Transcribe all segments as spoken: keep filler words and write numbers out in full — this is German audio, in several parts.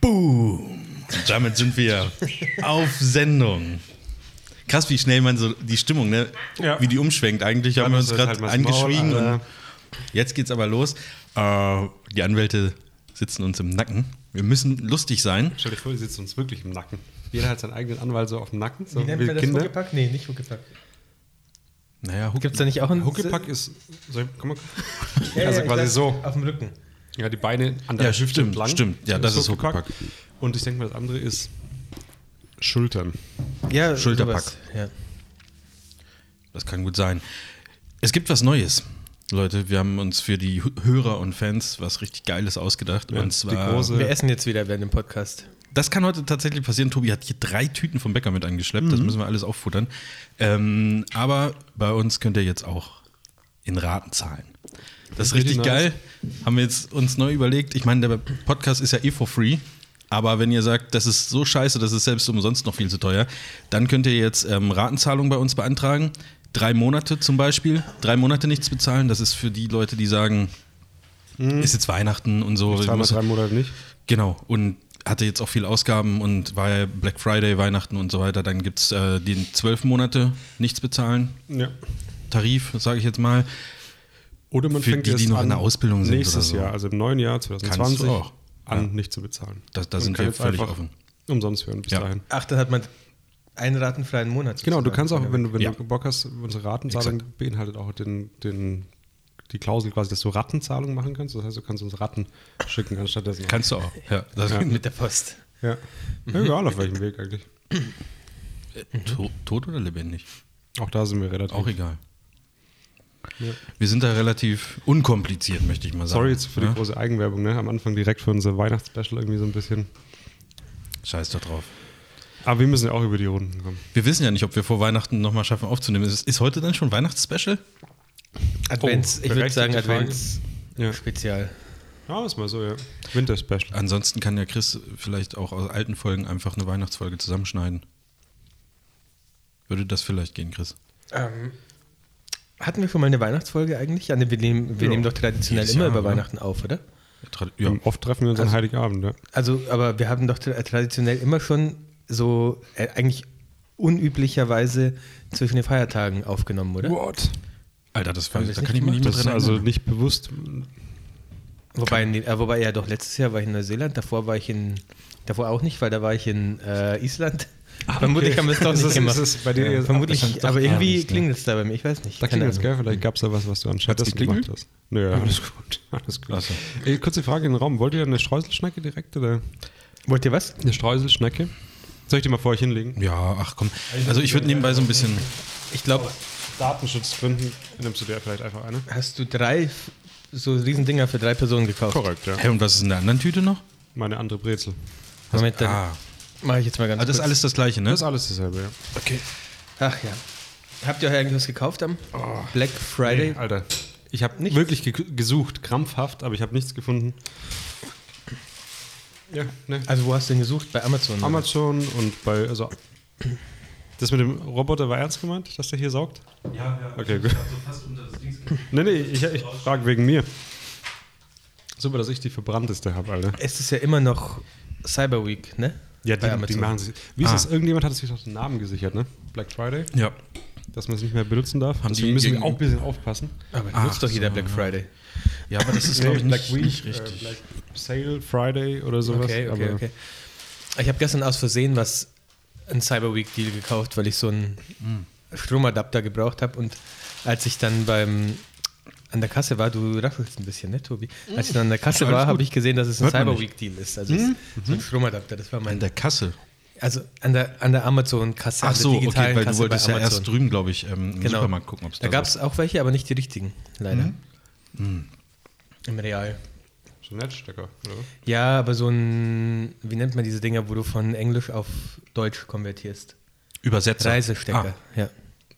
Boom! Damit sind wir auf Sendung. Krass, wie schnell man so die Stimmung, ne? Ja. Wie die umschwenkt. Eigentlich haben wir uns gerade halt angeschwiegen Maul, und jetzt geht's aber los. Äh, die Anwälte sitzen uns im Nacken. Wir müssen lustig sein. Stell dir vor, die sitzen uns wirklich im Nacken. Jeder hat seinen eigenen Anwalt so auf dem Nacken. So wie nennt man das, Kinder. Huckepack? Nee, nicht Huckepack. Naja, Huck- Gibt es da nicht auch einen... Huckepack ist, soll ich, komm mal. Ja, also ja, quasi dachte, so. auf dem Rücken. Ja, die Beine an der Ja, Hüfte stimmt, entlang. stimmt. Ja, das ist Huckepack. Und ich denke mal, das andere ist Schultern. Ja, Schulterpack. sowas, ja. Das kann gut sein. Es gibt was Neues. Leute, wir haben uns für die Hörer und Fans was richtig Geiles ausgedacht. Ja, und die zwar. große- Wir essen jetzt wieder während dem Podcast. Das kann heute tatsächlich passieren. Tobi hat hier drei Tüten vom Bäcker mit angeschleppt. Mhm. Das müssen wir alles auffuttern. Ähm, aber bei uns könnt ihr jetzt auch in Raten zahlen. Das ist richtig nice. geil. Haben wir jetzt uns neu überlegt. Ich meine, der Podcast ist ja eh for free. Aber wenn ihr sagt, das ist so scheiße, das ist selbst umsonst noch viel zu teuer, dann könnt ihr jetzt ähm, Ratenzahlung bei uns beantragen. Drei Monate zum Beispiel. Drei Monate nichts bezahlen. Das ist für die Leute, die sagen, mhm. ist jetzt Weihnachten und so. Ich zahle mal drei Monate nicht. Genau. Und hatte jetzt auch viel Ausgaben und war ja Black Friday, Weihnachten und so weiter. Dann gibt es äh, den zwölf Monate nichts bezahlen. Ja. Tarif, sage ich jetzt mal. Oder man für fängt die, erst die noch an, in der Ausbildung sind nächstes oder so. Jahr, also im neuen Jahr zwanzig zwanzig, Kannst du auch. an Ja. nicht zu bezahlen. Da, da Man sind kann wir jetzt völlig einfach offen. umsonst werden bis Ja. dahin. Ach, dann hat man einen ratenfreien Monat. Genau, du kannst auch, wenn du, wenn Ja. du Bock hast, unsere Ratenzahlung Exakt. beinhaltet auch den, den, die Klausel quasi, dass du Rattenzahlung machen kannst. Das heißt, du kannst uns Ratten schicken anstatt dessen. Kannst du auch. Ja, das Ja. Mit der Post. Ja. Ja, egal auf welchem Weg eigentlich. to- tot oder lebendig? Auch da sind wir relativ. Auch egal. Ja. Wir sind da relativ unkompliziert, möchte ich mal sagen. Sorry jetzt für die ja? große Eigenwerbung, ne? Am Anfang direkt für unser Weihnachtsspecial irgendwie so ein bisschen. Scheiß da drauf. Aber wir müssen ja auch über die Runden kommen. Wir wissen ja nicht, ob wir vor Weihnachten nochmal schaffen aufzunehmen. Ist, ist heute dann schon Weihnachtsspecial? Advents, Oh, ich würde sagen berechtigte Frage. Advents-Spezial. Ja. Ja, ist mal so, ja. Winter-Special. Ansonsten kann ja Chris vielleicht auch aus alten Folgen einfach eine Weihnachtsfolge zusammenschneiden. Würde das vielleicht gehen, Chris? Ähm, hatten wir schon mal eine Weihnachtsfolge eigentlich? Ja, ne, wir nehmen, wir Ja. nehmen doch traditionell Jedes immer Jahr, über oder? Weihnachten auf, oder? Tra- Ja. Oft treffen wir uns Also- an Heiligabend, ja. Also, aber wir haben doch tra- traditionell immer schon so äh, eigentlich unüblicherweise zwischen den Feiertagen aufgenommen, oder? What? Alter, das Haben war, wir da das kann ich nicht mich nicht mehr Das ist dran also erinnern. nicht bewusst. Wobei, nee, äh, wobei ja doch, letztes Jahr war ich in Neuseeland, davor war ich in, davor auch nicht, weil da war ich in äh, Island. Vermutlich haben wir es doch Ist nicht es- gemacht. ist es bei dir ja, jetzt vermutlich, abgeschnitten? aber Doch, irgendwie abends, ne? klingelt es da bei mir, ich weiß nicht. Da Keine klingt es Ahnung. geil, vielleicht gab es da was, was du anscheinend Hat's geklingelt? gemacht hast. Nö, ja, alles gut. Alles gut. Ach so. Ey, kurze Frage in den Raum. Wollt ihr eine Streuselschnecke direkt oder? Wollt ihr was? Eine Streuselschnecke? Soll ich die mal vor euch hinlegen? Ja, ach komm. Also ich würde nebenbei so ein bisschen... Ich glaube, Datenschutzgründen nimmst du dir vielleicht einfach eine. hast du drei f- so Riesendinger für drei Personen gekauft? Korrekt, ja. Hey, und was ist in der anderen Tüte noch? Meine andere Brezel. Moment, dann Ah, mache ich jetzt mal ganz ah, das ist kurz. alles das Gleiche, ne? Das ist alles dasselbe, ja. Okay. Ach ja. Habt ihr euch eigentlich was gekauft am Black Friday? Nee, Alter. Ich habe Nichts? wirklich ge gesucht, krampfhaft, aber ich habe nichts gefunden. Ja, ne. Also wo hast du denn gesucht? Bei Amazon? oder? Amazon und bei, also, das mit dem Roboter war ernst gemeint, dass der hier saugt? Ja, ja. Okay, gut. Also fast unter das Dings. Nee, nee, ich, ich frage wegen mir. Super, dass ich die verbrannteste habe, Alter. Es ist ja immer noch Cyber Week, ne? Ja, Bei die, Amazon. die machen sich. Wie ist Ah. das? Irgendjemand hat sich doch den Namen gesichert, ne? Black Friday, Ja. dass man es nicht mehr benutzen darf. Haben Deswegen die müssen wir gegen- auch ein bisschen aufpassen. Aber Ach nutzt doch jeder so, Black ja. Friday. Ja, aber das ist, glaube ich, Nee, nicht, Black Week, nicht richtig. Äh, Black Sale Friday oder sowas. Okay, okay, aber okay. Ich habe gestern aus Versehen was, ein Cyber Week Deal gekauft, weil ich so einen Stromadapter gebraucht habe und als ich dann beim an der Kasse war, du rachelst ein bisschen, ne, Tobi? Als ich dann an der Kasse Alles war, gut. habe ich gesehen, dass es ein Hört man Cyber nicht. Week Deal ist. Also es ist so ein Stromadapter, das war An mein. der Kasse. Also an der, an der Amazon-Kasse, Ach an der so, okay, digitalen weil Kasse du wolltest bei ja Amazon. erst drüben, glaube ich, ähm, im Genau. Supermarkt gucken, ob es Da da gab es auch welche, aber nicht die richtigen, leider. Mhm. Im Real. so ein Netzstecker, oder? Ja, aber so ein, wie nennt man diese Dinger, wo du von Englisch auf Deutsch konvertierst? Übersetzer. Reisestecker, Ah, ja.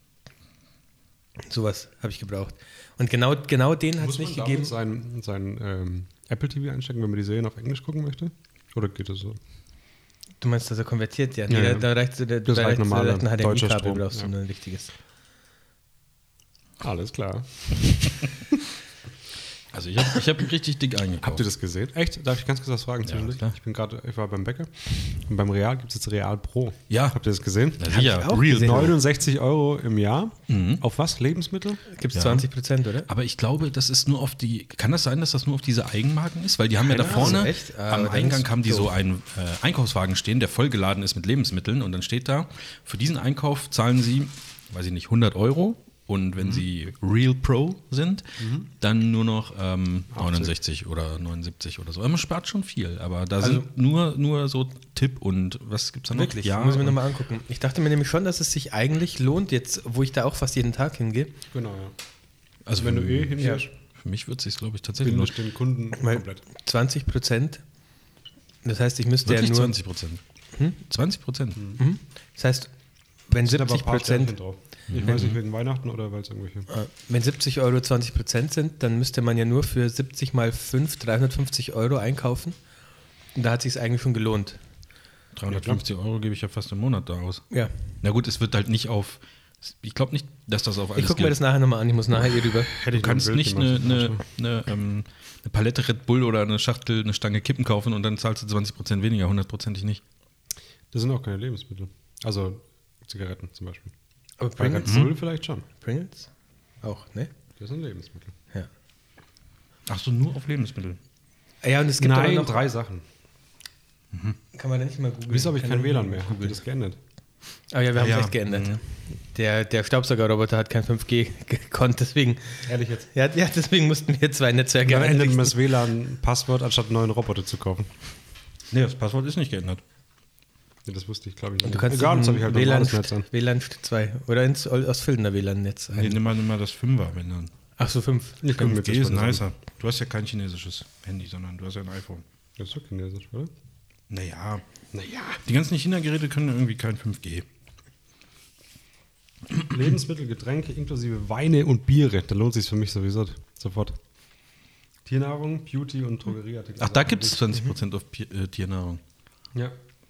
Sowas habe ich gebraucht. Und genau, genau den hat es nicht gegeben. sein, sein ähm, Apple T V einstecken, wenn man die Serien auf Englisch gucken möchte? Oder geht das so? Du meinst, dass er konvertiert? Ja, nee, Ja, da, ja. da reicht, da, da Das reicht reicht normaler ein H D M deutscher I-Kabel, Strom, brauchst ja. du nur ein richtiges. Alles klar. Also ich habe ich hab richtig dick eingekauft. Habt ihr das gesehen? Echt? Darf ich ganz kurz was fragen? Ja, klar. Ich bin gerade, ich war beim Bäcker und beim Real gibt es jetzt Real Pro. Ja. Habt ihr das gesehen? Na sicher, ich auch Real gesehen. Pro. neunundsechzig Euro im Jahr. Mhm. Auf was? Lebensmittel? Gibt es Ja. zwanzig Prozent, oder? Aber ich glaube, das ist nur auf die. Kann das sein, dass das nur auf diese Eigenmarken ist? Weil die haben ja da Keine vorne Ahnung. Echt? Ah, am aber Eingang dann haben die ist so doof. einen äh, Einkaufswagen stehen, der vollgeladen ist mit Lebensmitteln und dann steht da, für diesen Einkauf zahlen sie, weiß ich nicht, hundert Euro. Und wenn sie Real Pro sind, dann nur noch ähm, neunundsechzig oder neunundsiebzig oder so. Aber man spart schon viel. Aber da Also- sind nur, nur so Tipp und was gibt's da noch? Wirklich, Ja, muss ich mir und- nochmal angucken. Ich dachte mir nämlich schon, dass es sich eigentlich lohnt, jetzt, wo ich da auch fast jeden Tag hingehe. Genau, ja. Also Wenn für, du eh hingehst, für mich wird es sich, glaube ich, tatsächlich lohnen. bindest den Kunden Weil komplett. zwanzig Prozent, das heißt, ich müsste Wirklich ja nur. zwanzig Prozent. zwanzig Prozent. Mhm. Das heißt, wenn Sind aber ein siebzig paar Sternchen Prozent, drauf. Ich weiß nicht, wegen Weihnachten oder weil es irgendwelche. äh, wenn siebzig Euro zwanzig Prozent sind, dann müsste man ja nur für siebzig mal fünf dreihundertfünfzig Euro einkaufen. Und da hat sich es eigentlich schon gelohnt. dreihundertfünfzig Euro gebe ich ja fast im Monat da aus. Ja. Na gut, es wird halt nicht auf. Ich glaube nicht, dass das auf alles Ich gucke mir das nachher nochmal an, ich muss nachher hier rüber. Hätte Du kannst nicht eine, eine, eine, ähm, eine Palette Red Bull oder eine Schachtel, eine Stange Kippen kaufen und dann zahlst du zwanzig Prozent weniger, hundertprozentig nicht. Das sind auch keine Lebensmittel. Also Zigaretten zum Beispiel. Aber Bei Red Pringles? Bull vielleicht schon. Pringles? Auch, ne? Das sind Lebensmittel. Ja. Ach so, nur auf Lebensmittel. Ja, und es gibt Nein, aber noch. drei Sachen. Kann man da nicht mal googeln? Wieso habe ich Kann kein man W L A N nicht mehr? Habt ihr das geändert? Aber ja, wir haben es Ja. echt geändert. Der, der Staubsaugerroboter hat kein fünf G gekonnt, deswegen. Ehrlich jetzt? Ja, ja, deswegen mussten wir zwei Netzwerke Dann ändert man einrichten. das W L A N-Passwort, anstatt einen neuen Roboter zu kaufen. Nee, das Passwort ist nicht geändert. Ja, das wusste ich, glaube ich. Und nicht. du kannst Egal, jetzt habe ich ein halt W L A N, normales Netz an. W L A N zwei oder ins Ostfildener W L A N-Netz Nee, ein. nimm mal, nimm mal das Fünfer, wenn dann. Ach so, fünf. Ich gucke mir fünf G ist das mal nicer. Du hast ja kein chinesisches Handy, sondern du hast ja ein iPhone. Das ist doch chinesisch, oder? Naja, Naja. die ganzen China-Geräte können irgendwie kein fünf G. Lebensmittel, Getränke inklusive Weine und Biere. Da lohnt sich für mich sowieso sofort. Tiernahrung, Beauty und Drogerieartikel. Ach, da gibt es zwanzig Prozent auf Pi- äh, Tiernahrung. Ja.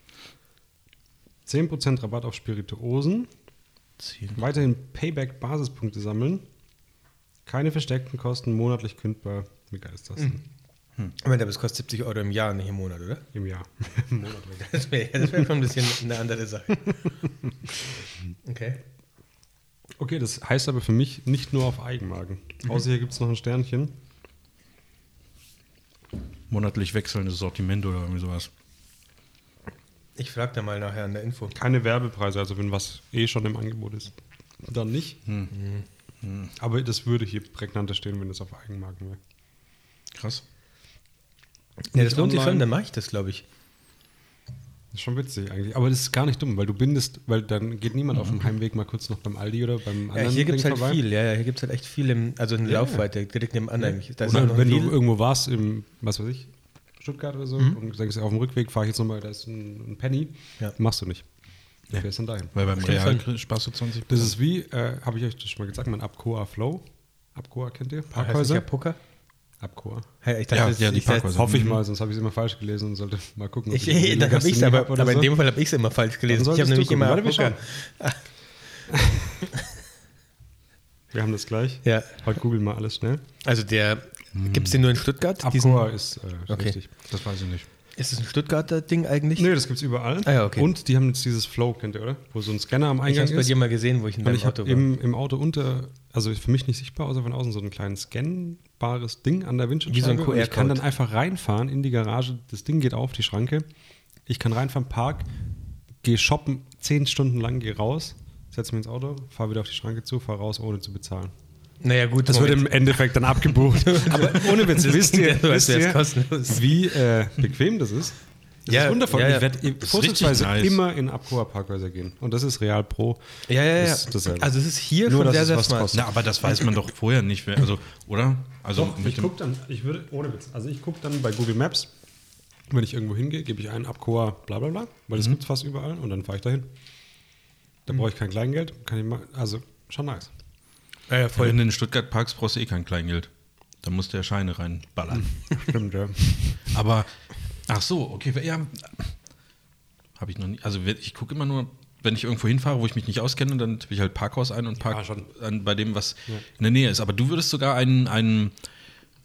zehn Prozent Rabatt auf Spirituosen. Weiterhin Payback-Basispunkte sammeln. Keine versteckten Kosten, monatlich kündbar. Wie geil ist das denn? Aber das kostet siebzig Euro im Jahr, nicht im Monat, oder? Im Jahr. monatlich. Das wäre das wär schon ein bisschen eine andere Sache. Okay. Okay, das heißt aber für mich nicht nur auf Eigenmarken. Außer hier gibt es noch ein Sternchen. Monatlich wechselndes Sortiment oder irgendwie sowas. Ich frage da mal nachher an der Info. Keine Werbepreise, also wenn was eh schon im Angebot ist. Dann nicht. Aber das würde hier prägnanter stehen, wenn es auf Eigenmarken wäre. Krass. Ja, das Nicht lohnt sich schon, online. dann mache ich das, glaube ich. Das ist schon witzig eigentlich. Aber das ist gar nicht dumm, weil du bindest, weil dann geht niemand auf dem Heimweg mal kurz noch beim Aldi oder beim anderen Ja, hier gibt es Ding halt vorbei. viel, ja, ja, hier gibt es halt echt viel, im, also eine Ja, Laufweite, direkt nebenan eigentlich. Da ist auch Oder noch wenn ein du Lidl. irgendwo warst, im, was weiß ich, Stuttgart oder so, und denkst, auf dem Rückweg fahre ich jetzt nochmal, da ist ein, ein Penny. Ja. Machst du nicht. Du Ja. fährst dann dahin. Weil beim Stimmt Real schon. sparst du zwanzig Das ist wie, äh, habe ich euch das schon mal gesagt, mein Abcoa Flow. Abcoa kennt ihr? Heißt das Parkhäuser? ja Poker? Abcoa. Hey, ich Ja, das- ja, die ich- Parkhäuser. Hoffe ich Mhm. mal, sonst habe ich es immer falsch gelesen und sollte mal gucken, Ich, eine dann habe ich es Gastronomie aber, habe oder aber in so. dem Fall habe ich es immer falsch gelesen. Dann Ich habe solltest nämlich du immer gucken. Warte, wir Poker. Wir haben das gleich. Ja, Heute googeln mal alles schnell. also der, gibt es den nur in Stuttgart? Abcoa ist äh, Okay. richtig. Das weiß ich nicht. Ist es ein Stuttgarter Ding eigentlich? Nee, das gibt es überall. Ah ja, okay. Und die haben jetzt dieses Flow, kennt ihr, oder? Wo so ein Scanner am ich Eingang habe es bei ist. dir mal gesehen, wo ich in Und deinem ich habe Auto war. im, im Auto unter, also für mich nicht sichtbar, außer von außen, so ein kleines scannbares Ding an der Windschutzscheibe. Wie so ein Und ich kann Q R-Code. dann einfach reinfahren in die Garage, das Ding geht auf, die Schranke. Ich kann reinfahren, park, gehe shoppen, zehn Stunden lang, gehe raus, setze mich ins Auto, fahre wieder auf die Schranke zu, fahre raus, ohne zu bezahlen. Naja, gut, Das wird Moment. im Endeffekt dann abgebucht. Aber ohne Witz, Das wisst klingt ihr, ja so, als wisst wär's ihr kostenlos. wie äh, bequem das ist? Das Ja, ist wundervoll. ja, ja. Ich werde ist vorzugsweise richtig nice. immer in Abcoa-Parkhäuser gehen. Und das ist Real Pro. Ja, ja, ja. Das ist dasselbe. Also es ist hier Nur, schon dass sehr, es sehr was smart. kostet. Na, aber das weiß man doch vorher nicht. wer- Also, oder? Also Doch, mit ich dem, gucke dann, ich würde, ohne Witz, also ich gucke dann bei Google Maps, wenn ich irgendwo hingehe, gebe ich ein Abcoa bla bla bla, weil das gibt es fast überall und dann fahre ich dahin. Da brauche ich kein Kleingeld, kann ich mal, also schon nice. Ja, ja, voll. wenn du in Stuttgart parkst, brauchst du eh kein Kleingeld. Da musst du ja Scheine reinballern. Stimmt, ja. Aber, ach so, okay, ja, habe ich noch nie. Also ich gucke immer nur, wenn ich irgendwo hinfahre, wo ich mich nicht auskenne, dann tippe ich halt Parkhaus ein und Ja, park schon. an, bei dem, was Ja. in der Nähe ist. Aber du würdest sogar einen, einen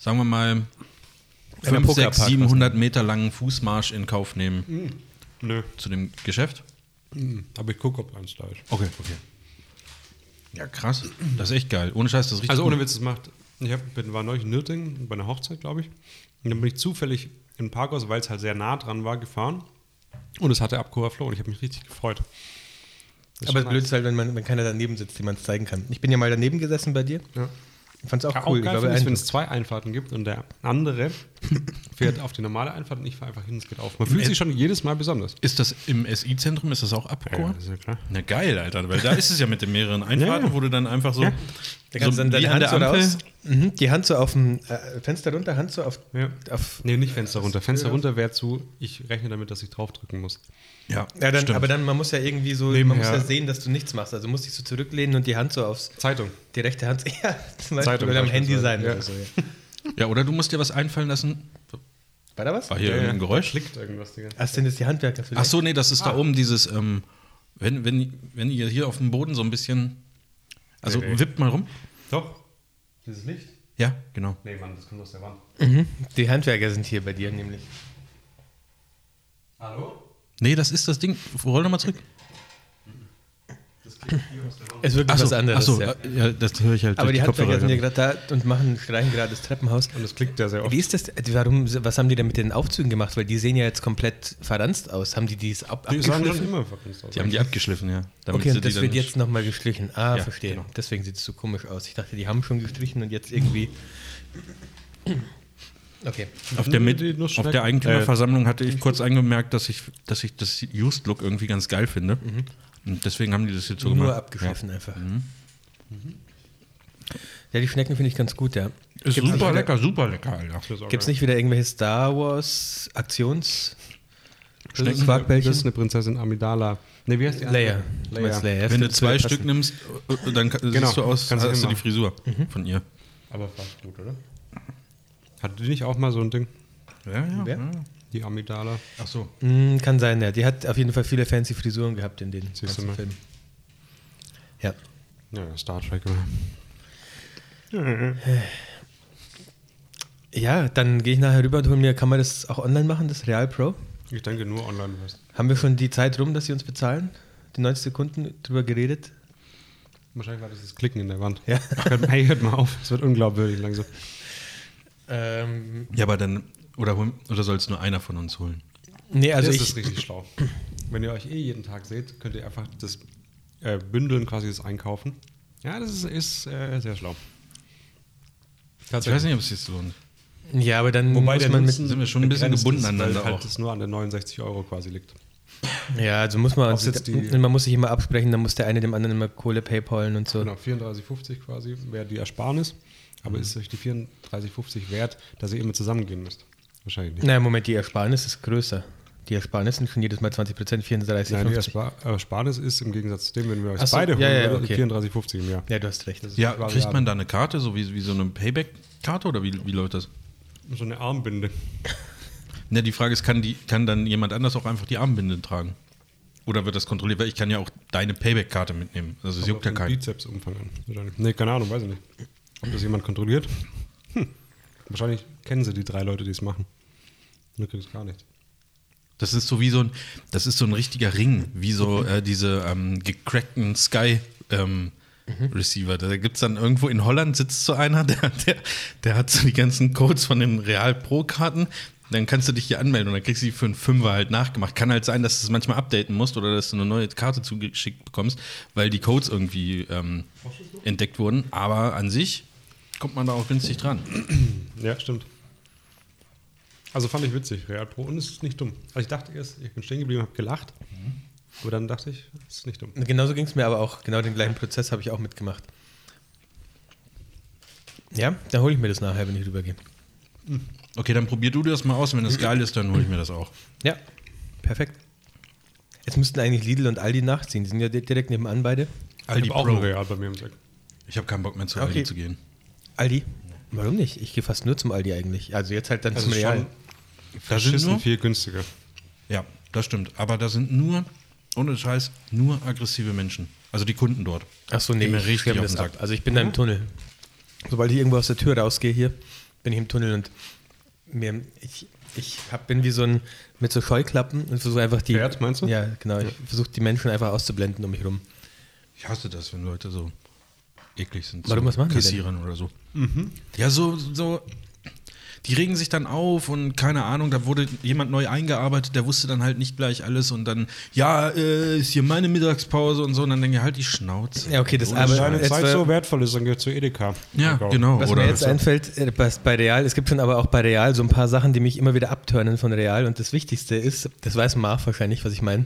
sagen wir mal, Einer fünf, sechs, Pokerpark siebenhundert Meter langen Fußmarsch in Kauf nehmen Mhm. Nö. zu dem Geschäft? Mhm. Aber ich gucke, ob eins da ist. Okay, okay. Ja, krass. Das ist echt geil. Ohne Scheiß, das ist richtig Also ohne gut. Witz, es macht. Ich hab, bin, war neulich in Nürtingen bei einer Hochzeit, glaube ich. Und dann bin ich zufällig in ein Parkhaus, weil es halt sehr nah dran war, gefahren. Und es hatte Abcoa-Flow und ich habe mich richtig gefreut. Das ist Aber schon blöd ist halt, wenn, man, wenn keiner daneben sitzt, dem man es zeigen kann. Ich bin ja mal daneben gesessen bei dir. Ja. Ich fand es auch Ja, cool. auch geil ich finde glaube, ich, wenn ein, es zwei Einfahrten gibt und der andere fährt auf die normale Einfahrt und ich fahre einfach hin, es geht auf. Man fühlt sich schon jedes Mal besonders. Ist das im S I-Zentrum, ist das auch Abgekocht? das ist ja klar. Na geil, Alter, weil da ist es ja mit den mehreren Einfahrten, Ja, ja. wo du dann einfach so, Ja. da kannst so du dann wie deine an Hand der so Ampel. raus, mhm, die Hand so auf dem äh, Fenster runter, Hand so auf, Ja. auf Nee, nicht Fenster runter. Fenster runter wäre zu, ich rechne damit, dass ich draufdrücken muss. Ja, ja, dann, stimmt. aber dann, man muss ja irgendwie so, Nebenher. man muss ja sehen, dass du nichts machst. Also musst dich so zurücklehnen und die Hand so aufs, Zeitung. die rechte Hand, ja, zum Beispiel Zeitung oder am Handy beispielsweise. sein Ja. oder so. Ja. Ja, oder du musst dir was einfallen lassen. War da was? War hier irgendein Geräusch? Klickt irgendwas, Digga. Ach, sind das die Handwerker vielleicht? Ach so, nee, das ist da oben dieses, ähm, wenn, wenn, wenn ihr hier auf dem Boden so ein bisschen, also Nee, nee. wippt mal rum. Doch. Dieses Licht? Ja, genau. Nee, Mann, das kommt aus der Wand. Mhm. Die Handwerker sind hier bei dir nämlich. Hallo? Nee, das ist das Ding. Roll nochmal zurück. Das klickt hier aus der Wand. Es ist wirklich was anderes. Achso, ja. äh, ja, das höre ich halt Aber durch die Handwerker sind ja Kopfhörer. gerade da und machen, streichen gerade das Treppenhaus. Und das klickt ja sehr oft. Wie ist das? Warum, was haben die denn mit den Aufzügen gemacht? Weil die sehen ja jetzt komplett verranzt aus. Haben die dies ab, Die sahen schon abgeschliffen? immer verkunst aus. Die haben die abgeschliffen, ja. Damit Okay, sie und die das dann wird nicht- jetzt nochmal gestrichen. Ah, Ja, verstehe. genau. Deswegen sieht es so komisch aus. Ich dachte, die haben schon gestrichen und jetzt irgendwie. Okay. Auf der, Mit Die auf Nussschnecken- der Eigentümerversammlung hatte ich kurz angemerkt, dass ich, dass ich das Just-Look irgendwie ganz geil finde. Und deswegen haben die das jetzt so Nur gemacht. abgeschliffen einfach. Ja, die Schnecken finde ich ganz gut, ja. Ja. Ist Gibt's super nicht lecker, super lecker, Alter. Gibt es nicht wieder irgendwelche Star Wars Aktions? Das ist, Quarkbällchen? das ist eine Prinzessin Amidala. Ne, wie heißt die? andere? Leia. Du meinst Leia. Wenn du Für- zwei für- Stück nimmst, äh, dann ka- Genau, siehst du aus, kannst du hast du die hinmachen. Frisur von ihr. Aber fast gut, oder? Hatte die nicht auch mal so ein Ding? Ja, ja. Wer? ja. Die Amidala. Ach so. Mm, kann sein, ja. Die hat auf jeden Fall viele fancy Frisuren gehabt in den Siehst du ganzen mal. Filmen. Ja. Ja, Star Trek, oder? Ja, dann gehe ich nachher rüber und hol mir, kann man das auch online machen, das Real Pro? Ich denke nur online fest. Haben wir schon die Zeit rum, dass sie uns bezahlen? Die neunzig Sekunden drüber geredet? Wahrscheinlich war das das Klicken in der Wand. Ja. Ach, hört, hey, hört mal auf. Es wird unglaubwürdig langsam. Ähm, Ja, aber dann, oder, hol- oder soll es nur einer von uns holen? nee, also das ich, ist richtig schlau. Wenn ihr euch eh jeden Tag seht, könnt ihr einfach das äh, Bündeln quasi das einkaufen. Ja, das ist, ist äh, sehr schlau. Ich weiß nicht, ob es sich lohnt. ja, aber dann Wobei muss der man mit, Nutzen sind wir schon ein bisschen begrenzt gebunden ist, aneinander weil halt auch. es nur an den neunundsechzig Euro quasi liegt. ja, also muss man, Ob jetzt die- man muss sich immer absprechen, dann muss der eine dem anderen immer Kohle paypalen und so. Genau, vierunddreißig fünfzig quasi wäre die Ersparnis. Aber ist euch die vierunddreißig fünfzig wert, dass ihr immer zusammengehen müsst? Wahrscheinlich nicht. Naja, Moment, die Ersparnis ist größer. Die Ersparnis sind schon jedes Mal zwanzig Prozent, vierunddreißig, Nein, die fünfzig. Erspar Ersparnis ist im Gegensatz zu dem, wenn wir euch Ach so, beide holen, ja, ja, würden, okay. vierunddreißig fünfzig im Jahr. Ja, du hast recht. Das ist Ja, quasi kriegt man da eine Karte, so wie, wie so eine Payback-Karte oder wie, wie läuft das? so eine Armbinde. Ne, die Frage ist, kann, die, kann dann jemand anders auch einfach die Armbinde tragen? Oder wird das kontrolliert? Weil ich kann ja auch deine Payback-Karte mitnehmen. Also es Kommt juckt auf ja den keinen. Bizepsumfang an. Wahrscheinlich. Nee, keine Ahnung, weiß ich nicht. Ob das jemand kontrolliert? Hm. Wahrscheinlich kennen sie die drei Leute, die es machen. Und du kriegst gar nichts. Das ist so wie so ein, das ist so ein richtiger Ring, wie so äh, diese ähm, gecrackten Sky ähm, Receiver. Da gibt es dann irgendwo in Holland sitzt so einer, der, der, der hat so die ganzen Codes von den Real Pro-Karten. Dann kannst du dich hier anmelden und dann kriegst du die für einen Fünfer halt nachgemacht. Kann halt sein, dass du es manchmal updaten musst oder dass du eine neue Karte zugeschickt bekommst, weil die Codes irgendwie ähm, entdeckt wurden. Aber an sich kommt man da auch günstig dran. Ja, stimmt. Also fand ich witzig, Real Pro. Und es ist nicht dumm. Also ich dachte erst, ich bin stehen geblieben, habe gelacht. Aber dann dachte ich, es ist nicht dumm. Genauso ging es mir aber auch. Genau den gleichen Prozess habe ich auch mitgemacht. Ja, dann hole ich mir das nachher, wenn ich rübergehe. Okay, dann probier du das mal aus. Wenn das geil ist, dann hole ich mir das auch. Ja, perfekt. Jetzt müssten eigentlich Lidl und Aldi nachziehen. Die sind ja di- direkt nebenan beide. Aldi ich hab auch Pro. ein Real bei mir im Sack. Ich habe keinen Bock mehr zu Okay. Aldi zu gehen. Aldi? Warum nicht? Ich gehe fast nur zum Aldi eigentlich. Also jetzt halt dann Das zum ist Real. schon Da sind verschissen nur, viel günstiger. ja, das stimmt. Aber da sind nur, ohne Scheiß, nur aggressive Menschen. Also die Kunden dort. Achso, nee, Geh mir ich richtig schwärme auf das den ab. Sack. Also ich bin da im Tunnel. Sobald ich irgendwo aus der Tür rausgehe hier, bin ich im Tunnel und mir, ich, ich hab, bin wie so ein, mit so Scheuklappen und versuche einfach die... Pferd, meinst du? Ja, genau. Ich versuche die Menschen einfach auszublenden um mich rum. Ich hasse das, wenn Leute so eklig sind. Warum, so was machen die denn? Kassierern oder so. Ja, so, so, die regen sich dann auf und keine Ahnung, da wurde jemand neu eingearbeitet, der wusste dann halt nicht gleich alles und dann, ja, äh, ist hier meine Mittagspause und so und dann denke ich, halt die Schnauze. Ja, okay, das Wenn aber deine jetzt Zeit war- so wertvoll ist, dann geh zu Edeka. Ja, Einkaufen. genau. Was oder mir jetzt so. einfällt, äh, bei, bei Real, es gibt schon aber auch bei Real so ein paar Sachen, die mich immer wieder abturnen von Real und das Wichtigste ist, das weiß Marv wahrscheinlich, was ich meine.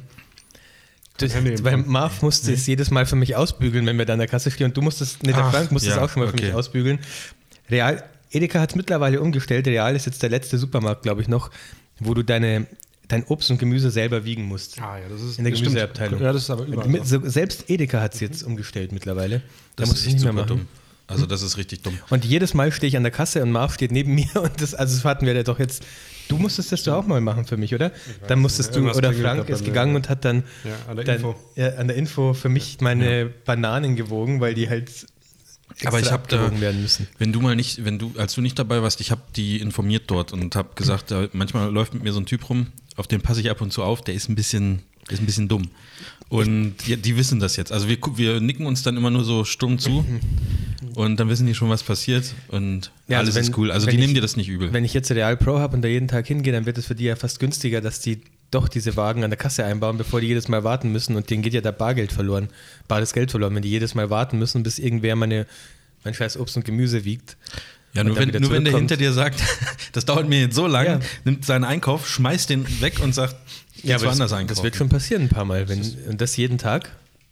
Du, Ja, nee, weil nee. Marv musste es jedes Mal für mich ausbügeln, wenn wir da an der Kasse stehen und du musstest, ne, der Ach, Frank musste es ja, auch schon mal für okay. mich ausbügeln. Real, Edeka hat es mittlerweile umgestellt, Real ist jetzt der letzte Supermarkt, glaube ich noch, wo du deine, dein Obst und Gemüse selber wiegen musst. Ah ja, das ist In der das stimmt. Gemüseabteilung. Ja, das ist aber überall Mit, so. so, selbst Edeka hat es jetzt umgestellt mittlerweile. Da Das muss ist ich echt nicht mehr super machen. dumm. Also das ist richtig dumm. Und jedes Mal stehe ich an der Kasse und Marv steht neben mir und das, also das hatten wir ja doch jetzt. Du musstest das doch auch mal machen für mich, oder? Dann musstest nicht. du, Irgendwas oder klingelt Frank da bei ist mir, gegangen ja. und hat dann, Ja, an der dann Info. Ja, an der Info für mich meine Bananen gewogen, weil die halt extra Aber ich habe da, abgewogen werden müssen. wenn du mal nicht, wenn du, als du nicht dabei warst, ich habe die informiert dort und habe gesagt, da, manchmal läuft mit mir so ein Typ rum, auf den passe ich ab und zu auf, der ist ein bisschen, der ist ein bisschen dumm. Und die, die wissen das jetzt. Also wir, gu- wir nicken uns dann immer nur so stumm zu und dann wissen die schon, was passiert und Ja, alles also wenn- ist cool. Also wenn die nehmen ich- dir das nicht übel. Wenn ich jetzt Real Pro habe und da jeden Tag hingehe, dann wird es für die ja fast günstiger, dass die doch diese Wagen an der Kasse einbauen, bevor die jedes Mal warten müssen und denen geht ja da Bargeld verloren, bares Geld verloren, wenn die jedes Mal warten müssen, bis irgendwer meine, mein scheiß Obst und Gemüse wiegt. Ja, und nur dann wenn, wieder nur wenn der zurückkommt. hinter dir sagt, das dauert mir jetzt so lang, Ja. nimmt seinen Einkauf, schmeißt den weg und sagt, Ja, jetzt aber woanders das, einkaufen. das wird schon passieren ein paar Mal. Wenn, und das jeden Tag,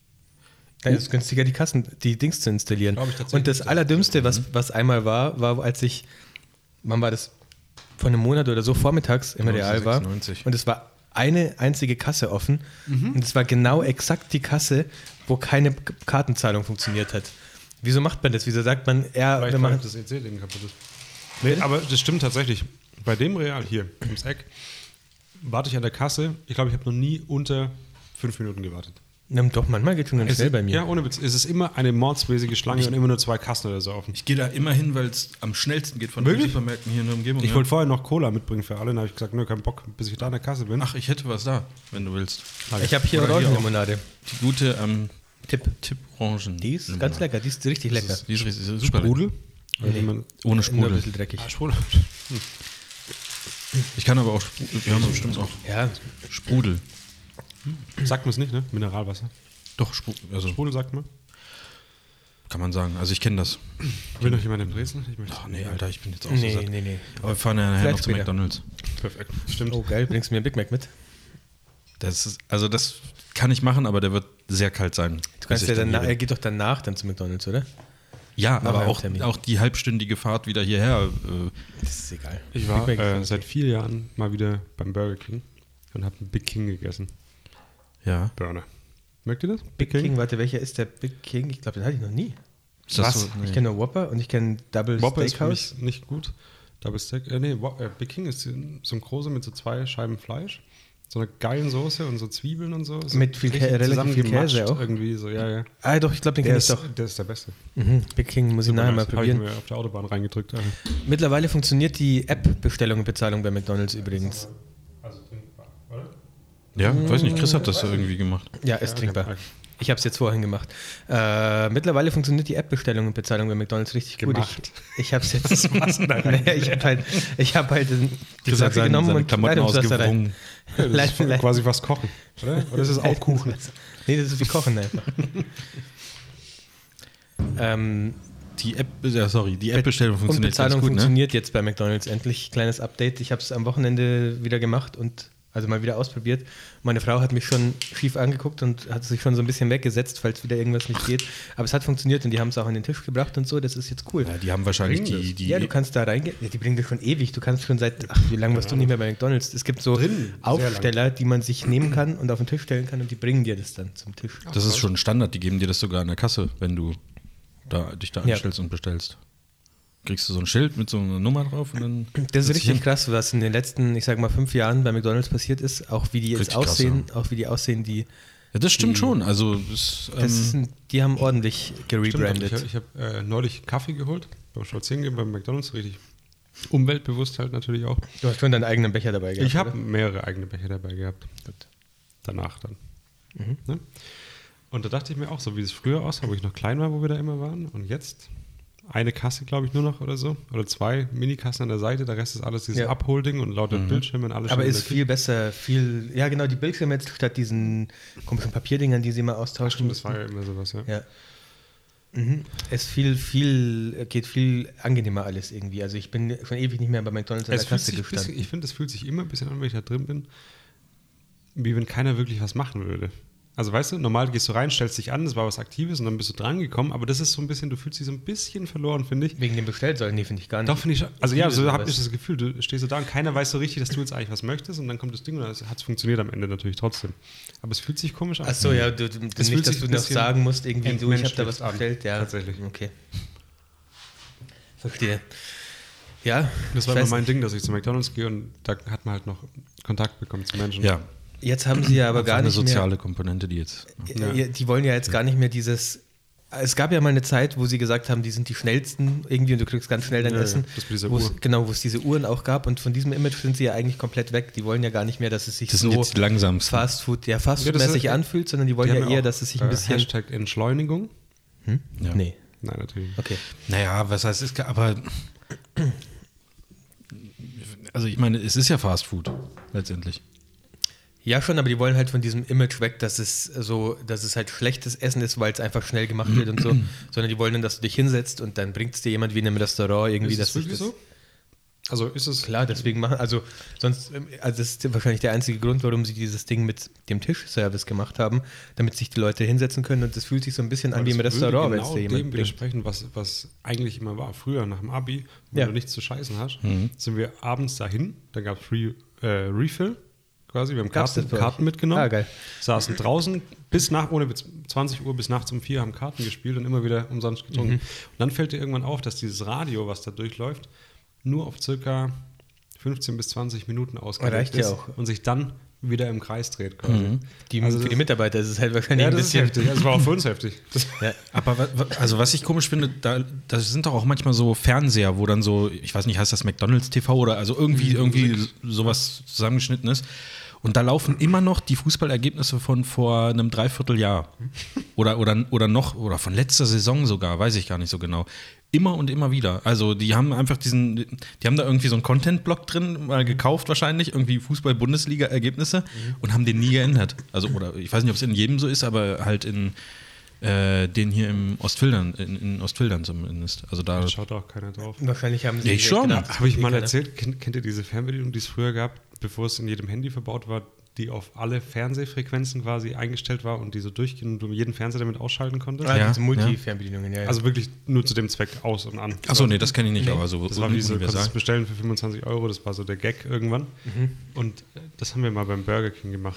dann ist es günstiger, die Kassen, die Dings zu installieren. Glaub ich tatsächlich, Und das dass- Allerdümmste, was, was einmal war, war, als ich, wann war das, vor einem Monat oder so, vormittags im Real war. neunzehnhundertsechsundneunzig. Und es war eine einzige Kasse offen. Und es war genau exakt die Kasse, wo keine K- Kartenzahlung funktioniert hat. Wieso macht man das? Wieso sagt man, ja, Vielleicht wir weil machen das E C-Ding kaputt ist. Nee, aber das stimmt tatsächlich. Bei dem Real hier ums Eck warte ich an der Kasse. Ich glaube, ich habe noch nie unter fünf Minuten gewartet. Na, doch, manchmal geht schon ganz Es schnell ist- bei mir. Ja, ohne Witz. Es ist immer eine mordsmäßige Schlange und immer nur zwei Kassen oder so offen. Ich gehe da immer hin, weil es am schnellsten geht von Wirklich? den Supermärkten hier in der Umgebung. Ich ja. wollte vorher noch Cola mitbringen für alle, dann habe ich gesagt, nö, kein Bock, bis ich da an der Kasse bin. Ach, ich hätte was da, wenn du willst. Ich habe hier Oder hier Orangenlimonade. Die gute ähm, Tipp. Tipp Orangen. Die ist ganz lecker, die ist richtig lecker. Die ist richtig super Sprudel? lecker. Oder wie man- Ohne Nur ein Sprudel. bisschen dreckig. Ah, Sprudel. Ich kann aber auch Sprudel. Wir haben bestimmt auch Ja, Sprudel. Sagt man es nicht, ne? Mineralwasser. Doch, Sprudel. Also Sprudel sagt man. kann man sagen. Also ich kenne das. Will noch jemand in Dresden? Ich möchte. Ach nee, Alter, ich bin jetzt auch nee, so satt. nee, nee. Aber wir fahren ja nachher Vielleicht noch zu später. McDonalds. Perfekt. Stimmt. Oh, geil, bringst du mir einen Big Mac mit? Das ist, also das kann ich machen, aber der wird sehr kalt sein. Du kannst bis ja ich dann danach, hier er bin. geht doch danach dann zu McDonalds, oder? Ja, nach aber eurem auch, Termin. auch die halbstündige Fahrt wieder hierher. Äh, Das ist egal. Ich war Big Mac äh, ist seit vier Jahren mal wieder beim Burger King und habe einen Big King gegessen. ja. Burner. Merkt ihr das? Big King, warte, welcher ist der Big King? Ich glaube, den hatte ich noch nie. Ist das Was? so? Nee. Ich kenne nur Whopper und ich kenne Double Whopper ist für Steakhouse. mich nicht gut. Double Steak. Äh, nee, Wo- äh, Big King ist so ein großer mit so zwei Scheiben Fleisch. So einer geilen Soße und so Zwiebeln und so. so Mit viel richtig Kä- relativ viel zusammengematscht Käse auch. Irgendwie so, ja, ja. Ah, doch, ich glaube, den Der kenne ich ist, doch. der ist der Beste. Mhm. Big King muss ich nachher mal Habe ich probieren. mir auf der Autobahn reingedrückt. Alter. Mittlerweile funktioniert die App-Bestellung und Bezahlung bei McDonalds übrigens. Also trinkbar, oder? Ja, weiß nicht, Chris hat das irgendwie gemacht. Ja, ist trinkbar. okay. Ich habe es jetzt vorhin gemacht. Äh, mittlerweile funktioniert die App-Bestellung und Bezahlung bei McDonalds richtig Gemacht. gut. Ich, ich habe es jetzt. naja, ich habe halt, ich habe halt die Chris hat Sacke seine, genommen seine und Klamotten Leitungswasser rein. ausgewrungen. Ja, das ist Leiten- Leiten- quasi was kochen, oder? Oder ist es auch Kuchen? Nee, das ist wie Kochen einfach. ähm, Die App, ja, sorry, die App-Bestellung und funktioniert Bezahlung ganz gut, ne? funktioniert jetzt bei McDonalds endlich. Kleines Update. Ich habe es am Wochenende wieder gemacht und also mal wieder ausprobiert. Meine Frau hat mich schon schief angeguckt und hat sich schon so ein bisschen weggesetzt, falls wieder irgendwas nicht geht. Aber es hat funktioniert und die haben es auch an den Tisch gebracht und so. Das ist jetzt cool. Ja, die haben wahrscheinlich Bringen die, das? die Ja, du kannst da reingehen. Ja, die bringen das schon ewig. Du kannst schon seit, ach, wie lange warst du nicht mehr bei McDonalds? Es gibt so Drin, sehr Aufsteller, die man sich nehmen kann und auf den Tisch stellen kann und die bringen dir das dann zum Tisch. das ist schon Standard, die geben dir das sogar an der Kasse, wenn du da, dich da Ja. anstellst und bestellst. Kriegst du so ein Schild mit so einer Nummer drauf und dann. Das ist setzt dich richtig hin. krass, was in den letzten, ich sag mal, fünf Jahren bei McDonalds passiert ist. Auch wie die jetzt Richtig krass, aussehen, auch wie die aussehen, die, Ja, das stimmt die- schon. Also, das, das ähm, sind, die haben ordentlich Stimmt, gerebrandet. ich habe ich hab, äh, neulich Kaffee geholt beim Spazierengehen beim McDonalds, richtig Umweltbewusst halt natürlich auch. Du hast schon deinen eigenen Becher dabei gehabt, Ich habe oder? mehrere eigene Becher dabei gehabt. Gut. Danach dann. Mhm. Ne? Und da dachte ich mir auch, so wie es früher aussah, wo ich noch klein war, wo wir da immer waren. Und jetzt eine Kasse, glaube ich, nur noch oder so. Oder zwei Minikassen an der Seite. Der Rest ist alles dieses Ja. Abholding und lauter Mhm. Bildschirme und alles. Aber schon in ist der viel besser, viel, ja genau, die Bildschirme jetzt statt diesen komischen Papierdingern, die sie immer Küche. austauschen Stimmt, das mussten. war ja immer sowas, ja. Ja. Mhm. Es viel, viel, geht viel angenehmer alles irgendwie. Also ich bin schon ewig nicht mehr bei McDonalds an Es der fühlt Kasse sich gestanden. bisschen, ich finde, es fühlt sich immer ein bisschen an, wenn ich da drin bin, wie wenn keiner wirklich was machen würde. Also weißt du, normal gehst du rein, stellst dich an, das war was Aktives und dann bist du dran gekommen, aber das ist so ein bisschen, du fühlst dich so ein bisschen verloren, finde ich. Wegen dem Bestellsäulen, nee, finde ich gar nicht. Doch, finde ich schon. Also Ich ja, liebe so habe sowas. ich das Gefühl, du stehst so da und keiner weiß so richtig, dass du jetzt eigentlich was möchtest und dann kommt das Ding und dann hat es funktioniert am Ende natürlich trotzdem. Aber es fühlt sich komisch an. Ach so, ja, du, du, Es nicht, fühlt dass sich du ein noch bisschen sagen musst, irgendwie, du, ich habe da was entmenschlicht an, bestellt. Ja, tatsächlich. Okay. Verstehe. Ja, Das war ich immer weiß mein nicht. Ding, dass ich zu McDonalds gehe und da hat man halt noch Kontakt bekommen zu Menschen. Ja, Jetzt haben sie ja aber einfach gar eine nicht soziale Komponente, die jetzt. mehr. Ja. Die wollen ja jetzt gar nicht mehr dieses. Es gab ja mal eine Zeit, wo sie gesagt haben, die sind die schnellsten irgendwie und du kriegst ganz schnell dein Ja, ja, Essen. das mit dieser Wo's- Uhr. Genau, wo es diese Uhren auch gab und von diesem Image sind sie ja eigentlich komplett weg. Die wollen ja gar nicht mehr, dass es sich Das sind so jetzt die langsamsten. Fast Food, ja, Ja, Fastfood-mäßig das ist- anfühlt, sondern die wollen Die ja haben eher, auch, dass es sich äh, ein bisschen. Hashtag Entschleunigung. Hm? Ja. Nee, Nein, natürlich. okay. Naja, was heißt es? Aber. Also, ich meine, es ist ja Fast Food, letztendlich. Ja, schon, aber die wollen halt von diesem Image weg, dass es so, dass es halt schlechtes Essen ist, weil es einfach schnell gemacht wird und so, sondern die wollen dann, dass du dich hinsetzt und dann bringt es dir jemand wie in einem Restaurant irgendwie, Ist dass es sich wirklich das, so? Also ist es. Klar, deswegen machen, also sonst, ähm, also das ist wahrscheinlich der einzige Grund, warum sie dieses Ding mit dem Tischservice gemacht haben, damit sich die Leute hinsetzen können und das fühlt sich so ein bisschen an wie im Das würde Restaurant, wenn es genau dir jemand dem bringt. widersprechen, was, was eigentlich immer war. Früher nach dem Abi, wenn Ja. du nichts zu scheißen hast, Mhm. sind wir abends dahin, da gab es Free äh, Refill quasi, wir haben Gab's Karten, das bei euch? Karten mitgenommen, Ah, geil. saßen draußen bis nach, ohne Witz, zwanzig Uhr bis nachts um vier, haben Karten gespielt und immer wieder umsonst getrunken. Mhm. Und dann fällt dir irgendwann auf, dass dieses Radio, was da durchläuft, nur auf circa fünfzehn bis zwanzig Minuten ausgelegt Reicht ja ist auch. und sich dann wieder im Kreis dreht quasi. Mhm. Die, Also für das- die Mitarbeiter ist es halt wahrscheinlich Ja, ein das ist bisschen. heftig. Das war auch für uns heftig. Das Ja. Aber wa- wa- also was ich komisch finde, da das sind doch auch manchmal so Fernseher, wo dann so, ich weiß nicht, heißt das McDonald's T V oder also irgendwie, irgendwie sowas zusammengeschnitten ist. Und da laufen immer noch die Fußballergebnisse von vor einem Dreivierteljahr. Oder, oder, oder noch, oder von letzter Saison sogar, weiß ich gar nicht so genau. Immer und immer wieder. Also die haben einfach diesen, die haben da irgendwie so einen Content-Block drin, mal gekauft wahrscheinlich, irgendwie Fußball-Bundesliga-Ergebnisse und haben den nie geändert. Also, oder ich weiß nicht, ob es in jedem so ist, aber halt in äh, den hier im Ostfildern, in, in Ostfildern zumindest. Also da. Da schaut auch keiner drauf. Wahrscheinlich haben sie. Ja, ich schon. gedacht, Habe ich mal keiner. erzählt, kennt, kennt ihr diese Fernbedienung, die es früher gab, bevor es in jedem Handy verbaut war, die auf alle Fernsehfrequenzen quasi eingestellt war und die so durchgehen und du jeden Fernseher damit ausschalten konntest? Ah, Ja, diese Multi-Fernbedienungen, ja. ja. Also wirklich nur zu dem Zweck aus und an. Achso, nee, das kenne ich nicht, Nee. aber so Das war wie so, du konntest universal. es bestellen für fünfundzwanzig Euro, das war so der Gag irgendwann. Mhm. Und äh, das haben wir mal beim Burger King gemacht.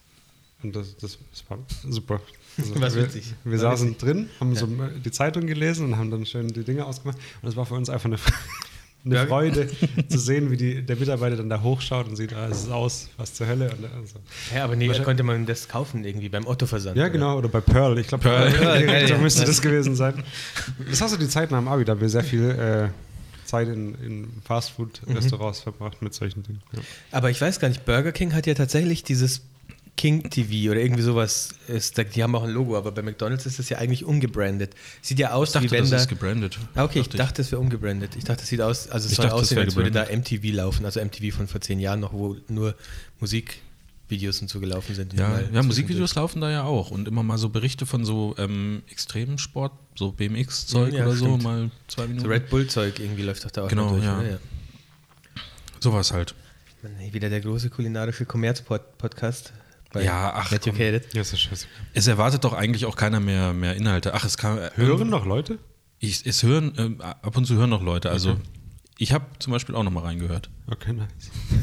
Und das, das, das war super. Also Was wir, witzig. Wir War saßen drin, haben Ja. so die Zeitung gelesen und haben dann schön die Dinge ausgemacht. Und es war für uns einfach eine, eine Ja. Freude zu sehen, wie die, der Mitarbeiter dann da hochschaut und sieht, ah, es ist aus, was zur Hölle. Und also. ja, aber nee, da Wahrscheinlich- konnte man das kaufen irgendwie beim Otto-Versand. Ja, oder? genau, oder bei Pearl. Ich glaube, Pearl. Pearl. Ja, ja, da ja. müsste das gewesen sein. Das hast du die Zeit nach dem Abi, da haben wir sehr viel äh, Zeit in, in Fastfood-Restaurants Mhm. verbracht mit solchen Dingen. Ja. Aber ich weiß gar nicht, Burger King hat ja tatsächlich dieses King T V oder irgendwie sowas. Ist, da- die haben auch ein Logo, aber bei McDonalds ist das ja eigentlich umgebrandet. Sieht ja aus Ich dachte, wie wenn das da. ist gebrandet. Ah, okay, ich dachte, es wäre umgebrandet. Ich dachte, es sieht aus, also es Ich soll dachte, das aussehen, wäre als würde da gebrandet. M T V laufen, also M T V von vor zehn Jahren noch, wo nur Musikvideos und so gelaufen sind. die Ja, mal ja, Musikvideos laufen da ja auch und immer mal so Berichte von so ähm, Extremsport, so B M X-Zeug Mhm, ja, oder so, stimmt. mal zwei Minuten. So Red Bull-Zeug irgendwie läuft doch da auch Genau, mal durch, ja. oder? Ja. Sowas halt. Mann, ey, wieder der große kulinarische Kommerz-Podcast. bei Ja, ach, Educated. Ja, ist das scheiße. Es erwartet doch eigentlich auch keiner mehr, mehr Inhalte. Ach, es kann. Hören noch Leute? Ich, es hören, ähm, ab und zu hören noch Leute. Also, Okay. ich habe zum Beispiel auch noch mal reingehört. Okay, nice.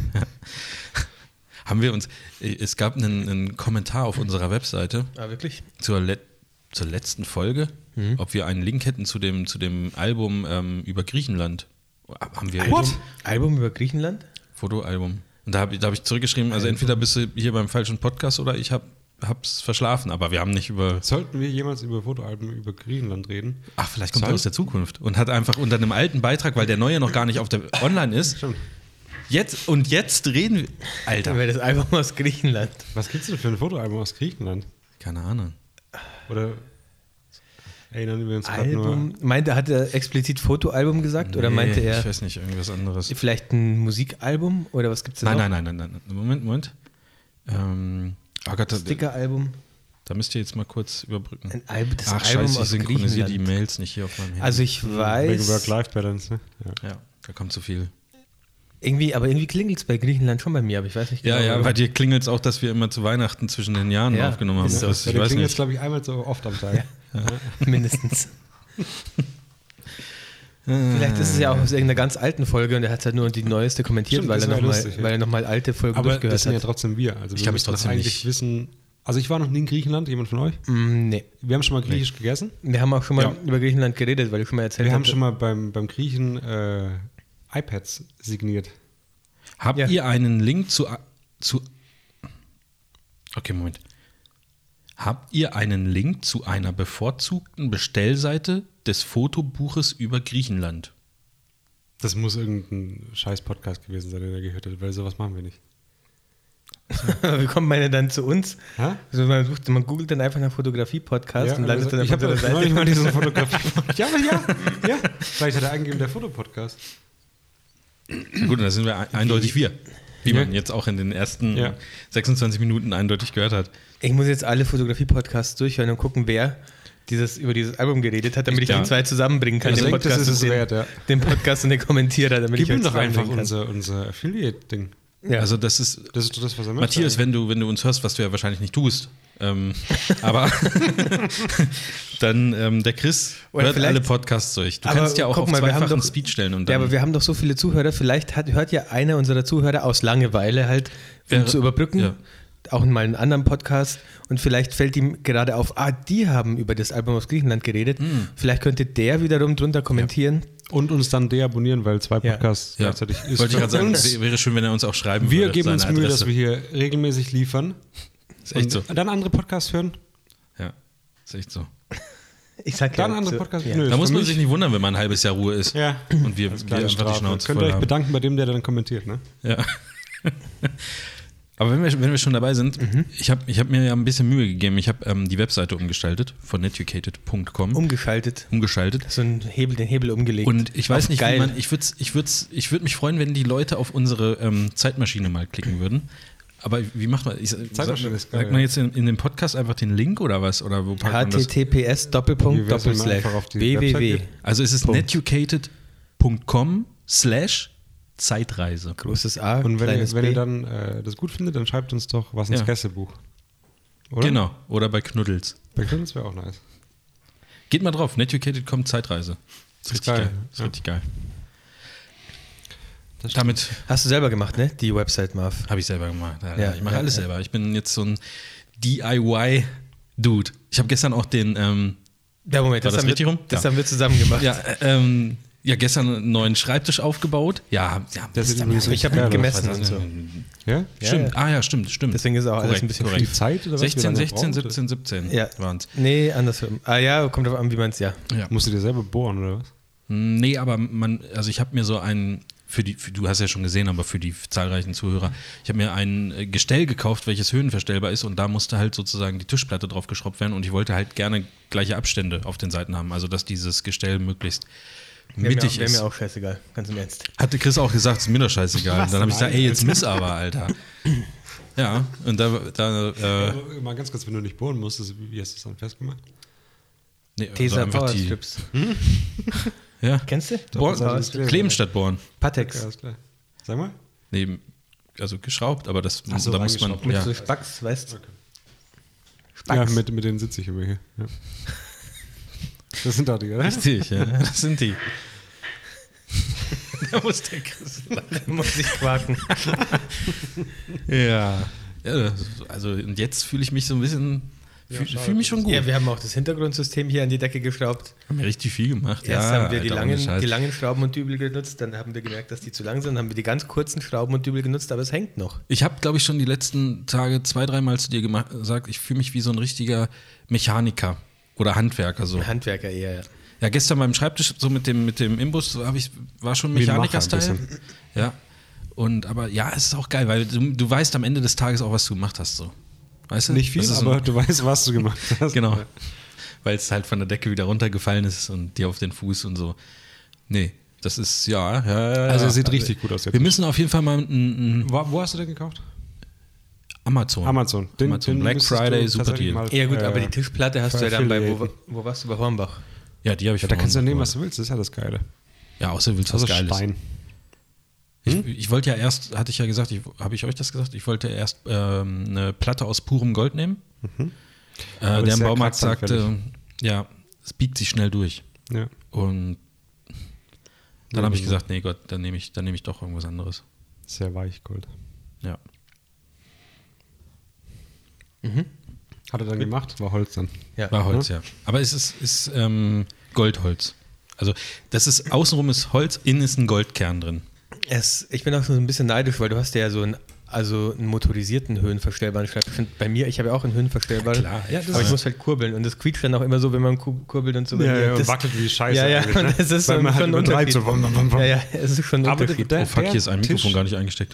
Haben wir uns. äh, Es gab einen, einen Kommentar auf unserer Webseite Ah, wirklich? zur, Let, zur letzten Folge, Mhm. ob wir einen Link hätten zu dem, zu dem Album ähm, über Griechenland. Haben wir What? Album über Griechenland? Fotoalbum. Und da habe da hab ich zurückgeschrieben, also entweder bist du hier beim falschen Podcast oder ich habe hab's verschlafen, aber wir haben nicht über. Sollten wir jemals über Fotoalben über Griechenland reden? Ach, vielleicht kommt Soll- er aus der Zukunft und hat einfach unter einem alten Beitrag, weil der neue noch gar nicht auf der online ist. Stimmt. Jetzt und jetzt reden wir. Alter. Dann wäre das Album aus Griechenland. Was gibt's denn für ein Fotoalbum aus Griechenland? Keine Ahnung. Oder erinnern wir uns gerade nur... Album. Meinte, hat er explizit Fotoalbum gesagt oder meinte Nee, er Ich weiß nicht, irgendwas anderes. vielleicht ein Musikalbum oder was gibt's denn Nein, noch? nein, nein, nein, nein. Moment, Moment. Ähm, oh Gott, da, Stickeralbum. da müsst ihr jetzt mal kurz überbrücken. Ein Album, das Ach, Album scheiße, ich aus synchronisiere die Griechenland. Mails nicht hier auf meinem Handy. Also ich Wegen weiß, Work-Life-Balance, ne? Ja. ja, da kommt zu viel. irgendwie, aber irgendwie klingelt es bei Griechenland schon bei mir, aber ich weiß nicht Ja, genau. ja, bei dir klingelt es auch, dass wir immer zu Weihnachten zwischen den Jahren Ja, aufgenommen haben. ist so. Das, Ja, ich der weiß klingt jetzt, nicht. glaube ich, einmal so oft am Tag. Mindestens. Vielleicht ist es ja auch aus irgendeiner ganz alten Folge und er hat halt nur die neueste kommentiert, Stimmt, weil, das er wär noch mal, lustig, ja. weil er nochmal alte Folgen Aber durchgehört das sind ja hat. trotzdem wir. Also Ich wir hab müssen es trotzdem eigentlich nicht. wissen... Also ich war noch nie in Griechenland, jemand von euch? Mm, nee. Wir haben schon mal griechisch gegessen. Wir haben auch schon mal Ja. über Griechenland geredet, weil ich schon mal erzählt Wir haben hatte. schon mal beim, beim Griechen äh, iPads signiert. Habt Ja. ihr einen Link zu, zu. Okay, Moment. Habt ihr einen Link zu einer bevorzugten Bestellseite des Fotobuches über Griechenland? Das muss irgendein scheiß Podcast gewesen sein, den er gehört hat, weil sowas machen wir nicht. Wie kommt man denn dann zu uns? Hä? Also man, sucht, man googelt dann einfach nach Fotografie-Podcast und landet also dann ich auf habe unserer neulich mal Seite. diesen Fotografie. ja, aber ja, ja. Vielleicht hat er eingegeben, der Fotopodcast. Na gut, da sind wir ein- eindeutig wir. Wie Ja. man jetzt auch in den ersten Ja. sechsundzwanzig Minuten eindeutig gehört hat. Ich muss jetzt alle Fotografie-Podcasts durchhören und gucken, wer dieses, über dieses Album geredet hat, damit ich Ja. die zwei zusammenbringen kann. Ich Den denke, das Podcast, ist und es den, wert, ja. den Podcast und den Kommentierer, damit Gib ich ihm euch doch einfach zusammenbringen kann. unser, unser Affiliate-Ding. Ja. Also das ist. Das ist doch das, was er möchte. Matthias, wenn du, wenn du uns hörst, was du ja wahrscheinlich nicht tust, ähm, aber dann ähm, der Chris Oder hört vielleicht- alle Podcasts durch. Du Aber kannst ja auch guck auf mal, wir haben zweifachen doch- Speed stellen und Ja, dann. aber wir haben doch so viele Zuhörer. Vielleicht hat, hört ja einer unserer Zuhörer aus Langeweile halt, um Wäre- zu überbrücken, ja. auch mal einen anderen Podcast und vielleicht fällt ihm gerade auf, ah, die haben über das Album aus Griechenland geredet. Hm. Vielleicht könnte der wiederum drunter kommentieren. Und uns dann deabonnieren, weil zwei Ja. Podcasts ja. gleichzeitig ist. Wollte ich für gerade sagen, uns. wär- wäre schön, wenn er uns auch schreiben Wir würde. geben uns seine Mühe, Adresse. dass wir hier regelmäßig liefern. Ist echt so. Und dann andere Podcasts hören. Ja, ist echt so. Ich sag Dann ja, andere so- Podcasts. ja. Nö, Da ist muss für man mich- sich nicht wundern, wenn man ein halbes Jahr Ruhe ist. Ja. Und wir, Als wir kleine einfach die Strafe. Schnauze Könnt ihr voll euch haben. bedanken bei dem, der dann kommentiert, ne? Ja. Aber wenn wir, wenn wir schon dabei sind, Mhm. ich habe ich hab mir ja ein bisschen Mühe gegeben. Ich habe ähm, die Webseite umgestaltet von netucated punkt com. Umgeschaltet. umgeschaltet. So ein Hebel, den Hebel umgelegt. Und ich weiß Auf nicht, geil. wie man, ich würde ich würd's, ich würd mich freuen, wenn die Leute auf unsere ähm, Zeitmaschine mal klicken würden. Aber wie macht man? Ich, Zeitmaschine ist geil, sagt man ja. jetzt in, in dem Podcast einfach den Link oder was? Oder wo packt man das? https Doppelpunkt Wie wär's, wenn man Doppelslash einfach auf die Website www. geht? Also es ist Punkt. netucated punkt com slash Zeitreise. Großes A, Und wenn, kleines ihr, wenn B. ihr dann äh, das gut findet, dann schreibt uns doch was ins Ja. Gästebuch. Oder? Genau. Oder bei Knuddels. Bei Knuddels wäre auch nice. Geht mal drauf. Netucated punkt com Zeitreise. ist Ist richtig geil. geil. Ist Ja. richtig geil. Das Damit Hast du selber gemacht, ne? Die Website, Marv. habe ich selber gemacht. Ja, Ja, ich mache ja, alles ja. selber. Ich bin jetzt so ein D I Y-Dude. Ich habe gestern auch den, ähm, Ja, Moment, War das, das haben, richtig wir, rum? das Ja. haben wir zusammen gemacht. ja, äh, ähm, ja, gestern einen neuen Schreibtisch aufgebaut. Ja, ja. Der sieht ist übrigens aber- ich habe geil ihn gemessen Was und ist so. das? Ja? Ja, Stimmt. ja. Ah ja, stimmt, stimmt. Deswegen ist auch alles Korrekt, ein bisschen korrekt. Die Zeit oder was? sechzehn, Wie lange sechzehn, braucht? siebzehn, siebzehn Ja. waren's. Nee, andersrum. Ah ja, kommt drauf an, wie man es ja. Ja. Musst du dir selber bohren oder was? Nee, aber man, also ich habe mir so einen, für die, für, du hast ja schon gesehen, aber für die zahlreichen Zuhörer, ich habe mir ein äh, Gestell gekauft, welches höhenverstellbar ist und da musste halt sozusagen die Tischplatte drauf geschraubt werden und ich wollte halt gerne gleiche Abstände auf den Seiten haben, also dass dieses Gestell möglichst Wäre mittig mir, wär ist. mir auch scheißegal, ganz im Ernst. Hatte Chris auch gesagt, ist mir doch scheißegal. Und dann habe ich gesagt, Nein, ey, jetzt miss aber, Alter. Ja, und da, da äh, Also, mal ganz kurz, wenn du nicht bohren musstest, wie hast du das dann festgemacht? nee, also Tesa einfach Power die, Strips. ja, Kennst du? Bohren, das ist alles kleben statt bohren. Ja, Patex. alles klar. Sag mal. Nee, also geschraubt, aber das, Ach so, da muss man, reingeschraubt. Mit ja. so Spacks, weißt du? Ja, Spacks. mit, mit denen sitze ich immer hier. Ja. Das sind doch die, oder? Richtig, ja, das sind die. Da muss der Chris Muss ich quaken. Ja. Ja, also und jetzt fühle ich mich so ein bisschen Fühle fühl mich schon gut. Ja, wir haben auch das Hintergrundsystem hier an die Decke geschraubt. Haben wir richtig viel gemacht. Erst ja, haben wir die Alter, ohne langen, Scheiß. die langen Schrauben und Dübel genutzt, dann haben wir gemerkt, dass die zu lang sind, dann haben wir die ganz kurzen Schrauben und Dübel genutzt, aber es hängt noch. Ich habe, glaube ich, schon die letzten Tage zwei, dreimal zu dir gemacht, gesagt, ich fühle mich wie so ein richtiger Mechaniker oder Handwerker. So. Handwerker eher, ja. Ja, gestern beim Schreibtisch, so mit dem, mit dem Imbus, hab ich, war schon Wie ein Macher ein Mechaniker-Style. bisschen. Ja. Und aber ja, es ist auch geil, weil du, du weißt am Ende des Tages auch, was du gemacht hast. So. Weißt du? Nicht viel, Das ist so aber ein- du weißt, was du gemacht hast. Genau. Weil es halt von der Decke wieder runtergefallen ist und dir auf den Fuß und so. Nee, das ist, ja. ja, ja Also ja. es sieht richtig gut aus jetzt. Wir müssen auf jeden Fall mal ein, ein Wo, wo hast du den gekauft? Amazon. Amazon. Den, Amazon. Black müsstest Friday, du super tatsächlich Deal. mal, Ja gut, äh, aber die Tischplatte hast du ja dann bei, wo, affiliaten. wo warst du, bei Hornbach? Ja, die habe ich Ja, da von kannst du ja uns nehmen, was gemacht. du willst. Das ist ja das Geile. Ja, außer du willst was Also Geiles. Stein. Ich, ich wollte ja erst, hatte ich ja gesagt, ich, habe ich euch das gesagt? Ich wollte erst ähm, eine Platte aus purem Gold nehmen. Mhm. Äh, Aber der ist im sehr Baumarkt kratzanfällig. sagte, ja, es biegt sich schnell durch. Ja. Und dann Ja, habe ich genau. gesagt, nee Gott, dann nehme ich, dann nehme ich doch irgendwas anderes. Sehr weich Gold. Ja. Hat er dann gemacht? War Holz dann. Ja. War Holz, ja. Aber es ist, ist ähm, Goldholz. Also das ist, außenrum ist Holz, innen ist ein Goldkern drin. Es, ich bin auch so ein bisschen neidisch, weil du hast ja so einen, also einen motorisierten höhenverstellbaren Schreibtisch. Und bei mir, ich habe ja auch einen höhenverstellbaren, Ja, klar. Ja, das aber ich ist- muss halt kurbeln und das quietscht dann auch immer so, wenn man ku- kurbelt und so. bei Ja, mir. ja, das, wackelt wie Scheiße. Ja, ja, eigentlich, ne? und das ist Weil so man halt schon ein übertreibt, so Unterschied. wum, wum, wum. Ja, ja, es ist schon ein Aber Unterschied. der- Oh fuck, hier ist ein Tisch- Mikrofon gar nicht eingesteckt.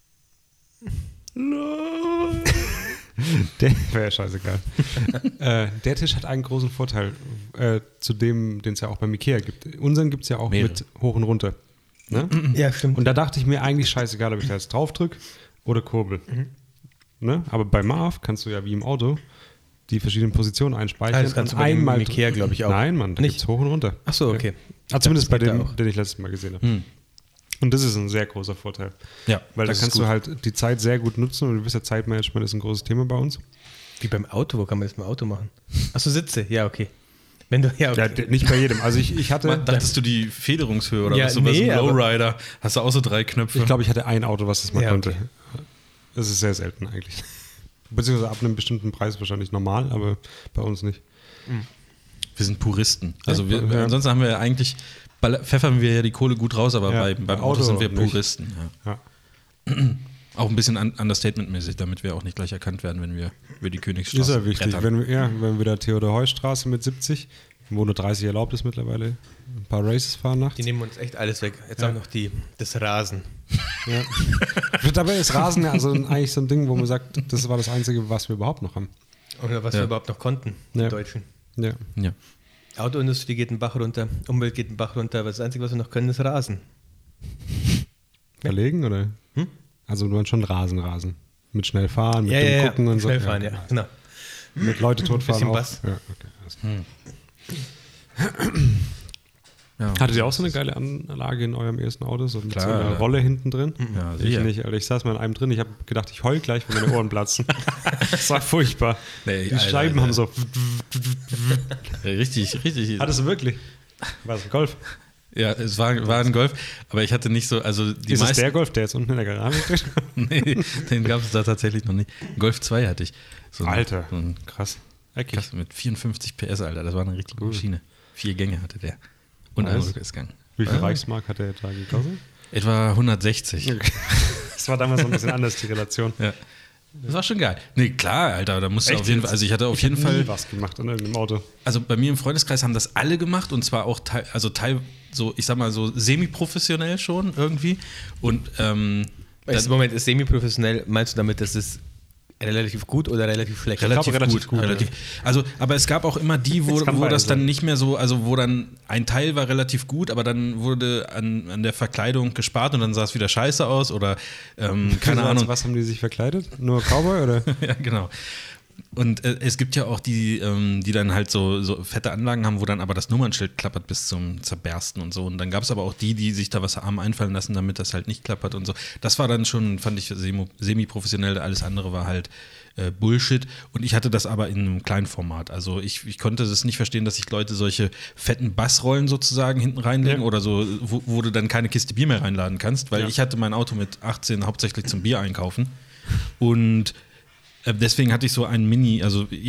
Der wäre scheißegal. äh, der Tisch hat einen großen Vorteil äh, zu dem, den es ja auch beim Ikea gibt. Unseren gibt es ja auch Mehrere. mit hoch und runter. Ne? Ja, stimmt. Und da dachte ich mir eigentlich scheißegal, ob ich da jetzt drauf drücke oder kurbel. Ne? Aber bei Marv kannst du ja wie im Auto die verschiedenen Positionen einspeichern. Ah, das kannst und du bei dem einmal Ikea, glaube ich, auch. Nein, Mann, da Nicht? gibt es hoch und runter. Ach so, okay. Ah, zumindest bei geht da dem, auch. den ich letztes Mal gesehen habe. Hm. Und das ist ein sehr großer Vorteil. Ja, Weil da das ist kannst gut. du halt die Zeit sehr gut nutzen und du wisst ja, Zeitmanagement ist ein großes Thema bei uns. Wie beim Auto, wo kann man das beim Auto machen? Achso, Sitze, ja, okay. Wenn du, ja, okay. Ja, d- nicht bei jedem. Also ich, ich hatte, Dachtest du die Federungshöhe oder Ja, was? So bei so nee, einem aber- Lowrider hast du auch so drei Knöpfe. ich glaube, ich hatte ein Auto, was das mal Ja, konnte. okay. Das ist sehr selten eigentlich. Beziehungsweise ab einem bestimmten Preis wahrscheinlich normal, aber bei uns nicht. wir sind Puristen. Also wir, Ja. ansonsten haben wir ja eigentlich, baller- pfeffern wir ja die Kohle gut raus, aber Ja, bei, beim beim Auto Auto sind wir nicht. Puristen. Ja. Ja. Auch ein bisschen un Understatement-mäßig, damit wir auch nicht gleich erkannt werden, wenn wir über die Königsstraße Ist ja wichtig. brettern. Wenn wir, ja, wenn wir da Theodor-Heuss-Straße mit siebzig, wo nur dreißig erlaubt ist mittlerweile, ein paar Races fahren nachts. Die nehmen uns echt alles weg. Jetzt Ja. auch noch die, das Rasen. Ja. Dabei ist Rasen ja also eigentlich so ein Ding, wo man sagt, das war das Einzige, was wir überhaupt noch haben. Oder was Ja. wir überhaupt noch konnten, Ja. die Deutschen. Ja. Ja. Autoindustrie geht den Bach runter, Umwelt geht den Bach runter, aber das Einzige, was wir noch können, ist Rasen. Verlegen oder? Hm? Also du meinst schon Rasen, Rasen. Mit schnell fahren, mit Ja, dem ja, ja. Gucken und so. Schnell fahren, ja. Genau. Mit Leute totfahren Bisschen auch. Bass. Ja, okay. alles klar. Ja. Hattet ihr auch so eine geile Anlage in eurem ersten Auto? So mit Klar, so einer Alter. Rolle hinten drin? Ja, ich sicher. nicht, Alter. Ich saß mal in einem drin. Ich habe gedacht, ich heul gleich, wenn meine Ohren platzen. Das war furchtbar. Nee, Die Alter, Scheiben Alter. haben so. Richtig, richtig. Hattest du wirklich? War es ein Golf? Ja, es war, war ein Golf, aber ich hatte nicht so, also die Ist es meisten, der Golf, der jetzt unten in der Garage steht? nee, den gab es da tatsächlich noch nicht. Ein Golf zwei hatte ich. So ein- Alter. So ein Krass. Eckig. Krass, mit vierundfünfzig P S, Alter, das war eine richtige Cool. Maschine. Vier Gänge hatte der. Und Also, Rückwärtsgang. Wie viel Äh, Reichsmark hat der da gekostet? Etwa hundertsechzig. Das war damals so ein bisschen anders, die Relation. Ja. Das war schon geil. Nee, klar, Alter, da musst du Echt auf jeden jetzt? Fall, also ich hatte auf Ich jeden hab Fall, nie was gemacht an irgendeinem Auto. also bei mir im Freundeskreis haben das alle gemacht und zwar auch teil, also teil, so, ich sag mal so semi-professionell schon irgendwie. Und ähm, Weißt du, Moment, ist semi-professionell, meinst du damit, dass es relativ gut oder relativ schlecht? relativ, glaub, relativ gut. gut, relativ. Also, aber es gab auch immer die, wo, Das kann wo das beides dann sein. nicht mehr so, also wo dann ein Teil war relativ gut, aber dann wurde an, an der Verkleidung gespart und dann sah es wieder scheiße aus oder ähm, keine Also, Ahnung. Was haben die sich verkleidet? Nur Cowboy oder? Ja, genau. Und äh, es gibt ja auch die, ähm, die dann halt so, so fette Anlagen haben, wo dann aber das Nummernschild klappert bis zum Zerbersten und so. Und dann gab es aber auch die, die sich da was haben einfallen lassen, damit das halt nicht klappert und so. Das war dann schon, fand ich, semi- semi-professionell. Alles andere war halt äh, Bullshit. Und ich hatte das aber in einem kleinen Format. Also ich, ich konnte es nicht verstehen, dass sich Leute solche fetten Bassrollen sozusagen hinten reinlegen Ja. oder so, wo, wo du dann keine Kiste Bier mehr reinladen kannst. Weil Ja. ich hatte mein Auto mit achtzehn hauptsächlich zum Bier einkaufen. Und äh, deswegen hatte ich so einen Mini, also je,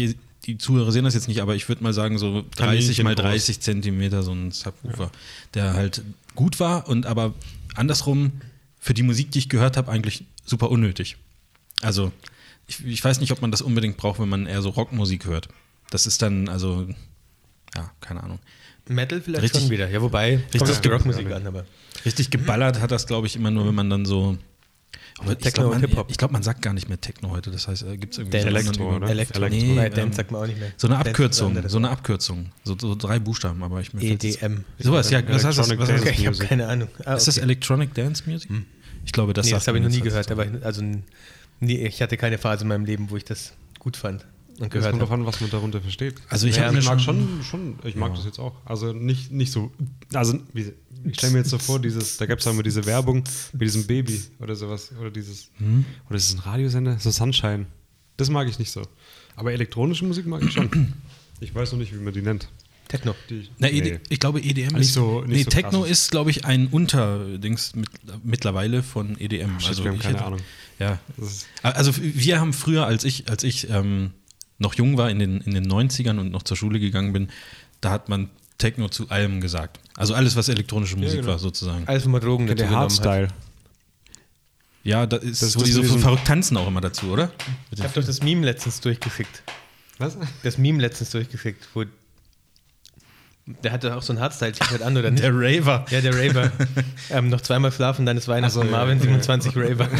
die Zuhörer sehen das jetzt nicht, aber ich würde mal sagen, so dreißig mal dreißig Zentimeter, so ein Subwoofer, ja. der halt gut war und aber andersrum für die Musik, die ich gehört habe, eigentlich super unnötig. Also ich, ich weiß nicht, ob man das unbedingt braucht, wenn man eher so Rockmusik hört. Das ist dann, also, ja, keine Ahnung. Metal vielleicht richtig, schon wieder. Ja, wobei, richtig kommt die Rockmusik an, aber. Richtig geballert hat das, glaube ich, immer nur, wenn man dann so. Aber ich Techno glaube, und man, Hip-Hop. ich glaub, man sagt gar nicht mehr Techno heute. Das heißt, gibt es irgendwie Dance, Elektro, oder? Elektro. Elektro. Nee, Nee, Dance ähm, sagt man auch nicht mehr. So eine Dance Abkürzung, ist so eine Abkürzung. So, so drei Buchstaben, aber ich möchte E jetzt- D M. Sowas, ja, was heißt das? Electronic Was heißt Dance das? Okay, ich habe Music. keine Ahnung. Ah, Ist das okay. Electronic Dance Music? Ich glaube, das Nee, sagt das habe ich man noch nie jetzt gehört. heutzutage. Aber ich, also, nie, ich hatte keine Phase in meinem Leben, wo ich das gut fand und Das gehört kommt habe. davon, was man darunter versteht. Also ich Ja, habe mir Ich mag schon, schon, schon, ich mag Ja. das jetzt auch. Also nicht, nicht so, also wie, ich stelle mir jetzt so vor, dieses, da gab es immer diese Werbung mit diesem Baby oder sowas, oder dieses, Hm? oder ist es ein Radiosender? So Sunshine. Das mag ich nicht so. Aber elektronische Musik mag ich schon. Ich weiß noch nicht, wie man die nennt. Techno. Die, Na, nee. E D, ich glaube, E D M Nicht ist. so- nicht nee, so Techno krass. ist, glaube ich, ein Unterdings mit, mittlerweile von E D M. Shit, wir haben ich keine hätte- Ahnung. Ja. Das ist, Also wir haben früher, als ich, als ich ähm, noch jung war, in den, in den neunzigern und noch zur Schule gegangen bin, da hat man Techno zu allem gesagt. Also alles, was elektronische Musik genau. war, sozusagen. Alles, wo man Drogen dazu der genommen hat. Hardstyle. Ja, da ist Das- wo das die so mit diesem- verrückt tanzen auch immer dazu, oder? Ich habe doch das Meme letztens durchgeschickt. Was? Das Meme letztens durchgeschickt, wo der hatte auch so ein Hardstyle-T-Shirt an, oder nicht? Der Raver. Ja, der Raver. ähm, noch zweimal schlafen, dann ist Weihnachten. Ach so, ja, Marvin ja, siebenundzwanzig Raver.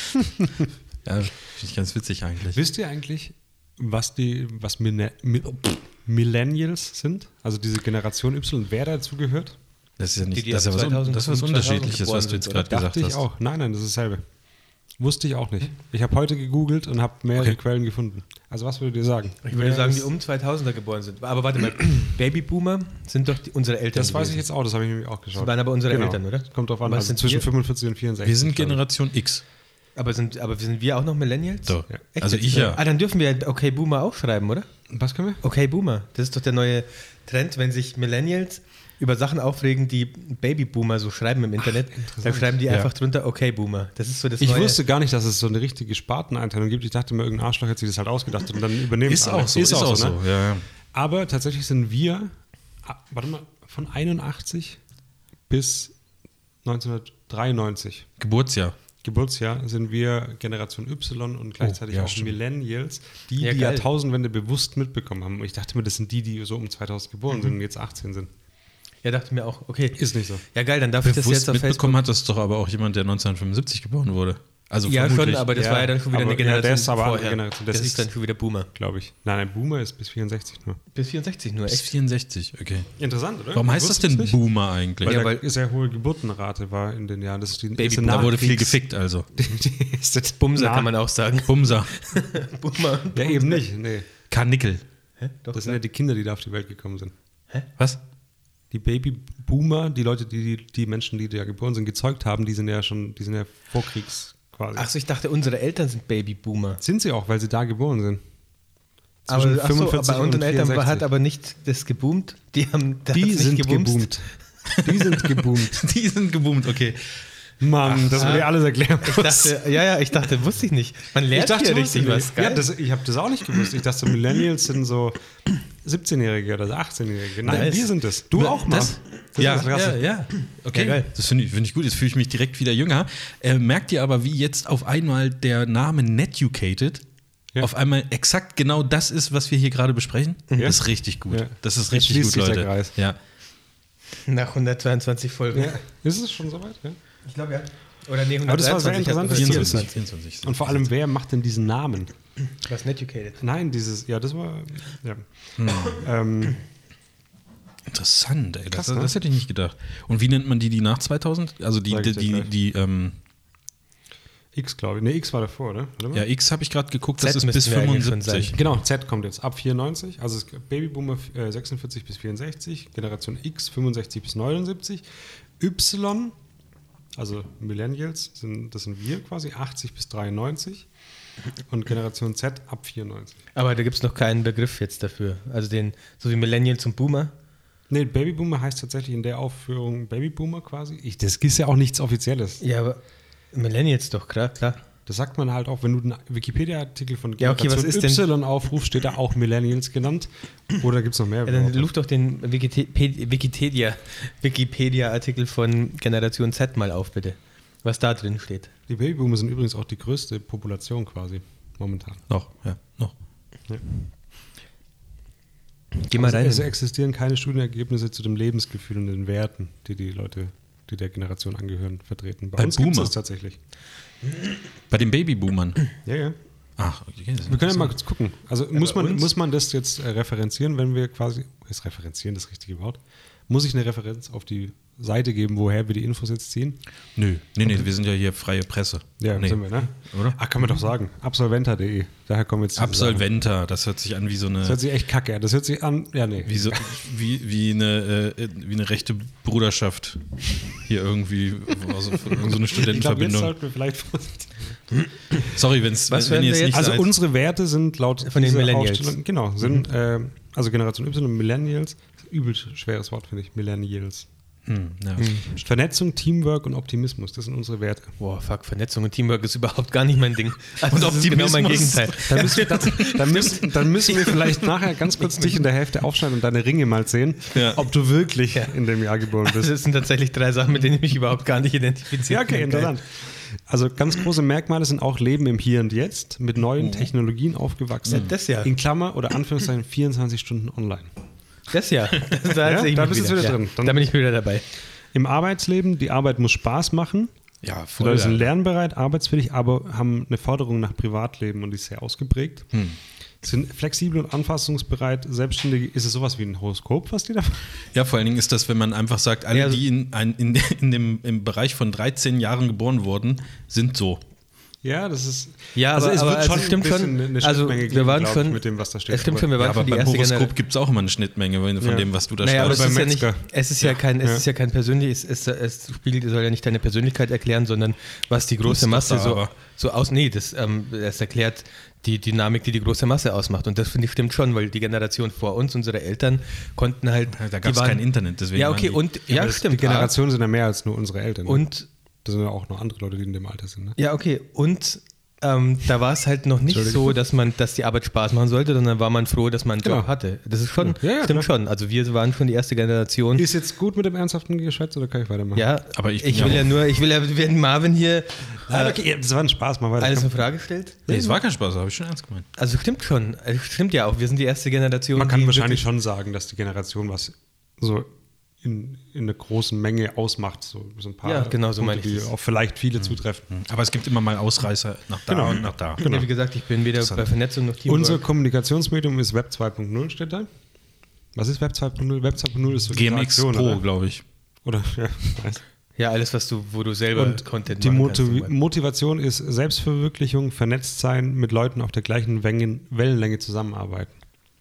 Ja, finde ich ganz witzig eigentlich. Wisst ihr eigentlich, was die, was Mine- Mi- Millennials sind? Also diese Generation Y, wer dazu gehört? Das ist ja nicht, Die, die das ist ja ab was, un- zweitausend, das ist was zweitausend Unterschiedliches, geboren was du jetzt sind, gerade oder? gesagt Dachte ich hast. auch. Nein, nein, das ist dasselbe. Wusste ich auch nicht. Ich habe heute gegoogelt und habe mehrere Okay. Quellen gefunden. Also was würdet ihr sagen? Ich würde Wer sagen, ist- die um zweitausender geboren sind. Aber warte mal, Babyboomer sind doch die, unsere Eltern. Das weiß ich gewesen. jetzt auch, das habe ich nämlich auch geschaut. Das waren aber unsere Genau. Eltern, oder? Kommt drauf an, Was also sind zwischen wir? fünfundvierzig und vierundsechzig. Wir sind glaub ich. Generation X. Aber sind, aber sind wir auch noch Millennials? So. Ja. Echt Also jetzt? ich ja. Ah, dann dürfen wir Okay Boomer auch schreiben, oder? Was können wir? Okay Boomer. Das ist doch der neue Trend, wenn sich Millennials über Sachen aufregen, die Babyboomer so schreiben im Internet, dann schreiben die Ja. einfach drunter Okay Boomer. Das ist so das Ich neue. wusste gar nicht, dass es so eine richtige Sparteneinteilung gibt. Ich dachte mir, irgendein Arschloch hat sich das halt ausgedacht und dann übernehmen Ist alle. auch so, ist auch so. ne? Ja, ja. Aber tatsächlich sind wir, ah, warte mal, von einundachtzig bis neunzehnhundertdreiundneunzig, Geburtsjahr. Geburtsjahr, sind wir Generation Y und gleichzeitig Oh, ja, auch stimmt. Millennials, die Ja, die geil. Jahrtausendwende bewusst mitbekommen haben. Und ich dachte mir, das sind die, die so um zweitausend geboren Mhm. sind und jetzt achtzehn sind. Ja, dachte mir auch, okay. Ist nicht so. Ja, geil, dann darf ich das Bewusst jetzt auf mitbekommen Facebook. hat das doch aber auch jemand, der neunzehnhundertfünfundsiebzig geboren wurde. Also Ja, vermutlich. schon, aber das Ja, war ja dann schon wieder aber- eine ja, Generation der ist aber eine vorher. Generation. Das, Das ist ist- dann schon wieder Boomer. Glaube ich. Nein, ein Boomer ist bis vierundsechzig nur. Bis vierundsechzig nur, Bis echt. vierundsechzig, okay. Interessant, oder? Warum heißt das denn Wusstest Boomer eigentlich? Weil Ja, da weil- sehr hohe Geburtenrate war in den Jahren. Das ist die Baby- ist die Da wurde viel Nachkriegs- gefickt also. Die ist das Bumser Na- kann man auch sagen. Bumser. Boomer. Ja, eben nicht. Nee. Karnickel. Hä? Doch, Das sind ja die Kinder, die da auf die Welt gekommen sind. Was? Die Babyboomer, die Leute, die, die die Menschen, die da geboren sind, gezeugt haben, die sind ja schon, die sind ja vorkriegs quasi. Achso, ich dachte, unsere Eltern sind Babyboomer. Sind sie auch, weil sie da geboren sind. Aber, Zwischen ach so, fünfundvierzig bei unseren und Eltern vierundsechzig. hat aber nicht das geboomt. Die haben da Die hat's nicht sind gebumst. geboomt. Die sind geboomt. Die sind geboomt, okay. Mann, das würde ich alles erklären. Ich dachte, ja, ja, ich dachte, wusste ich nicht. Man lernt hier du richtig wusstest was. nicht. Ja, Geil. das, ich habe das auch nicht gewusst. Ich dachte, so Millennials sind so siebzehnjährige oder so achtzehnjährige. Nein, Nice. wir sind es. Du auch mal. Das, Das ja, ist das Krasse. ja, ja. Okay, Ja, geil. das finde ich, find ich gut. Jetzt fühle ich mich direkt wieder jünger. Äh, merkt ihr aber, wie jetzt auf einmal der Name Netucated Ja. auf einmal exakt genau das ist, was wir hier gerade besprechen? Ja. Das ist richtig gut. Ja. Das ist Jetzt richtig schließt gut, sich der Leute. Kreis. Ja. Nach hundertzweiundzwanzig Folgen. Ja. Ist es schon soweit? Ja. Ich glaube, ja. Oder nee, Aber das war sehr hundertdreiundzwanzig hat interessant, das das vierundzwanzig. vierundzwanzig. Und vor allem, wer macht denn diesen Namen? Was Netucated. Nein, dieses, ja, das war, ja. Hm. Ähm, Interessant, ey. Das, Krass, ne? das hätte ich nicht gedacht. Und wie nennt man die, die nach zweitausend? Also die, Sag die, ich dir die, gleich. die ähm, X, glaube ich. Ne, X war davor, oder? Warte mal. ja, X habe ich gerade geguckt, das Z ist bis müssten wir eigentlich schon fünfundsiebzig. Genau, Z kommt jetzt ab vierundneunzig, also es gibt Babyboomer äh, sechsundvierzig bis vierundsechzig, Generation X fünfundsechzig bis neunundsiebzig, Y, also Millennials, sind, das sind wir quasi, achtzig bis dreiundneunzig und Generation Z ab vierundneunzig. Aber da gibt es noch keinen Begriff jetzt dafür. Also den, so wie Millennial zum Boomer. Ne, Babyboomer heißt tatsächlich in der Aufführung Babyboomer quasi. Ich, das ist ja auch nichts Offizielles. Ja, aber Millennials doch, klar, klar. Das sagt man halt auch, wenn du einen Wikipedia-Artikel von Ja, okay, was ist denn- Y aufrufst, steht da auch Millennials genannt. Oder gibt es noch mehr? Ja, dann Wörter? luft doch den Wikite- Wikipedia, Wikipedia-Artikel von Generation Z mal auf, bitte. Was da drin steht. Die Babyboomer sind übrigens auch die größte Population quasi momentan. Noch, ja, noch. Ja. Geh mal Also, rein. es existieren keine Studienergebnisse zu dem Lebensgefühl und den Werten, die die Leute, die der Generation angehören, vertreten. Bei, Bei uns gibt es Boomer. das tatsächlich. Bei den Babyboomern. Ja, ja. Ach, okay. Das ist Wir können ja mal interessant. kurz gucken. Also muss bei man, uns- muss man das jetzt äh, referenzieren, wenn wir quasi, ist referenzieren das richtige Wort? Muss ich eine Referenz auf die Seite geben, woher wir die Infos jetzt ziehen? Nö, nee, nee, wir sind ja hier freie Presse. Ja, nee. sind wir, ne? Oder? Ach, kann man doch sagen. Absolventa punkt de. Daher kommen jetzt diese Absolventa, das hört sich an wie so Sachen. Das eine, hört sich echt kacke an. Das hört sich an, ja, nee. wie, so, wie, wie, eine äh, wie eine rechte Bruderschaft. Hier irgendwie, also so eine Ich glaube, jetzt Studentenverbindung. sollten wir vielleicht vorsichtig. Sorry, wenn's, Was wenn hören ihr wir es jetzt? nicht Also seid. unsere Werte sind laut Von den dieser Millennials. Aufstellung- genau, sind äh, also Generation Y und Millennials. Übel schweres Wort, finde ich. Millennials. Hm, ja. Vernetzung, Teamwork und Optimismus, das sind unsere Werte. Boah, fuck, Vernetzung und Teamwork ist überhaupt gar nicht mein Ding. Also Und das ist genau mein Optimismus. Gegenteil. Dann müssen, dann, dann, müssen, dann müssen wir vielleicht nachher ganz kurz dich in der Hälfte aufschneiden und deine Ringe mal sehen, Ja. ob du wirklich Ja. in dem Jahr geboren Das bist. sind tatsächlich drei Sachen, mit denen ich mich überhaupt gar nicht identifiziere. Ja, okay, interessant. Also ganz große Merkmale sind auch Leben im Hier und Jetzt, mit neuen Technologien aufgewachsen. Ja, das ja. In Klammer oder Anführungszeichen vierundzwanzig Stunden online. Das ja. Da, Ja, sehe ich da mich bist du wieder drin. Ja, Dann- da bin ich wieder dabei. Im Arbeitsleben, die Arbeit muss Spaß machen. Ja, Die voll. Leute sind Alter. lernbereit, arbeitswillig, aber haben eine Forderung nach Privatleben und die ist sehr ausgeprägt. Hm. Sind flexibel und anpassungsbereit. Selbstständige, ist es sowas wie ein Horoskop, was die da. Ja, vor allen Dingen ist das, wenn man einfach sagt, alle, Ja, also- die in, ein, in, in dem, im Bereich von dreizehn Jahren geboren wurden, sind so. Ja, das ist. Ja, also aber, es aber wird also schon es stimmt ein bisschen schon. eine Also Schnittmenge wir geben, waren glaub schon ich, mit dem, was da steht. Es stimmt schon, wir Ja, waren aber schon die beim erste Horoskop Generation. gibt es auch immer eine Schnittmenge von Ja. dem, was du da Naja, aber es schreibst. ist, ja Metzger. nicht, es ist ja kein, es Ja. ist ja kein persönliches, es, es, es spiegelt, es soll ja nicht deine Persönlichkeit erklären, sondern was die große doch Masse da, so, aber. so aus. Nee, das, ähm, das erklärt die Dynamik, die die große Masse ausmacht. Und das finde ich stimmt schon, weil die Generation vor uns, unsere Eltern, konnten halt. Ja, da die gab es waren- kein Internet, deswegen. Ja, waren okay, die- und ja, Aber das, stimmt. Die Generationen sind ja mehr als nur unsere Eltern. Ah, und das sind ja auch noch andere Leute, die in dem Alter sind. Ne? ja, okay, und ähm, da war es halt noch nicht Entschuldigung. so, dass man, dass die Arbeit Spaß machen sollte, sondern war man froh, dass man einen Job Genau. hatte. Das ist schon, Ja, ja, stimmt klar. schon. Also wir waren schon die erste Generation. Ist jetzt gut mit dem ernsthaften Geschwätz oder kann ich weitermachen? Ja, Aber ich bin ich ja will auch- ja nur, ich will ja, wenn Marvin hier Ah, äh, okay, ja, das war ein Spaß, mal weiter. alles in Frage stellt. Nee, es war kein Spaß, habe ich schon ernst gemeint. Also stimmt schon. Also stimmt ja auch. Wir sind die erste Generation. Man kann die wahrscheinlich wirklich- schon sagen, dass die Generation was so in, in einer großen Menge ausmacht. So, so ein paar Ja, genau, so Punkte, meine ich die das. auf vielleicht viele zutreffen. Aber es gibt immer mal Ausreißer nach da Genau. und nach da. Ja, wie gesagt, ich bin weder Interessant. bei Vernetzung noch Teamwork. Unser Kommunikationsmedium ist Web zwei Punkt null, steht da. Was ist Web zwei Punkt null? Web zwei Punkt null ist so G M X Interaktion, Pro, oder? glaube ich. Oder, ja, weiß. Ja, alles, was du, wo du selber Und Content die machen Motiv kannst. Motivation ist Selbstverwirklichung, vernetzt sein, mit Leuten auf der gleichen Wengen Wellenlänge zusammenarbeiten.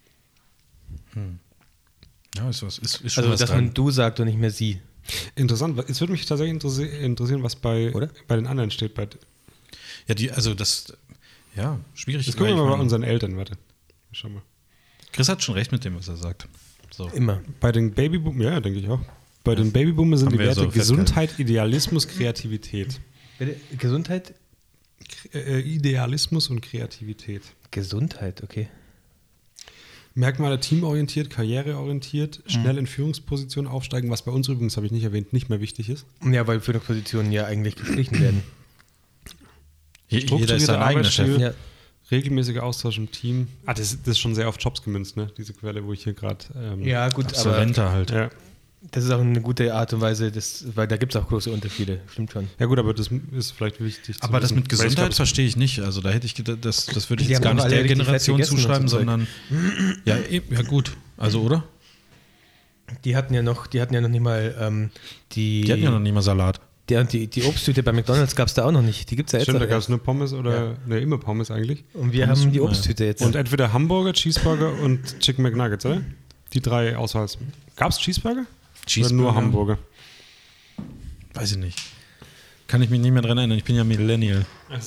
Ja, ist, was, ist, ist schon Also, was dass dran. man du sagt und nicht mehr sie. Interessant. Es würde mich tatsächlich interessieren, interessieren was bei, Oder? bei den anderen steht. Bei, Ja, die, also das, ja, schwierig. das gucken wir weil mal ich bei meine, unseren Eltern. Warte. Schau mal. Chris hat schon recht mit dem, was er sagt. So. Immer. Bei den Babyboomern, ja, denke ich auch. Bei den Babyboomern sind Haben die wir ja Werte so festgehalten. Gesundheit, Idealismus, Kreativität. Bitte? Gesundheit? Äh, Idealismus und Kreativität. Gesundheit, okay. Merkmale teamorientiert, karriereorientiert, Mhm. schnell in Führungspositionen aufsteigen, was bei uns übrigens, habe ich nicht erwähnt, nicht mehr wichtig ist. Ja, weil Führungspositionen ja eigentlich gestrichen werden. Je- Jeder ist sein eigener Chef. Ja. Regelmäßiger Austausch im Team. Ah, das, das ist schon sehr auf Jobs gemünzt, ne? Diese Quelle, wo ich hier gerade. Ähm, Ja, gut, aber Absolventer halt. ja. das ist auch eine gute Art und Weise, das, weil da gibt es auch große Unterschiede. Stimmt schon. Ja, gut, aber das ist vielleicht wichtig. zu Aber das wissen, mit weil ich Gesundheit glaub, verstehe ich nicht. Also da hätte ich gedacht, das, das würde ich Die jetzt haben gar doch nicht alle der richtig fett Generation gegessen und zuschreiben, so Zeug. sondern ja, eben, ja gut. Also oder? Die hatten ja noch, die hatten ja noch nicht mal ähm, die. Die hatten ja noch nicht mal Salat. Die, die, die Obsttüte bei McDonalds gab es da auch noch nicht. Die gibt es ja jetzt Stimmt, da auch gab es erst. nur Pommes oder. Ja. Ne, immer Pommes eigentlich. Und wir Pommes- haben die ja. Obsttüte jetzt. Und entweder Hamburger, Cheeseburger und Chicken McNuggets, oder? Die drei Auswahls. Gab es Cheeseburger? Oder nur Hamburger? Weiß ich nicht. Kann ich mich nicht mehr dran erinnern. Ich bin ja Millennial.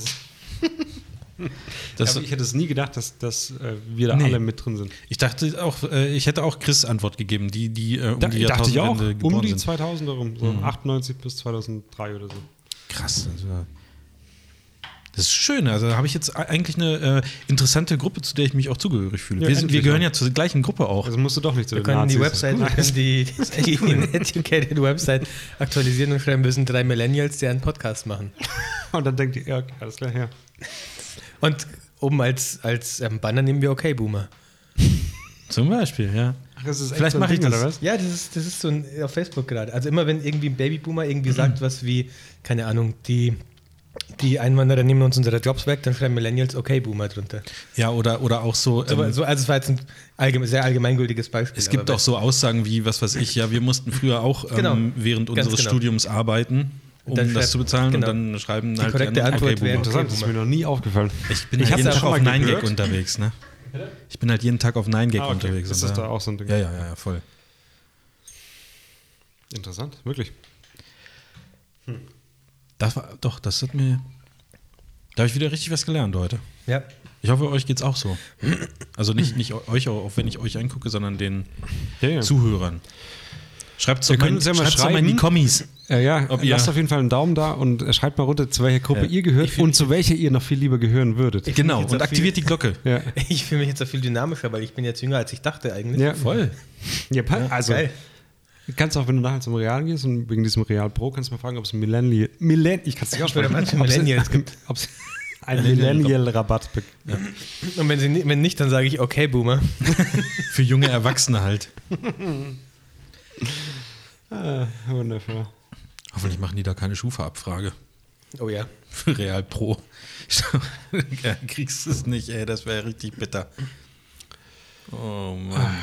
Das, Aber ich hätte es nie gedacht, dass, dass äh, wir da Nee. alle mit drin sind. ich dachte auch, äh, ich hätte auch Chris Antwort gegeben, die, die äh, um Da, die dachte ich auch. Jahrtausendwende geboren Um die sind. zweitausender rum. So Mhm. achtundneunzig bis zweitausenddrei oder so. Krass. Also, Das ist schön. Also da habe ich jetzt eigentlich eine äh, interessante Gruppe, zu der ich mich auch zugehörig fühle. Ja, wir, sind, wir endlich, gehören ja. ja zur gleichen Gruppe auch. Also musst du doch nicht zu Wir den können die Nazis. Website, wir können die, die Educated Website aktualisieren und schreiben, wir sind drei Millennials, die einen Podcast machen. Und dann denkt ihr, ja, okay, alles klar, ja. Und oben als, als ähm, Banner nehmen wir Okay Boomer. Zum Beispiel, ja. Ach, das ist echt Vielleicht so ein mache ich Ding, das. oder was? Ja, das ist, das ist so ein, auf Facebook gerade. Also immer wenn irgendwie ein Babyboomer irgendwie sagt was wie, keine Ahnung, die, die Einwanderer nehmen uns unsere Jobs weg, dann schreiben Millennials Okay Boomer drunter. Ja, oder, oder auch so. So, Ähm, so, also es war jetzt ein allgemein, sehr allgemeingültiges Beispiel. es gibt aber auch so Aussagen wie, was weiß ich, ja, wir mussten früher auch ähm, Genau. während Ganz unseres genau. Studiums arbeiten, um Und dann das schreibt- zu bezahlen. genau. Und dann schreiben Die halt korrekte anderen, Antwort okay, wäre- Boomer. Interessant, das ist mir noch nie aufgefallen. Ich bin Ich halt hab's jeden ja Tag schon auf mal Nine Gag gehört. unterwegs, ne? Ich bin halt jeden Tag auf Nine Gag Ah, okay. unterwegs. Das und ist da auch so ein Ding. Ja, ja, ja, ja, voll. Interessant, wirklich. Das war, doch, das hat mir, da habe ich wieder richtig was gelernt heute. Ja. Ich hoffe, euch geht's auch so. Also nicht, nicht euch, auch wenn ich euch angucke, sondern den Ja, ja. Zuhörern. Schreibt Wir doch mal, können uns ja mal schreibt's doch mal in die schreiben. Kommis. Ja, ja, Ob ihr- lasst auf jeden Fall einen Daumen da und äh, schreibt mal runter, zu welcher Gruppe Ja. ihr gehört Ich find- und zu welcher ihr noch viel lieber gehören würdet. Ich- Genau, jetzt und auch aktiviert die Glocke. Ja, Ich fühle mich jetzt auch viel dynamischer, weil ich bin jetzt jünger, als ich dachte eigentlich. ja. Voll. Ja, pa- also, Geil. du kannst auch, wenn du nachher zum Real gehst und wegen diesem Real Pro, kannst du mal fragen, ob es ein Millennial, Millenn, ich kann es nicht aussprechen, Oder was für ob es- Millennials gibt. ob es ein Millennial-Rabatt gibt. Und wenn, sie, ni- wenn nicht, dann sage ich Okay Boomer. Für junge Erwachsene halt. Ah, wundervoll. Hoffentlich machen die da keine Schufa-Abfrage. Oh ja. Für Real Pro. Ja, kriegst du es nicht, ey, das wäre richtig bitter. Oh Mann.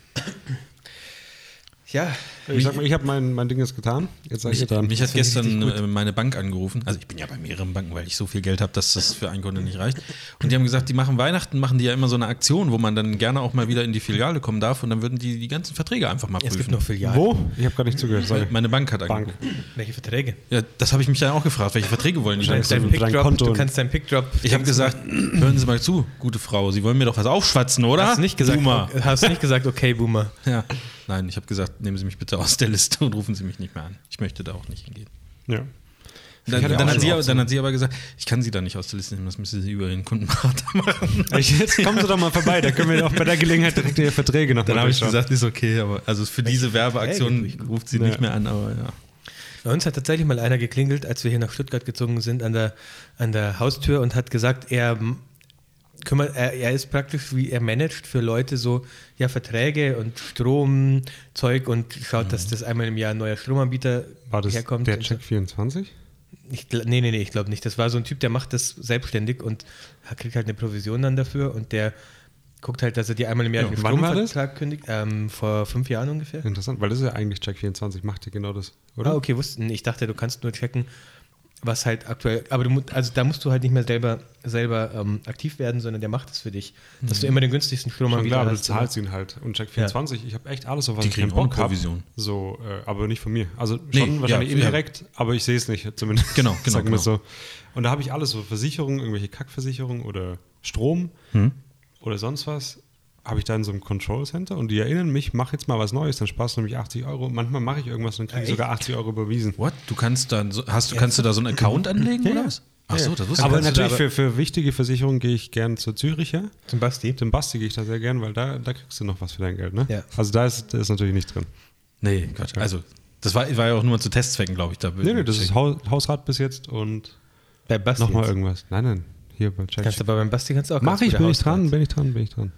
Ja. Ich sag mal, ich habe mein, mein Ding jetzt getan. Jetzt seid ihr Mich, dran. mich hat finde ich gestern richtig äh, meine Bank angerufen. Also ich bin ja bei mehreren Banken, weil ich so viel Geld habe, dass das für einen Kunde nicht reicht. Und die haben gesagt, die machen Weihnachten, machen die ja immer so eine Aktion, wo man dann gerne auch mal wieder in die Filiale kommen darf und dann würden die die ganzen Verträge einfach mal prüfen. Es gibt noch Filialen. Wo? Ich habe gar nicht zugehört. Sorry. Meine Bank hat Bank. angerufen. Welche Verträge? Ja, das habe ich mich dann auch gefragt. Welche Verträge wollen die Dein, denn? Dein- dein für dein Pickdrop, Konto. du kannst deinen Pickdrop. Ich habe gesagt, hören Sie mal zu, gute Frau, Sie wollen mir doch was aufschwatzen, oder? Hast du nicht gesagt, Boomer. hast nicht gesagt Okay Boomer. Ja. Nein, ich habe gesagt, nehmen Sie mich bitte aus der Liste und rufen Sie mich nicht mehr an. Ich möchte da auch nicht hingehen. Ja. Dann, hatte dann, auch hat so sie, aber- Optionen. dann hat sie aber gesagt, ich kann Sie da nicht aus der Liste nehmen, das müssen Sie über den Kundenberater machen. Ich, jetzt kommen Sie doch mal vorbei, da können wir auch bei der Gelegenheit direkt Ihre Verträge noch Dann mal habe ich durchschauen. gesagt, ist okay, aber also für diese Werbeaktion Verträge ruft sie Ja. nicht mehr an, aber ja. Bei uns hat tatsächlich mal einer geklingelt, als wir hier nach Stuttgart gezogen sind, an der, an der Haustür und hat gesagt, er kümmert, er, er ist praktisch wie er managt für Leute so ja Verträge und Stromzeug und schaut, dass das einmal im Jahr ein neuer Stromanbieter War das herkommt. der und so. Check vierundzwanzig? Ich, gl- nee, nee, nee, ich glaube nicht. Das war so ein Typ, der macht das selbstständig und kriegt halt eine Provision dann dafür und der guckt halt, dass er dir einmal im Jahr Ja, den wann war das? Stromvertrag kündigt. Ähm, vor fünf Jahren ungefähr. Interessant, weil das ist ja eigentlich Check vierundzwanzig, macht ja genau das, oder? Ah, okay, wussten. Ich dachte, du kannst nur checken, was halt aktuell. Aber du, mu- also da musst du halt nicht mehr selber, selber ähm, aktiv werden, sondern der macht es für dich. Dass du immer den günstigsten Schon Stromanbieter klar, aber du hast. zahlst ihn halt. Und Check vierundzwanzig, ich habe echt alles, auf was Die ich kriegen keinen auch eine Bock habe. Provision. So, äh, aber nicht von mir. Also Nee, schon wahrscheinlich ja, ja. indirekt, aber ich sehe es nicht, zumindest. Genau, genau, Sagen wir genau. so. Und da habe ich alles, so Versicherungen, irgendwelche Kackversicherungen oder Strom Hm? oder sonst was, habe ich da in so einem Control Center und die erinnern mich, mach jetzt mal was Neues, dann sparst du nämlich achtzig Euro. Manchmal mache ich irgendwas und dann kriege ich Ah, sogar achtzig Euro überwiesen. What? Du kannst dann so, hast du, kannst du da so einen Account anlegen oder was? Ach so, das wusste Aber ich nicht. natürlich du da für, für wichtige Versicherungen gehe ich gern zur Züricher. Zum Basti. Zum Basti gehe ich da sehr gern, weil da, da kriegst du noch was für dein Geld, ne? Ja. Also da ist, da ist natürlich nicht drin. Nee, Quatsch. Also, das war, war ja auch nur zu Testzwecken, glaube ich. Da Nee, nee, das ist Haus, Hausrat bis jetzt und Bei Basti. nochmal jetzt. irgendwas. Nein, nein, hier bei Check. Kannst du aber beim Basti kannst du auch Mach ganz ich, gute bin ich Hausrat. dran, bin ich dran, bin ich dran.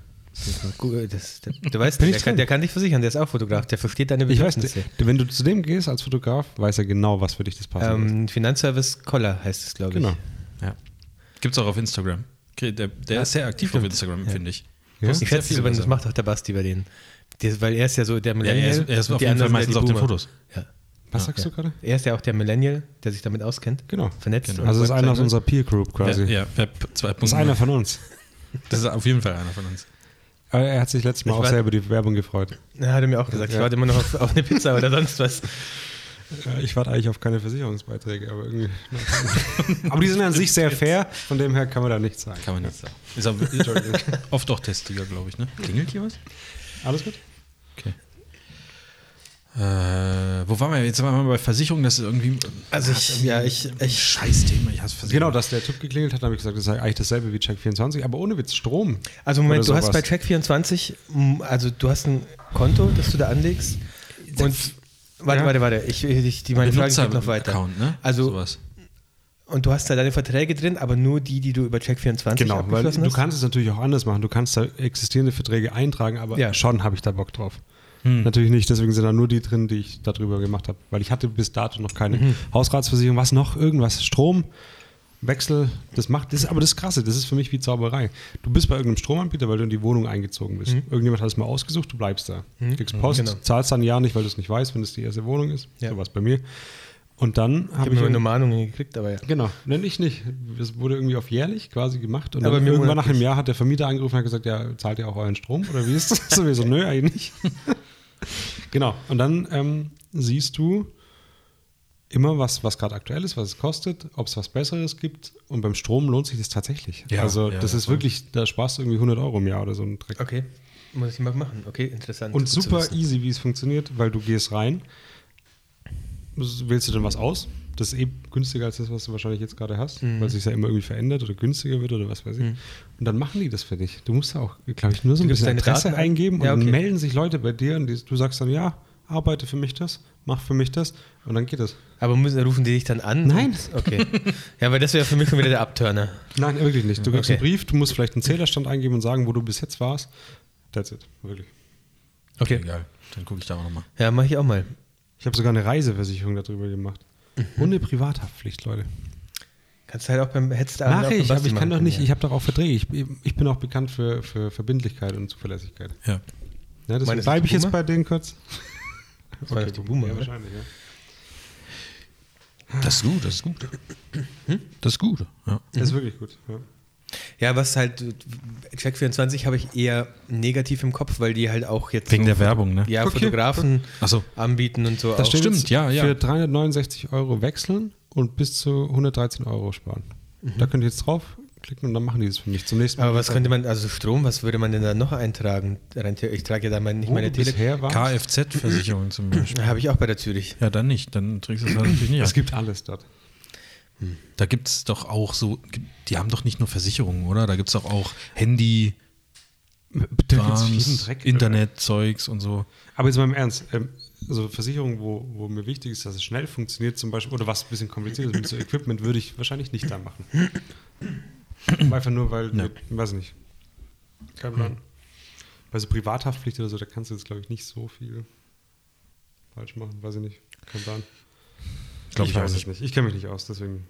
Gut, das, das, du weißt, Bin der ich kann, dran? der kann dich versichern, der ist auch Fotograf, der versteht deine Ich weiß, Bedürfnisse. wenn du zu dem gehst als Fotograf, weiß er genau, was für dich das passt. Ähm, Finanzservice Koller heißt es, glaube ich. Genau. Ja. Gibt's auch auf Instagram. Der, der ist sehr aktiv auf Instagram, finde ich. Ja? Ich Sehr schätze, viel aber das besser. macht auch der Basti bei denen. Der, weil er ist ja so der Ja, Millennial. er ist, er ist und auf die jeden Fall anderen sind meistens ja auf die den Boomer. Fotos. Ja. Was sagst du gerade? Er ist ja auch der Millennial, der sich damit auskennt. Genau. Vernetzt. Genau. und Also das ist einer aus Webseiten. unserer Peer Group quasi. Ja, ja, Web zwei Punkt null. Das ist einer von uns. Das ist auf jeden Fall einer von uns. Aber er hat sich letztes Mal Ich auch war- sehr über die Werbung gefreut. Ja, hat er mir auch gesagt. Ich Ja. warte immer noch auf, auf eine Pizza oder sonst was. Ja, Ich warte eigentlich auf keine Versicherungsbeiträge, aber irgendwie. aber die sind an sich sehr fair, von dem her kann man da nichts sagen. Kann man nicht sagen. Ist auch, oft auch Testsieger, glaube ich, ne? Klingelt hier was? Alles gut? Okay. Äh, wo waren wir jetzt? Waren wir bei Versicherung, das ist irgendwie. Also ich, ja, ich, ich Scheißthema, ich hasse Versicherung. Genau, dass der Typ geklingelt hat, habe ich gesagt, das ist eigentlich dasselbe wie Check vierundzwanzig, aber ohne Witz, Strom. Also Moment, oder du hast sowas. bei Check vierundzwanzig, m, also du hast ein Konto, das du da anlegst und warte, Ja. warte, warte, ich, ich, die, meine Frage geht noch weiter. Account, ne? Also Sowas. und du hast da deine Verträge drin, aber nur die, die du über Check vierundzwanzig Genau, weil abgeschlossen du hast? kannst es natürlich auch anders machen. Du kannst da existierende Verträge eintragen, aber Ja. schon habe ich da Bock drauf. Hm. Natürlich nicht, deswegen sind da nur die drin, die ich darüber gemacht habe. Weil ich hatte bis dato noch keine Mhm. Hausratsversicherung. Was noch? Irgendwas? Strom, Wechsel, das macht, das ist aber das Krasse, das ist für mich wie Zauberei. Du bist bei irgendeinem Stromanbieter, weil du in die Wohnung eingezogen bist. Mhm. Irgendjemand hat es mal ausgesucht, du bleibst da. Mhm. Kriegst Post, Genau. zahlst dann ein Jahr nicht, weil du es nicht weißt, wenn es die erste Wohnung ist. Ja. So war es bei mir. Und dann Ich habe habe ich... mir eine Mahnung gekriegt, aber ja. Genau, nenne ich nicht. Das wurde irgendwie auf jährlich quasi gemacht. Und Aber dann mir irgendwann nach monatlich. einem Jahr hat der Vermieter angerufen und hat gesagt, ja, zahlt ihr auch euren Strom? Oder wie ist das? So, wir so, nö, eigentlich nicht. Genau, und dann ähm, siehst du immer, was, was gerade aktuell ist, was es kostet, ob es was Besseres gibt. Und beim Strom lohnt sich das tatsächlich. Ja, also ja, das ja, ist voll. wirklich, da sparst du irgendwie hundert Euro im Jahr oder so einen Dreck. Okay, muss ich mal machen. Okay, interessant. Und Gut zu super wissen. easy, wie es funktioniert, weil du gehst rein, wählst du dann was aus. Das ist eh günstiger als das, was du wahrscheinlich jetzt gerade hast, Mhm. weil es sich ja immer irgendwie verändert oder günstiger wird oder was weiß ich. Mhm. Und dann machen die das für dich. Du musst ja auch, glaube ich, nur so Du ein gibst bisschen deine Adresse Daten ein? eingeben und Ja, okay. dann melden sich Leute bei dir und die, du sagst dann, ja, arbeite für mich das, mach für mich das und dann geht es. Aber müssen, rufen die dich dann an? Nein. Und, okay. Ja, weil das wäre für mich schon wieder der Abturner. Nein, wirklich nicht. Du kriegst Okay. einen Brief, du musst vielleicht einen Zählerstand eingeben und sagen, wo du bis jetzt warst. That's it, wirklich. Okay. Egal, dann gucke ich da auch nochmal. Ja, mache ich auch mal. Ich habe sogar eine Reiseversicherung darüber gemacht. Mhm. Und eine Privathaftpflicht, Leute. Kannst halt auch beim Headstart. Mach ich, aber ich kann doch nicht, ich habe doch auch Verträge. Ich, ich bin auch bekannt für, für Verbindlichkeit und Zuverlässigkeit. Ja. Ja, deswegen Meinst du bleibe ich Boomer? jetzt bei denen kurz. Okay, die Boomer, ja, oder? wahrscheinlich, ja. Das ist gut, das ist gut. Das ist gut, ja. Das ist wirklich gut. Ja. Ja, was halt, Check vierundzwanzig habe ich eher negativ im Kopf, weil die halt auch jetzt. Wegen so der Foto- Werbung, ne? Ja, Okay. Fotografen Ach so. anbieten und so. Das auch. steht stimmt, jetzt ja, ja. für dreihundertneunundsechzig Euro wechseln und bis zu hundertdreizehn Euro sparen. Da könnt ihr jetzt draufklicken und dann machen die das für mich zum nächsten Mal. Aber was könnte man, also Strom, was würde man denn da noch eintragen? Rein theo- Ich trage ja da mein, nicht Wo meine du Tele. bisher warst? Kfz-Versicherung zum Beispiel. Habe ich auch bei der Zürich. Ja, dann nicht. Dann trägst du es halt natürlich nicht. Es ab. gibt alles dort. Da gibt es doch auch so, die haben doch nicht nur Versicherungen, oder? Da gibt es doch auch Handy, Da gibt's Krams, jeden Dreck. Internetzeugs und so. Aber jetzt mal im Ernst, ähm, also Versicherung, wo, wo mir wichtig ist, dass es schnell funktioniert zum Beispiel, oder was ein bisschen kompliziert ist mit so Equipment, würde ich wahrscheinlich nicht da machen. Einfach nur, weil, Ja. ich weiß nicht, kein Plan. Bei so Privathaftpflicht oder so, da kannst du jetzt, glaube ich, nicht so viel falsch machen, weiß ich nicht, kein Plan. Glaub ich auch weiß nicht. es nicht, ich kenne mich nicht aus, deswegen.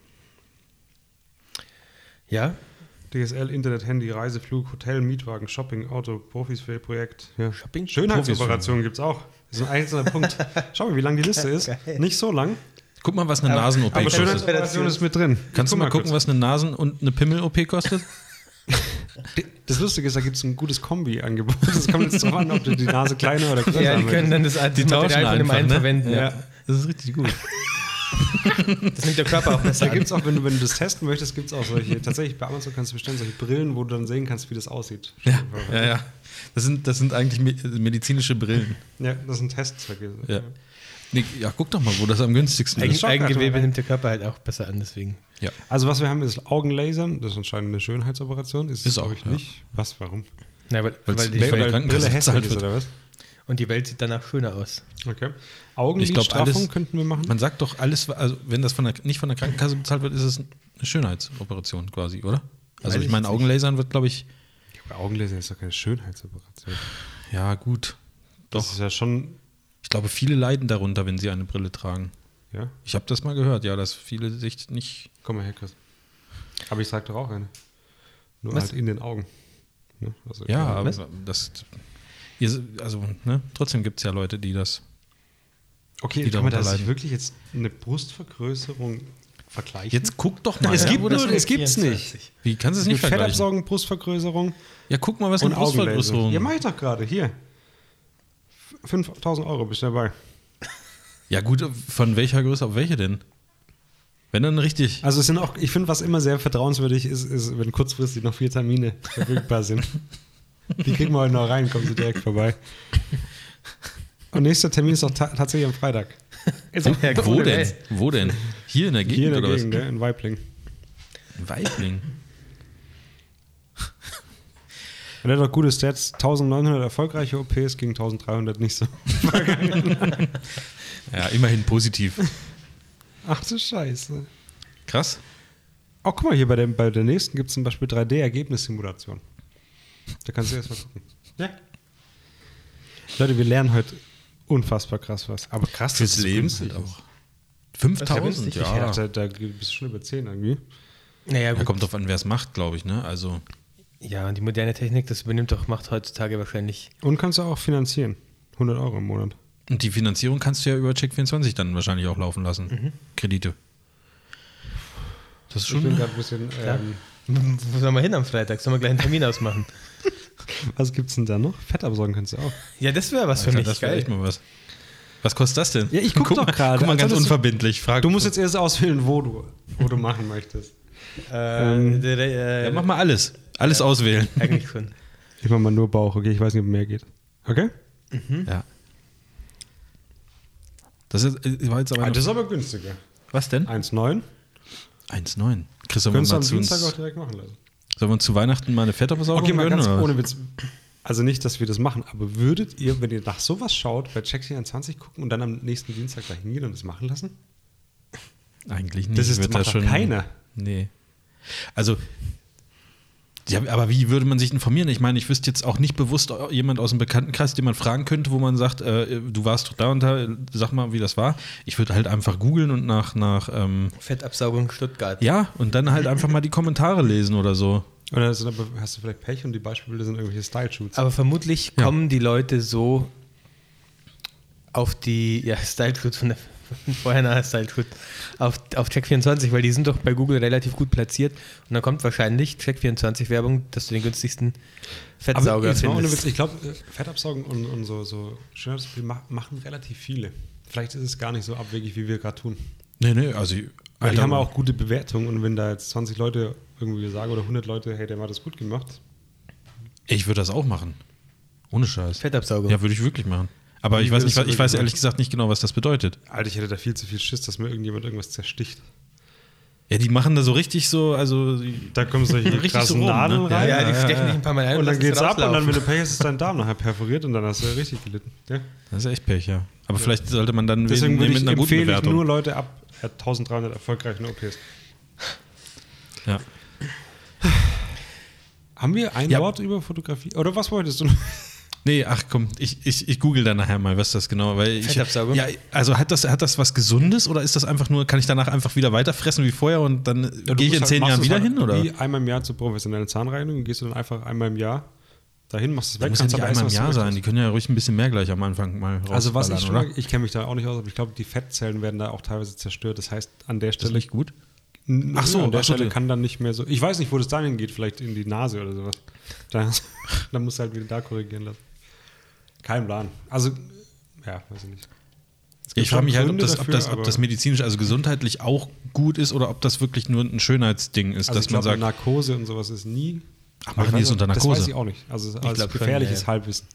Ja? D S L, Internet, Handy, Reiseflug, Hotel, Mietwagen, Shopping, Auto, Profis für ihr Projekt. Ja. Shopping? Schönheitsoperationen gibt es auch. Das ist ein einzelner Punkt. Schau mal, wie lang die Liste ist. Geil. Nicht so lang. Guck mal, was eine Aber- Nasen-O P Aber kostet. Schönheitsoperation ist mit drin. Kannst du mal gucken, was eine Nasen- und eine Pimmel-O P kostet? Das Lustige ist, da gibt es ein gutes Kombi-Angebot. Das kommt jetzt drauf an, ob du die Nase kleiner oder größer Ja, die haben können willst. dann das, Die das tauschen Material von dem einfach, einen ne? verwenden. Ja. Ja. Das ist richtig gut. Das nimmt der Körper auch besser Da an. gibt es auch, wenn du, wenn du das testen möchtest, gibt es auch solche, tatsächlich bei Amazon kannst du bestellen, solche Brillen, wo du dann sehen kannst, wie das aussieht. Ja, ja, ja. Das sind, das sind eigentlich me- medizinische Brillen. Ja, das sind Testzwecke. Ja. Nee, ja, guck doch mal, wo das am günstigsten Eigen, ist. Schock, Eigengewebe Alter. nimmt der Körper halt auch besser an, deswegen. Ja. Also was wir haben, ist Augenlasern. Das ist anscheinend eine Schönheitsoperation. Ist, Ist glaube auch, ich, ja. nicht. Was, warum? Na, weil, Weil's weil die, Weil die Weil die Krankenkasse Brille hässlich bezahlt ist, wird. oder was? und die Welt sieht danach schöner aus. Okay. Ich glaube, Augenlidstraffung alles könnten wir machen. Man sagt doch alles, also wenn das von der, nicht von der Krankenkasse bezahlt wird, ist es eine Schönheitsoperation quasi, oder? Also Weiß ich ich meine, jetzt Augenlasern wird, glaube ich, Aber Augenlaser ist doch keine Schönheitsoperation. ja gut. Das ist ja schon, Ich glaube, viele leiden darunter, wenn sie eine Brille tragen. ja. Ich habe das mal gehört, ja, dass viele sich nicht. Komm mal her, Chris. Aber ich trage doch auch eine. Nur Was? halt in den Augen. Ne? Also, Ja, aber was? das. Ihr, also, ne, trotzdem gibt es ja Leute, die das. Okay, die kann man da darunter sich leiden. wirklich jetzt eine Brustvergrößerung vergleichen? Jetzt guck doch mal. Es ja, gibt wo das nur- ist. es gibt's nicht. Wie kannst du es es nicht gibt vergleichen? Fettabsaugen, Brustvergrößerung Ja, guck mal, was und eine Augenlaser. Brustvergrößerung. Ja, mach ich doch gerade. Hier. fünftausend Euro bist du dabei. Ja, gut, von welcher Größe auf welche denn? Wenn dann richtig. Also es sind auch, ich finde, was immer sehr vertrauenswürdig ist, ist, wenn kurzfristig noch vier Termine verfügbar sind. Die kriegen wir heute noch rein, kommen sie direkt vorbei. Und nächster Termin ist auch ta- tatsächlich am Freitag. Ist auch ja Wo cool, denn? ey. Wo denn? Hier in der Gegend Hier in der oder Gegend, was? ja, in Weibling. Weibling. Und er hat auch gute Stats. neunzehnhundert erfolgreiche O Ps gegen dreizehnhundert nicht so. Ja, immerhin positiv. Ach du Scheiße. Krass. Oh, guck mal, hier bei der, bei der nächsten gibt es zum Beispiel drei D-Ergebnissimulation. Da kannst du erst mal gucken. Ja. Leute, wir lernen heute unfassbar krass was. Aber krass, Fürs dass es Leben günstig halt ist. auch. fünftausend, günstig. Ich ja. dachte, da bist du schon über zehn irgendwie. Naja, Ja, gut. kommt drauf an, wer es macht, glaube ich, ne? Also, Ja, und die moderne Technik, das übernimmt doch, macht heutzutage wahrscheinlich. Und kannst du auch finanzieren. hundert Euro im Monat. und die Finanzierung kannst du ja über Check vierundzwanzig dann wahrscheinlich auch laufen lassen. Mhm. Kredite. Das ist Ich bin schon. gerade ein bisschen. Ja. Ähm, Wo sollen wir hin am Freitag? Sollen wir gleich einen Termin ausmachen? was gibt's denn da noch? Fett absorgen kannst du auch. Ja, das wäre was für Alter, mich. das wäre Geil. echt mal was. Was kostet das denn? Ja, ich guck doch mal- gerade. Guck mal, Also ganz das- unverbindlich. Frag Du musst jetzt erst auswählen, wo du, wo du machen möchtest. Äh, der- der- Ja, mach mal alles. Alles auswählen. Eigentlich schon. Ich mach mal nur Bauch, okay? Ich weiß nicht, ob mehr geht. Okay? Ja. Das ist, äh, war jetzt aber. Ah, noch- das ist aber günstiger. was denn? eins Komma neun. eins Komma neun. Chris, sollen wir Könntest du mal am zu uns, Dienstag auch direkt machen lassen. sollen wir uns zu Weihnachten mal eine Fettabsaugung Okay, mal gönnen, ganz oder was? ohne Witz. Also nicht, dass wir das machen, aber würdet ihr, wenn ihr nach sowas schaut, bei Check vierundzwanzig gucken und dann am nächsten Dienstag da hingehen und das machen lassen? Eigentlich nicht. Das ist- Wird macht doch keiner. Nee. Also, ja, aber wie würde man sich informieren? Ich meine, ich wüsste jetzt auch nicht bewusst jemand aus dem Bekanntenkreis, den man fragen könnte, wo man sagt, äh, du warst doch da und da, sag mal, wie das war. Ich würde halt einfach googeln und nach, nach ähm, Fettabsaugung Stuttgart. ja, und dann halt einfach mal die Kommentare lesen oder so. Oder sind aber, hast du vielleicht Pech und die Beispiele sind irgendwelche Style-Shoots? Aber vermutlich Ja. kommen die Leute so auf die, ja, Style-Shoot von der vorher nachher Style-Shoot auf, auf Check vierundzwanzig, weil die sind doch bei Google relativ gut platziert und dann kommt wahrscheinlich Check vierundzwanzig Werbung, dass du den günstigsten Aber Fettsauger jetzt mal ohne findest. Witz, ich glaube, Fettabsaugen und, und so, so Schönheitsspiel ma- machen relativ viele. Vielleicht ist es gar nicht so abwegig, wie wir gerade tun. Nee, nee, also. Weil die Alter, haben ja auch gute Bewertungen und wenn da jetzt zwanzig Leute irgendwie sagen oder hundert Leute, hey, der hat das gut gemacht. Ich würde das auch machen. Ohne Scheiß. Fettabsaugung. Ja, würde ich wirklich machen. Aber Wie ich weiß, würdest nicht, du ich weiß wirklich ehrlich machen? gesagt nicht genau, was das bedeutet. Alter, ich hätte da viel zu viel Schiss, dass mir irgendjemand irgendwas zersticht. Ja, die machen da so richtig so, also. Da kommen solche Richtig so krassen rum, Nadeln ne? ja, rein. ja, die ja, stechen ja. dich ein paar Mal ein Und dann lassen geht's es ab und dann, wenn du rauslaufen. Pech hast, ist dein Darm nachher perforiert und dann hast du richtig gelitten. Ja? Das ist echt Pech, ja. Aber vielleicht sollte man dann Deswegen wen würde nehmen ich mit einer guten empfehle ich Bewertung. nur Leute ab äh, dreizehnhundert erfolgreichen O Ps. Ja. Haben wir ein Ja. Wort über Fotografie? Oder was wolltest du? Nee, ach komm, ich, ich, ich google dann nachher mal, was das genau weil ich, Fettabsaugung? Ja, also hat das, hat das was Gesundes oder ist das einfach nur, kann ich danach einfach wieder weiterfressen wie vorher und dann Ja, du gehe ich musst in halt- zehn machst Jahren es wieder halt hin? Oder? Wie einmal im Jahr zur professionellen Zahnreinigung, gehst du dann einfach einmal im Jahr dahin, machst es Das weg, muss ja kannst nicht aber einmal im essen, was Jahr du sein. Die möchtest. können ja ruhig ein bisschen mehr gleich am Anfang mal rausballern, Also was ich schon oder? mal, ich kenne mich da auch nicht aus, aber ich glaube, die Fettzellen werden da auch teilweise zerstört. Das heißt, an der Das ist Stelle nicht gut. N- Ach so, an der ach so, Stelle die- kann dann nicht mehr so. Ich weiß nicht, wo das dann hingeht, vielleicht in die Nase oder sowas. Da, dann musst du halt wieder da korrigieren lassen. Kein Plan. Also, ja, weiß ich nicht. Es gibt Ich frage schon mich halt, ob Gründe das, ob, dafür, das, ob aber- das medizinisch, also gesundheitlich auch gut ist oder ob das wirklich nur ein Schönheitsding ist, Also dass ich man glaube, sagt, Narkose und sowas ist nie. ach, Aber machen ich die weiß es auch- unter Das Narkose? weiß ich auch nicht. Also es ist alles glaub schon, gefährliches ja. Halbwissen.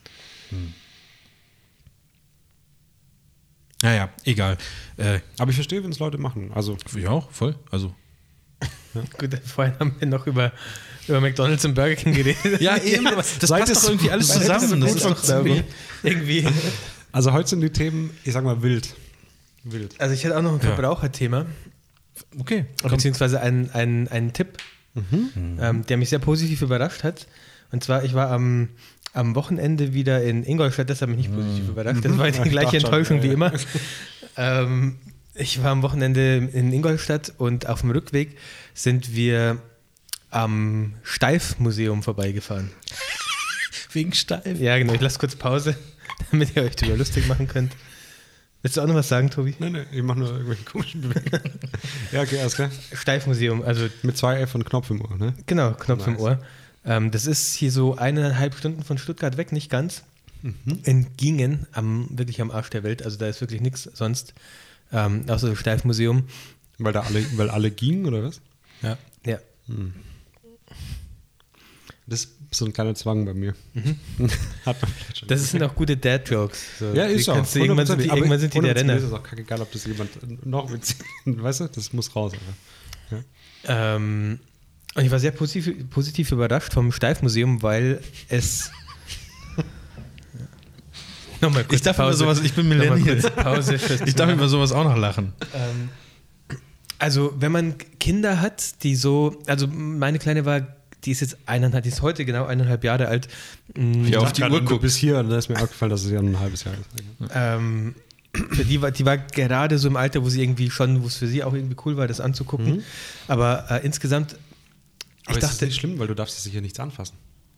ja, ja, egal. Äh, Aber ich verstehe, wenn es Leute machen. Also, ja, auch, voll. Also. Gut, vorhin haben wir noch über, über McDonalds und Burger King geredet. Ja, eben, aber das Seit passt es- doch irgendwie alles seit es zusammen. so Das gut ist doch irgendwie, irgendwie. also heute sind die Themen, ich sag mal, wild. Wild. Also ich hätte auch noch ein Ja. Verbraucherthema, okay. komm. beziehungsweise einen ein Tipp, ähm, der mich sehr positiv überrascht hat. Und zwar, ich war am, am Wochenende wieder in Ingolstadt, das hat mich nicht positiv überrascht, das war Ja, die ich gleiche dachte schon, Enttäuschung ja, wie ja. immer. ähm, ich war am Wochenende in Ingolstadt und auf dem Rückweg sind wir am Steif-Museum vorbeigefahren. Wegen steif. Ja, genau, ich lasse kurz Pause, damit ihr euch darüber lustig machen könnt. Willst du auch noch was sagen, Tobi? Nein, nein, ich mache nur irgendwelche komischen Bewegungen. Ja, okay, alles klar. Steif-Museum, also Mit zwei F und Knopf im Ohr, ne? genau, Knopf im Nice. Ohr. Ähm, das ist hier so eineinhalb Stunden von Stuttgart weg, nicht ganz. Mhm. In Gingen, am, wirklich am Arsch der Welt. Also da ist wirklich nichts sonst, ähm, außer das Steif-Museum. Weil da alle, weil alle gingen, oder was? Ja. Ja. Das ist so ein kleiner Zwang bei mir. Mhm. Hat man vielleicht schon. Das sind auch gute Dad-Jokes. So, Ja, ist die auch. kannst du- Irgendwann sind die, Aber irgendwann sind die der hundertprozentig Renner. ist es auch kackegal, ob das jemand noch mit, weißt du, das muss raus. Aber. Ähm, und ich war sehr positiv, positiv überrascht vom Steif-Museum, weil es. Nochmal kurz Ich darf über Pause. sowas, ich bin Nochmal Millennial. kurz Pause fürs Ich darf über sowas auch noch lachen. Ähm, also, wenn man Kinder hat, die so, also meine Kleine war, die ist jetzt eineinhalb, die ist heute genau eineinhalb Jahre alt. Mm, Wie auf die Uhr Du guckt. bist hier und da ist mir aufgefallen, dass es ja ein halbes Jahr ist. Ähm, für die, war, die war gerade so im Alter, wo sie irgendwie schon, wo es für sie auch irgendwie cool war, das anzugucken. Mhm. Aber äh, insgesamt, Aber ich es ist dachte, nicht schlimm, weil du darfst sicher nichts anfassen.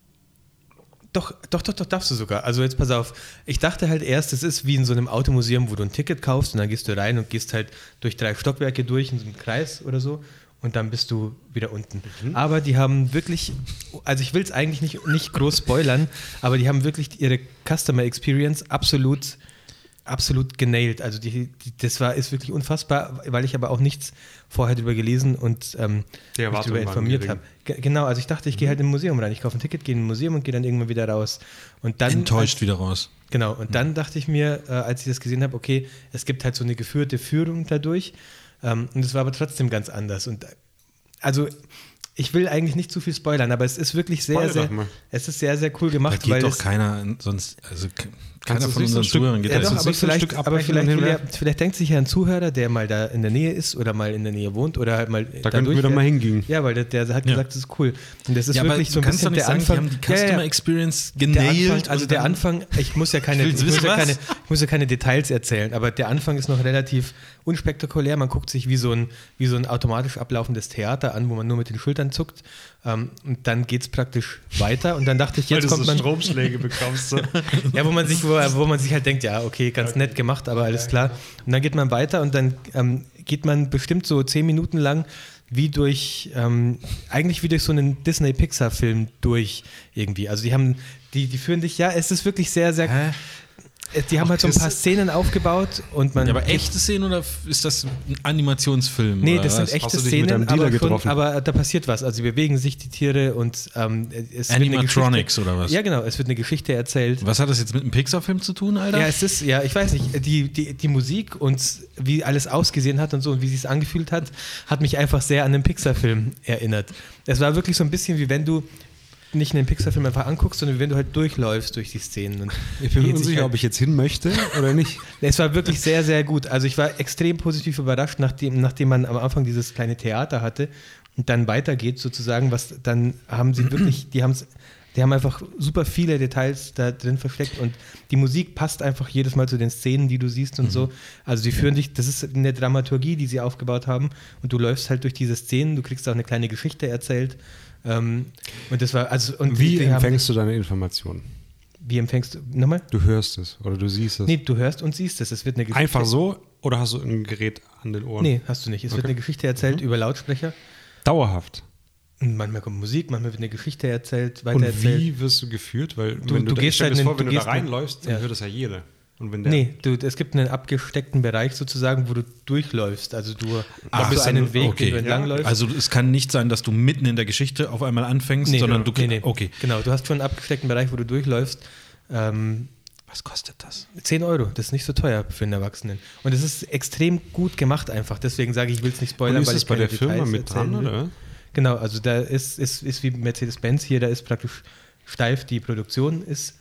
Doch, doch, doch, doch, darfst du sogar. Also jetzt pass auf, ich dachte halt erst, es ist wie in so einem Automuseum, wo du ein Ticket kaufst und dann gehst du rein und gehst halt durch drei Stockwerke durch in so einem Kreis oder so und dann bist du wieder unten. Mhm. Aber die haben wirklich, also ich will es eigentlich nicht, nicht groß spoilern, aber die haben wirklich ihre Customer Experience absolut, absolut genailt. Also die, die, das war, ist wirklich unfassbar, weil ich aber auch nichts vorher darüber gelesen und ähm, Die mich Erwartungen darüber waren informiert gering. habe. Ge- Genau, also ich dachte, ich gehe halt in ein Museum rein. Ich kaufe ein Ticket, gehe in ein Museum und gehe dann irgendwann wieder raus. Und dann, Enttäuscht als, wieder raus. Genau, und dann dachte ich mir, äh, als ich das gesehen habe, okay, es gibt halt so eine geführte Führung dadurch. Ähm, und es war aber trotzdem ganz anders. Und äh, also ich will eigentlich nicht zu viel spoilern, aber es ist wirklich sehr, Spoiler sehr, doch mal. es ist sehr, sehr cool Da gemacht, geht weil doch es, keiner, sonst, also ke- keiner du von nicht so unseren ein Stück- Zuhörern geht ja, da doch, jetzt. aber nicht so ein vielleicht, Stück aber abbrechen vielleicht, und will ja, hinwerfen? vielleicht denkt sich ja ein Zuhörer, der mal da in der Nähe ist oder mal in der Nähe wohnt oder halt mal Da könnten wir doch durchfährt. mal hingehen. Ja, weil der, der hat Ja. gesagt, das ist cool. Und das ist Ja, aber wirklich du so ein kannst doch bisschen nicht der sagen, Anfang. die haben die Customer Ja, ja, Experience der genailt. Anfang, also und der dann- Anfang, ich muss ja keine, Ich will ich muss wissen, ja was? keine, ich muss ja keine Details erzählen, aber der Anfang ist noch relativ unspektakulär. Man guckt sich wie so ein, wie so ein automatisch ablaufendes Theater an, wo man nur mit den Schultern zuckt. Ähm, und dann geht es praktisch weiter. Und dann dachte ich, jetzt kommt man. Stromschläge bekommst. So. Ja, wo man sich, wo, wo man sich halt denkt, ja, okay, ganz nett gemacht, aber alles klar. Und dann geht man weiter und dann ähm, geht man bestimmt so zehn Minuten lang wie durch, ähm, eigentlich wie durch so einen Disney-Pixar-Film durch irgendwie. Also die haben, die, die führen dich, ja, es ist wirklich sehr, sehr, Hä? äh, die haben Ach, halt so ein Chris- paar Szenen aufgebaut und man. Ja, aber echte Szenen oder f- ist das ein Animationsfilm? Nee, oder das sind was? echte Hast du dich mit Szenen, deinem Dealer aber, schon, getroffen? aber da passiert was. Also sie bewegen sich, die Tiere, und ähm, es wird eine Animatronics Geschichte- oder was? Ja, genau, es wird eine Geschichte erzählt. Was hat das jetzt mit einem Pixar-Film zu tun, Alter? Ja, es ist, ja, ich weiß nicht, die, die, die Musik und wie alles ausgesehen hat und so und wie sie es angefühlt hat, hat mich einfach sehr an den Pixar-Film erinnert. Es war wirklich so ein bisschen wie wenn du nicht einen Pixar-Film einfach anguckst, sondern wie wenn du halt durchläufst durch die Szenen. Und Ich bin mir geht sich unsicher, halt- ob ich jetzt hin möchte oder nicht. Es war wirklich sehr, sehr gut. Also ich war extrem positiv überrascht, nachdem, nachdem man am Anfang dieses kleine Theater hatte und dann weitergeht sozusagen, was dann haben sie wirklich, die haben die haben einfach super viele Details da drin versteckt und die Musik passt einfach jedes Mal zu den Szenen, die du siehst und so. Also die führen dich, das ist eine Dramaturgie, die sie aufgebaut haben und du läufst halt durch diese Szenen, du kriegst auch eine kleine Geschichte erzählt. Ähm, und das war, also und Wie die haben- empfängst du deine Informationen? Wie empfängst du, nochmal? Du hörst es oder du siehst es. Nee, du hörst und siehst es, es wird eine Geschichte. Einfach so oder hast du ein Gerät an den Ohren? Nee, hast du nicht. Es wird Okay. eine Geschichte erzählt über Lautsprecher. Dauerhaft. Und manchmal kommt Musik, manchmal wird eine Geschichte erzählt, Und weitererzählt. wie wirst du geführt? Weil Du- wenn du da- gehst stell halt dir in vor, den- wenn du du da gehst in- reinläufst, dann ja. hört das ja jeder. Und wenn der Nee, du, es gibt einen abgesteckten Bereich sozusagen, wo du durchläufst. Also du Ach, hast so, einen Weg, okay. den du entlangläufst. Also es kann nicht sein, dass du mitten in der Geschichte auf einmal anfängst, nee, sondern genau. du nee, nee. Okay. Genau, du hast schon einen abgesteckten Bereich, wo du durchläufst. Ähm, Was kostet das? zehn Euro, das ist nicht so teuer für einen Erwachsenen. Und es ist extrem gut gemacht einfach. Deswegen sage ich, ich will es nicht spoilern, Und ist weil es ich bei keine der Firma Details mit erzählen dran, will. oder? Genau, also da ist, ist, ist wie Mercedes-Benz hier, da ist praktisch steif die Produktion ist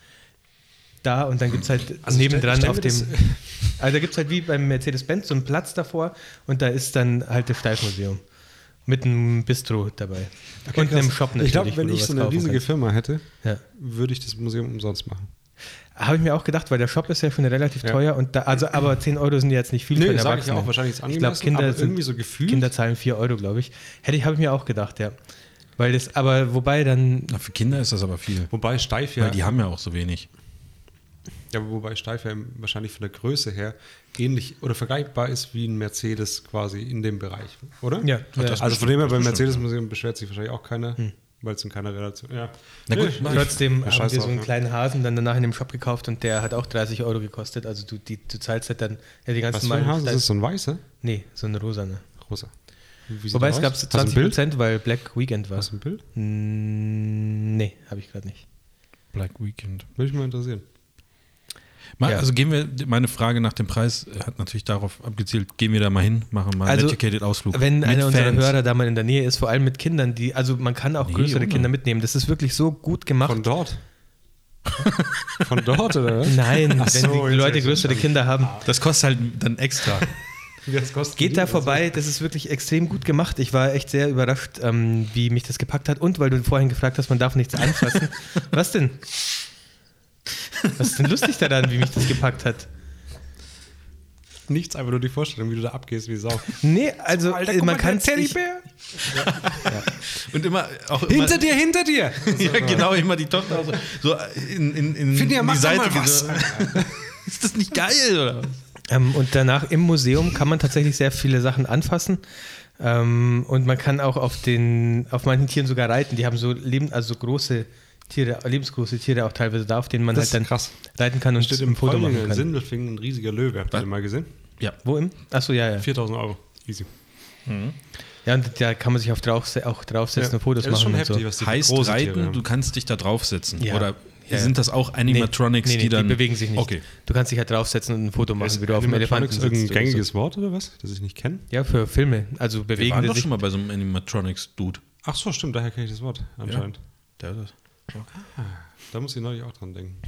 da und dann gibt es halt Also nebendran stell- stell auf mir dem, das- also da gibt es halt wie beim Mercedes-Benz so einen Platz davor und da ist dann halt das Steifmuseum mit einem Bistro dabei und einem Shop natürlich. Ich glaube, wenn wo du ich was so eine kaufen riesige kannst. Firma hätte, Ja. würde ich das Museum umsonst machen. Habe ich mir auch gedacht, weil der Shop ist ja schon relativ Ja. teuer und da, also aber zehn Euro sind jetzt nicht viel für einen sag ich ja Erwachsenen. auch, wahrscheinlich ist es Ich glaube, angemessen, Kinder aber sind, irgendwie so gefühlt. Kinder zahlen vier Euro, glaube ich. Hätte ich, habe ich mir auch gedacht, ja. Weil das, aber wobei dann, Na, für Kinder ist das aber viel. Wobei steif ja, Weil die haben ja auch so wenig. ja, wobei steif ja wahrscheinlich von der Größe her ähnlich oder vergleichbar ist wie ein Mercedes quasi in dem Bereich, oder? Ja, ja. Also bestimmt, von dem her das beim bestimmt, Mercedes-Museum beschwert sich wahrscheinlich auch keiner, weil es in keiner Relation. Ja. Na gut, Nö, mach ich- trotzdem ja, haben scheiß wir so drauf, einen ja. kleinen Hasen dann danach in dem Shop gekauft und der hat auch dreißig Euro gekostet. Also du, die, du zahlst halt dann ja, die ganzen Was für ein normalen Hase? Ist das so ein weißer? Nee, so ein rosaner. Rosa. Wie sieht Wobei der es gab aus? Hast du ein zwanzig Bild? Prozent, weil Black Weekend war. Hast du ein Bild? Mm, nee, habe ich gerade nicht. Black Weekend. Würde mich mal interessieren. Mal, Ja. Also gehen wir, meine Frage nach dem Preis hat natürlich darauf abgezielt, gehen wir da mal hin, machen mal einen Also, Educated Ausflug. Wenn Mit einer unserer Fans. Hörer da mal in der Nähe ist, vor allem mit Kindern, die, also man kann auch Nee, größere ohne. Kinder mitnehmen. Das ist wirklich so gut gemacht. Von dort? Von dort, oder was? Nein, Ach wenn so, die jetzt Leute hab ich größere verstanden. Kinder haben. Das kostet halt dann extra. Das kostet Geht da die, vorbei, das ist wirklich extrem gut gemacht. Ich war echt sehr überrascht, ähm, wie mich das gepackt hat. Und weil du vorhin gefragt hast, man darf nichts anfassen. Was denn? Was ist denn lustig daran, wie mich das gepackt hat? Nichts, einfach nur die Vorstellung, wie du da abgehst wie Sau. Nee, also Alter, äh, guck man mal, kann der Teddybär. Und immer auch Hinter immer, dir, hinter dir! Ja, genau, immer die Tochter auch so, so in, in, in, Finja, in mach die doch Seite. mal was. So. Ist das nicht geil, oder was? Ähm, und danach im Museum kann man tatsächlich sehr viele Sachen anfassen. Ähm, und man kann auch auf den, auf manchen Tieren sogar reiten. Die haben so Leben, also so große Tiere, lebensgroße Tiere auch teilweise da, auf denen man Das halt ist dann krass. reiten kann und Steht ein im Foto machen in kann. Sindelfingen ein riesiger Löwe. Habt ihr Was? den mal gesehen? Ja. Wo im? Achso, ja, ja. viertausend Euro. Easy. Ja, und da kann man sich auf drauf, auch draufsetzen und Fotos das ist machen schon und heftig, so. was die Heißt große reiten, Tiere haben. du kannst dich da draufsetzen. Ja. Oder Ja, sind das auch Animatronics, nee, nee, die dann. Die bewegen sich nicht. Okay. Du kannst dich halt draufsetzen und ein Foto machen, Ist wie du auf dem Elefanten Animatronics sitzt. irgendein oder so. gängiges Wort oder was, das ich nicht kenne? Ja, für Filme. Also Wir bewegen waren die doch sich. schon mal bei so einem Animatronics-Dude. Ach so, stimmt, daher kenne ich das Wort anscheinend. Der das. Da muss ich neulich auch dran denken.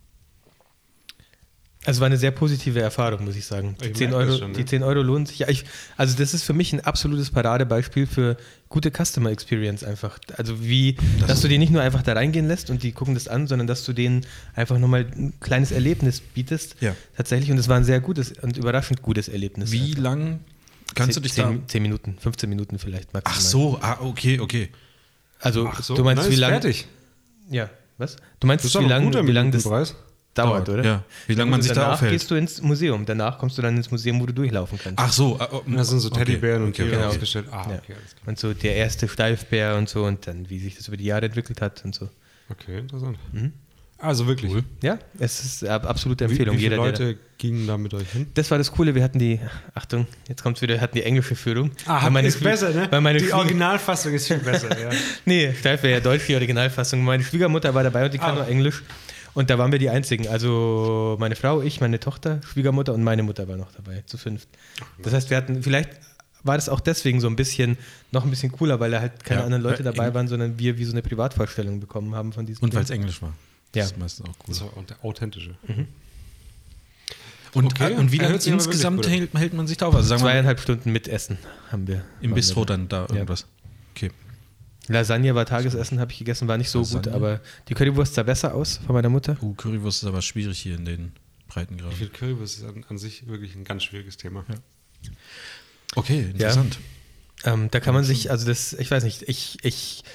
Also war eine sehr positive Erfahrung, muss ich sagen. Die Ich zehn merke das Euro, schon, ne? die zehn Euro lohnen sich. Ja, ich, also das ist für mich ein absolutes Paradebeispiel für gute Customer Experience einfach. Also wie, dass du die nicht nur einfach da reingehen lässt und die gucken das an, sondern dass du denen einfach nochmal ein kleines Erlebnis bietest. Ja. Tatsächlich. Und es war ein sehr gutes und überraschend gutes Erlebnis. Wie einfach. lang kannst du dich da. zehn, zehn Minuten, fünfzehn Minuten vielleicht maximal. Ach so, ah, okay, okay. Also Ach so, du meinst, nein, wie ist lange. fertig. Ja, was? Du meinst, Das ist wie aber lange ein guter wie lang das Minutenpreis. dauert, Dauert, oder? ja. Wie lange man Und sich da danach aufhält. gehst du ins Museum. Danach kommst du dann ins Museum, wo du durchlaufen kannst. Ach so. ah, oh, Da sind so okay, Teddybären und okay, Tiere okay. ausgestellt. Ah, Ja. okay, alles klar. Und so der erste Steifbär und so und dann, wie sich das über die Jahre entwickelt hat und so. Okay, interessant. Also wirklich. Cool. Ja, es ist eine absolute Wie, Empfehlung. wie viele Jeder, der Leute gingen da mit euch hin? das war das Coole, wir hatten die, Achtung, jetzt kommt's wieder, hatten die englische Führung. Ah, Weil meine ist Schwie- besser, ne? Weil meine die Schwie- Originalfassung ist viel besser, ja. Nee, Steifbär ja Deutsch, die Originalfassung. Meine Schwiegermutter war dabei und die kann Ah. nur Englisch. Und da waren wir die Einzigen. Also meine Frau, ich, meine Tochter, Schwiegermutter und meine Mutter war noch dabei, zu fünft. Das heißt, wir hatten, vielleicht war das auch deswegen so ein bisschen, noch ein bisschen cooler, weil da halt keine Ja, anderen Leute weil dabei Eng- waren, sondern wir wie so eine Privatvorstellung bekommen haben von diesem Und weil es Ding. Englisch war. Ja. Das ist meistens auch cool. Das war auch der authentische. Und, Okay, äh, und wie er lange hört sich aber insgesamt wirklich hält, hält man sich da auf? Also sagen wir Zweieinhalb Stunden mit Essen haben wir. im waren Bistro wir da. dann da irgendwas. Okay. Lasagne war Tagesessen, habe ich gegessen, war nicht so gut, Lasagne? aber die Currywurst sah besser aus von meiner Mutter. Uh, Currywurst ist aber schwierig hier in den Breitengraden. Ich finde Currywurst ist an, an sich wirklich ein ganz schwieriges Thema. Okay, interessant. Ähm, da kann man sich, also das, ich weiß nicht, ich, ich,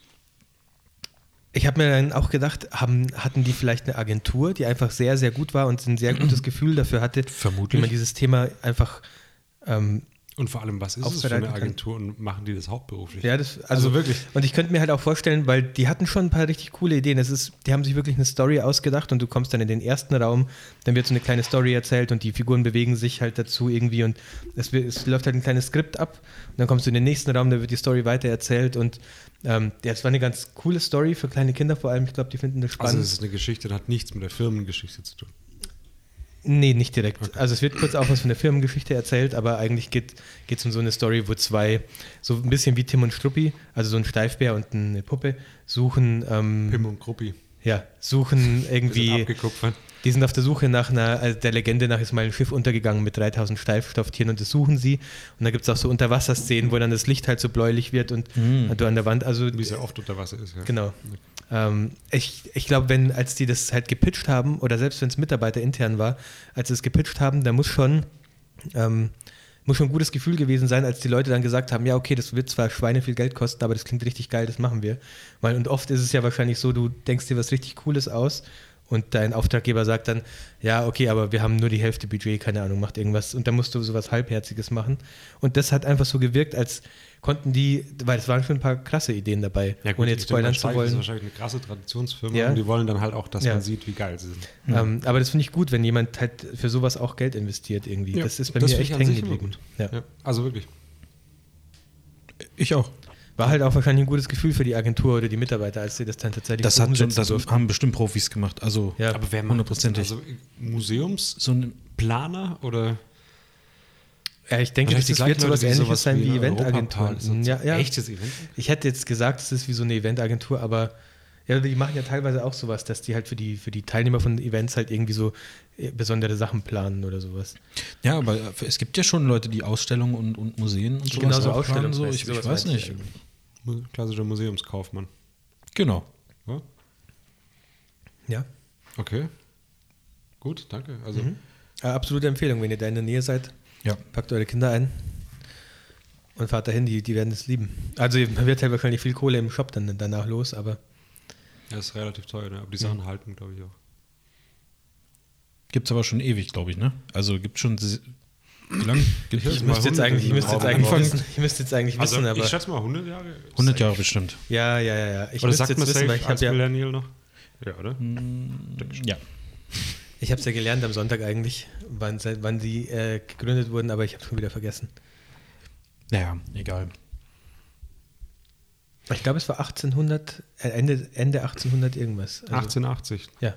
ich habe mir dann auch gedacht, haben, hatten die vielleicht eine Agentur, die einfach sehr, sehr gut war und ein sehr gutes Gefühl dafür hatte, Vermutlich. wie man dieses Thema einfach, ähm, Und vor allem, was ist es für Aufbereiten eine kann. Agentur und machen die das hauptberuflich? ja, das, also, Also wirklich. Und ich könnte mir halt auch vorstellen, weil die hatten schon ein paar richtig coole Ideen. Es ist, die haben sich wirklich eine Story ausgedacht und du kommst dann in den ersten Raum, dann wird so eine kleine Story erzählt und die Figuren bewegen sich halt dazu irgendwie und es, wird- es läuft halt ein kleines Skript ab und dann kommst du in den nächsten Raum, da wird die Story weiter erzählt und ähm, ja, es war eine ganz coole Story für kleine Kinder vor allem. Ich glaube, die finden das spannend. Also es ist eine Geschichte, das hat nichts mit der Firmengeschichte zu tun. Nee, nicht direkt. Also es wird kurz auch was von der Firmengeschichte erzählt, aber eigentlich geht es um so eine Story, wo zwei, so ein bisschen wie Tim und Struppi, also so ein Steifbär und eine Puppe, suchen, ähm, Pim und Gruppi. ja, suchen Die irgendwie, sind abgekupfert. die sind auf der Suche nach einer, also der Legende nach ist mal ein Schiff untergegangen mit dreitausend Steifstofftieren und das suchen sie. Und da gibt es auch so Unterwasserszenen, wo dann das Licht halt so bläulich wird und du an der Wand, also Wie es ja oft unter Wasser ist. Ja. genau. Ähm, ich ich glaube, wenn, als die das halt gepitcht haben, oder selbst wenn es Mitarbeiter intern war, als sie es gepitcht haben, da muss schon, ähm, muss schon ein gutes Gefühl gewesen sein, als die Leute dann gesagt haben, ja, okay, das wird zwar Schweine viel Geld kosten, aber das klingt richtig geil, das machen wir. Weil, und oft ist es ja wahrscheinlich so, du denkst dir was richtig Cooles aus und dein Auftraggeber sagt dann, ja, okay, aber wir haben nur die Hälfte Budget, keine Ahnung, macht irgendwas und dann musst du sowas Halbherziges machen. Und das hat einfach so gewirkt, als konnten die, weil es waren schon ein paar krasse Ideen dabei, Ja, gut, ohne jetzt ich denke mal, spoilern zu Steig wollen. ist wahrscheinlich eine krasse Traditionsfirma Ja. und die wollen dann halt auch, dass Ja. man sieht, wie geil sie sind. Ähm, aber das finde ich gut, wenn jemand halt für sowas auch Geld investiert irgendwie. Ja, das ist bei das mir finde echt ich an hängen sich immer geblieben. gut. Ja. Ja, also wirklich. Ich auch. War halt auch wahrscheinlich ein gutes Gefühl für die Agentur oder die Mitarbeiter, als sie das dann tatsächlich Das, so hat schon, umsetzen das durften. haben bestimmt Profis gemacht. Also Ja. Aber wer macht das? hundertprozentig. Also Museumsplaner So ein, oder? Ja, ich denke, Vielleicht das die wird gleichen sowas Leute, die Ähnliches sowas sein wie wie ein Eventagenturen. Europapark sind. Ja, ja. Echtes Event? Ich hätte jetzt gesagt, es ist wie so eine Eventagentur, aber ja, die machen ja teilweise auch sowas, dass die halt für die, für die Teilnehmer von Events halt irgendwie so äh, besondere Sachen planen oder sowas. ja, aber es gibt ja schon Leute, die Ausstellungen und, und Museen und sowas Genauso auch planen, so. ausstellungsmäßig, Ich, ich sowas weiß meinte ich nicht. eigentlich. Mu- Klassischer Museumskaufmann. Genau. Ja? Ja, Okay. Gut, danke. Also mhm. äh, absolute Empfehlung, wenn ihr da in der Nähe seid, Ja. packt eure Kinder ein und fahrt dahin, die, die werden es lieben. Also man wird halt wahrscheinlich viel Kohle im Shop dann danach los, aber das ist relativ teuer, ne? Aber die Sachen halten, glaube ich, auch. Gibt es aber schon ewig, glaube ich, ne? Also gibt schon. se- Wie lange? Gibt Ich es ich müsste jetzt eigentlich, ich müsste jetzt eigentlich Anfang- wissen, ich müsste jetzt eigentlich Also wissen, aber ich schätze mal hundert Jahre. hundert Jahre bestimmt. ja, ja, ja, ja. Ich Oder müsste sagt jetzt man wissen, safe weil ich als habe ja, Millennial noch? Ja, oder? Ja. ich habe es ja gelernt am Sonntag eigentlich, wann, seit wann die äh, gegründet wurden, aber ich habe es schon wieder vergessen. Naja, egal. Ich glaube, es war achtzehnhundert, äh, Ende, Ende achtzehnhundert irgendwas. Also, achtzehnhundert achtzig. Ja.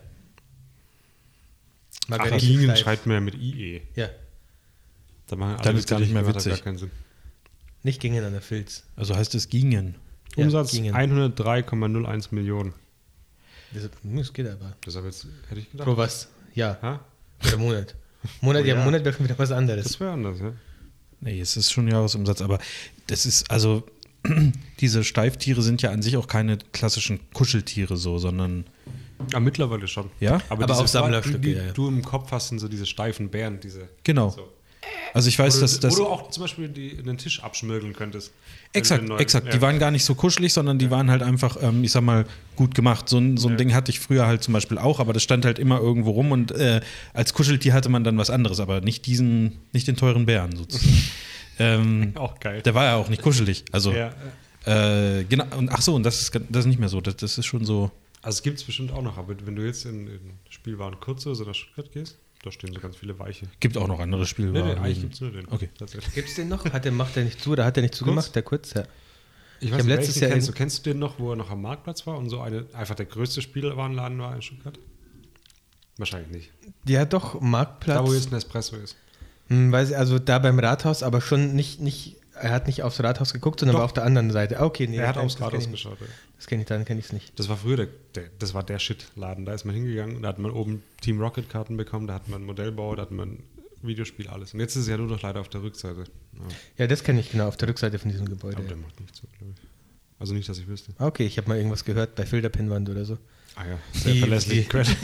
Ach, Margarete Gingen Steib. schreibt man ja mit I E. Ja, Da machen Dann alle ist gar nicht mehr Witze, hat witzig. Gar keinen Sinn. nicht gingen an der Filz. Also heißt es gingen. Ja, Umsatz gingen. hundertdrei Komma null eins Millionen. Das, das geht aber. Das hab jetzt, hätte ich gedacht. Pro was? Ja. Ha? Oder Monat. Monat, Oh, ja, ja. Monat wäre schon wieder was anderes. Das wäre anders, ja. Nee, es ist schon Jahresumsatz, aber das ist, also diese Steiftiere sind ja an sich auch keine klassischen Kuscheltiere so, sondern Ah, mittlerweile schon. ja, Aber diese auch Sammlerstücke, die, die ja, ja. du im Kopf hast, sind so diese steifen Bären, diese. genau. So. Also ich weiß, Wo, dass du, das wo du auch zum Beispiel die, den Tisch abschmirgeln könntest. Wenn exakt, du einen neuen- exakt. ja. Die waren gar nicht so kuschelig, sondern die waren halt einfach, ähm, ich sag mal, gut gemacht. So ein, so ein Ja. Ding hatte ich früher halt zum Beispiel auch, aber das stand halt immer irgendwo rum und äh, als Kuscheltier hatte man dann was anderes, aber nicht diesen, nicht den teuren Bären sozusagen. ähm, Auch geil. der war ja auch nicht kuschelig. Also Ja. äh, genau. Und ach so, und das ist, gan- das ist nicht mehr so. Das, das ist schon so. Also es gibt es bestimmt auch noch, aber wenn du jetzt in, in Spielwaren Kurze oder Stuttgart gehst, da stehen so ganz viele Weiche. Gibt auch noch andere Nee, Spielwaren. nee, eigentlich gibt es nur den. Okay. Tatsächlich. Gibt es den noch? Hat der, macht der nicht zu oder hat der nicht zugemacht? Der kurz? Ja. Ich hab weiß nicht, letztes letztes Jahr kennst in- du, kennst du den noch, wo er noch am Marktplatz war und so eine, einfach der größte Spielwarenladen war in Stuttgart? Wahrscheinlich nicht. Ja, doch, Marktplatz. Da, wo jetzt ein Espresso ist. Hm, weiß ich, also da beim Rathaus, aber schon nicht, nicht, er hat nicht aufs Rathaus geguckt, sondern Doch. war auf der anderen Seite. Ah, okay, nee. er hat das aufs kenn Rathaus ich nicht. geschaut. Ja. Das kenne ich, dann kenne ich es nicht. Das war früher der, der, das war der Shit-Laden. Da ist man hingegangen und da hat man oben Team Rocket-Karten bekommen, da hat man Modellbau, da hat man Videospiel, alles. Und jetzt ist es ja nur noch leider auf der Rückseite. Ja. Ja, das kenne ich genau, auf der Rückseite von diesem Gebäude. Aber der macht nichts so, glaube ich. Also nicht, dass ich wüsste. Ah, okay, ich habe mal irgendwas gehört bei Filterpinwand oder so. Ah ja, sehr Die- verlässliche die- Quelle.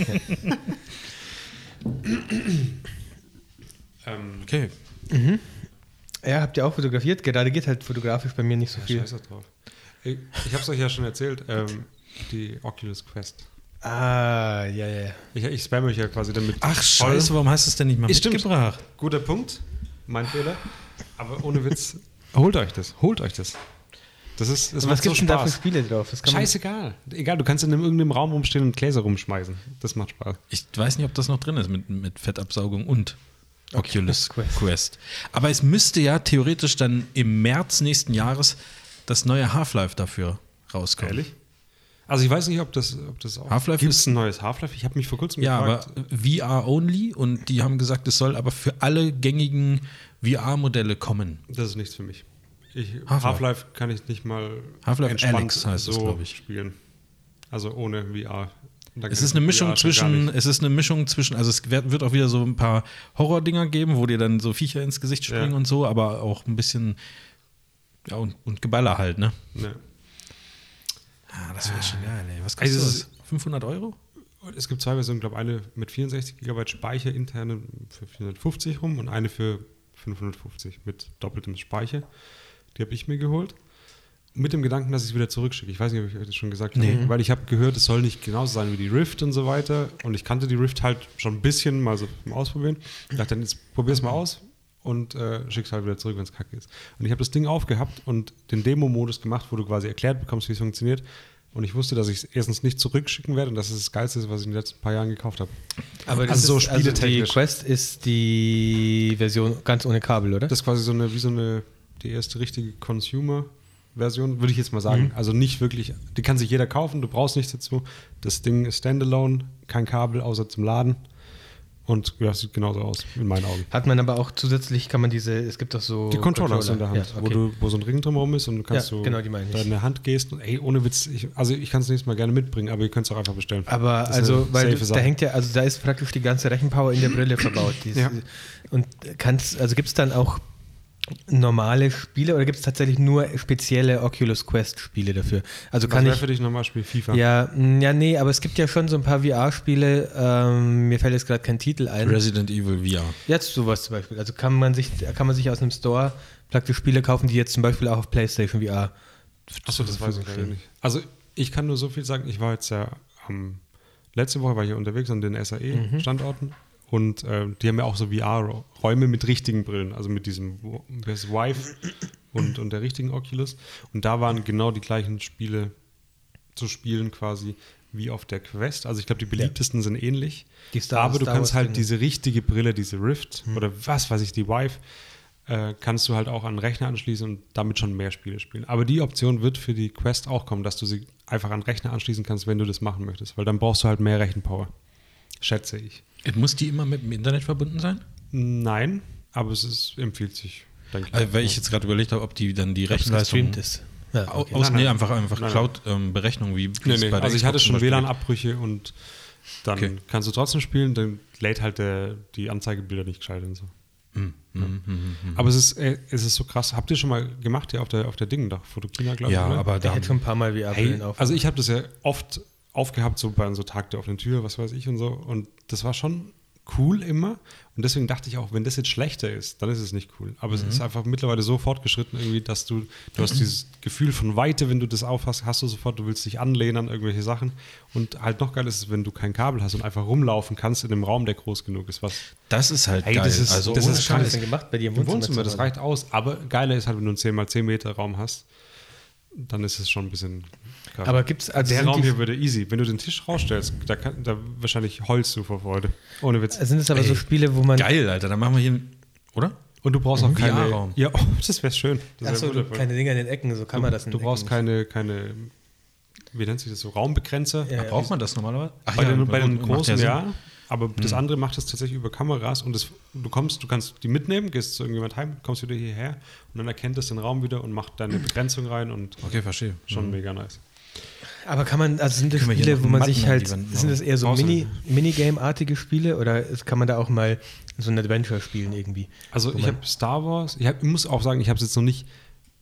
ähm, Okay. Ja, habt ihr auch fotografiert? Gerade geht halt fotografisch bei mir nicht so ja, viel. scheiß doch drauf. Ich, ich habe es euch ja schon erzählt, ähm, die Oculus Quest. Ah, ja, ja, ja. Ich, ich spamme euch ja quasi damit. Ach voll. scheiße, warum hast du es denn nicht mal Stimmt. mitgebracht? Guter Punkt, mein Fehler. Aber ohne Witz, holt euch das, holt euch das. Das ist, das Was macht so gibt es denn da für Spaß. Spiele drauf? Das kann man- Scheißegal. Egal, du kannst in einem, irgendeinem Raum rumstehen und Gläser rumschmeißen. Das macht Spaß. Ich weiß nicht, ob das noch drin ist mit, mit Fettabsaugung und Oculus Quest. Quest. Aber es müsste ja theoretisch dann im März nächsten Jahres das neue Half-Life dafür rauskommen. Ehrlich? Also ich weiß nicht, ob das, ob das auch... Half-Life Gibt ist- es ein neues Half-Life? Ich habe mich vor kurzem Ja, aber gefragt. V R-only und die haben gesagt, es soll aber für alle gängigen V R-Modelle kommen. Das ist nichts für mich. Ich, Half-Life. Half-Life kann ich nicht mal Half-Life entspannt Alyx heißt so das, glaub ich. spielen. Also ohne V R. Da Es kann ist eine ich Mischung V R schon gar zwischen, nicht. es ist eine Mischung zwischen, also es wird wird auch wieder so ein paar Horror-Dinger geben, wo dir dann so Viecher ins Gesicht springen Ja. und so, aber auch ein bisschen, ja, und, und Geballer halt, ne? Ne. Ah, das wäre schon geil, ey. Was Also kostet es das? fünfhundert Euro? Und es gibt zwei Versionen, glaube eine mit vierundsechzig Gigabyte Speicher interne für vierhundertfünfzig rum und eine für fünfhundertfünfzig mit doppeltem Speicher. Die habe ich mir geholt. Mit dem Gedanken, dass ich es wieder zurückschicke. Ich weiß nicht, ob ich euch das schon gesagt Nee. habe. Weil ich habe gehört, es soll nicht genauso sein wie die Rift und so weiter. Und ich kannte die Rift halt schon ein bisschen mal so zum Ausprobieren. Ich dachte dann, jetzt probier's mal aus und äh, schick's halt wieder zurück, wenn es kacke ist. Und ich habe das Ding aufgehabt und den Demo-Modus gemacht, wo du quasi erklärt bekommst, wie es funktioniert. Und ich wusste, dass ich es erstens nicht zurückschicken werde und dass es das Geilste ist, was ich in den letzten paar Jahren gekauft habe. Aber das Also so ist, also die spieletechnisch. Quest ist die Version ganz ohne Kabel, oder? Das ist quasi so eine, wie so eine, die erste richtige Consumer Version, würde ich jetzt mal sagen. Mhm. Also nicht wirklich, die kann sich jeder kaufen, du brauchst nichts dazu. Das Ding ist Standalone, kein Kabel außer zum Laden. Und ja, sieht genauso aus, in meinen Augen. Hat man aber auch zusätzlich, kann man diese, es gibt doch so... Die Controller hast du in der Hand, ja, okay. wo, du, wo so ein Ring drumherum ist und du kannst ja, so genau, die meine ich. da in der Hand gehst und ey, ohne Witz, ich, also ich kann es nächstes Mal gerne mitbringen, aber ihr könnt es auch einfach bestellen. Aber also, weil du, da hängt ja, also da ist praktisch die ganze Rechenpower in der Brille verbaut. Die ist, ja. Und kannst, also gibt es dann auch normale Spiele oder gibt es tatsächlich nur spezielle Oculus Quest Spiele dafür? Also kann Was ich für dich nochmal Spiel FIFA? Ja, ja, nee, aber es gibt ja schon so ein paar V R-Spiele. Ähm, mir fällt jetzt gerade kein Titel ein. Resident Evil V R. Jetzt sowas zum Beispiel. Also kann man sich, kann man sich aus einem Store praktisch Spiele kaufen, die jetzt zum Beispiel auch auf PlayStation V R. Achso, das weiß ich leider nicht. Also ich kann nur so viel sagen. Ich war jetzt ja am letzte Woche war ich unterwegs an den S A E-Standorten. Mhm. Und äh, die haben ja auch so V R-Räume mit richtigen Brillen, also mit diesem das Vive und, und der richtigen Oculus. Und da waren genau die gleichen Spiele zu spielen quasi wie auf der Quest. Also ich glaube, die beliebtesten ja. sind ähnlich. Die Star, aber du Star kannst Wars halt Dinge. Diese richtige Brille, diese Rift hm. oder was weiß ich, die Vive, äh, kannst du halt auch an den Rechner anschließen und damit schon mehr Spiele spielen. Aber die Option wird für die Quest auch kommen, dass du sie einfach an den Rechner anschließen kannst, wenn du das machen möchtest. Weil dann brauchst du halt mehr Rechenpower. Schätze ich. Muss die immer mit dem Internet verbunden sein? Nein, aber es ist, empfiehlt sich, denke ich. Also, weil ich jetzt gerade überlegt habe, ob die dann die Rechenleistung ist. Ja, okay. aus, nee, einfach, einfach Cloud-Berechnung, ähm, wie nee, nee. bei Also ich hatte schon W L A N-Abbrüche und dann okay. kannst du trotzdem spielen, dann lädt halt der, die Anzeigebilder nicht gescheit und so. Mm, ja. mm, mm, mm, aber es ist, äh, es ist so krass. Habt ihr schon mal gemacht, ja, auf der, auf der Ding da, Fotokina, glaube ich? Ja, oder? aber da hätte schon ein paar Mal V R-Brillen hey, auf. Also ich habe das ja oft aufgehabt, so bei so Tag der offenen Tür, was weiß ich und so. Und das war schon cool immer. Und deswegen dachte ich auch, wenn das jetzt schlechter ist, dann ist es nicht cool. Aber mhm. es ist einfach mittlerweile so fortgeschritten irgendwie, dass du, du hast dieses Gefühl von Weite, wenn du das aufhast, hast du sofort, du willst dich anlehnen an irgendwelche Sachen. Und halt noch geil ist es, wenn du kein Kabel hast und einfach rumlaufen kannst in einem Raum, der groß genug ist. Was das ist halt hey, geil. Das ist, also das ist schon denn gemacht bei dir im Wohnzimmer. Wohnzimmer das reicht aus. Aber geiler ist halt, wenn du einen zehn mal zehn Meter Raum hast, dann ist es schon ein bisschen krass. Aber gibt's also der Raum hier würde easy. Wenn du den Tisch rausstellst, da, kann, da wahrscheinlich heulst du vor Freude. Ohne Witz. Sind es aber Ey, so Spiele, wo man... Geil, Alter, dann machen wir hier... Oder? Und du brauchst auch keine... V R-Raum. Ja, oh, das wäre schön. Das Achso, keine Dinger in den Ecken, so kann du, man das in Du den brauchst Ecken keine, keine... Wie nennt sich das so? Raumbegrenzer? Ja, ja, braucht man das normalerweise? Ach, bei, ja, den, bei den großen, ja. ja. Aber hm. das andere macht es tatsächlich über Kameras und das, du kommst, du kannst die mitnehmen, gehst zu irgendjemand heim, kommst wieder hierher und dann erkennt es den Raum wieder und macht deine Begrenzung rein und okay, verstehe. Schon mhm. mega nice. Aber kann man, also sind das Spiele, wo man sich halt, sind das eher so Mini, Minigame-artige Spiele oder kann man da auch mal so ein Adventure spielen irgendwie? Also ich habe Star Wars, ich, hab, ich muss auch sagen, ich habe es jetzt noch nicht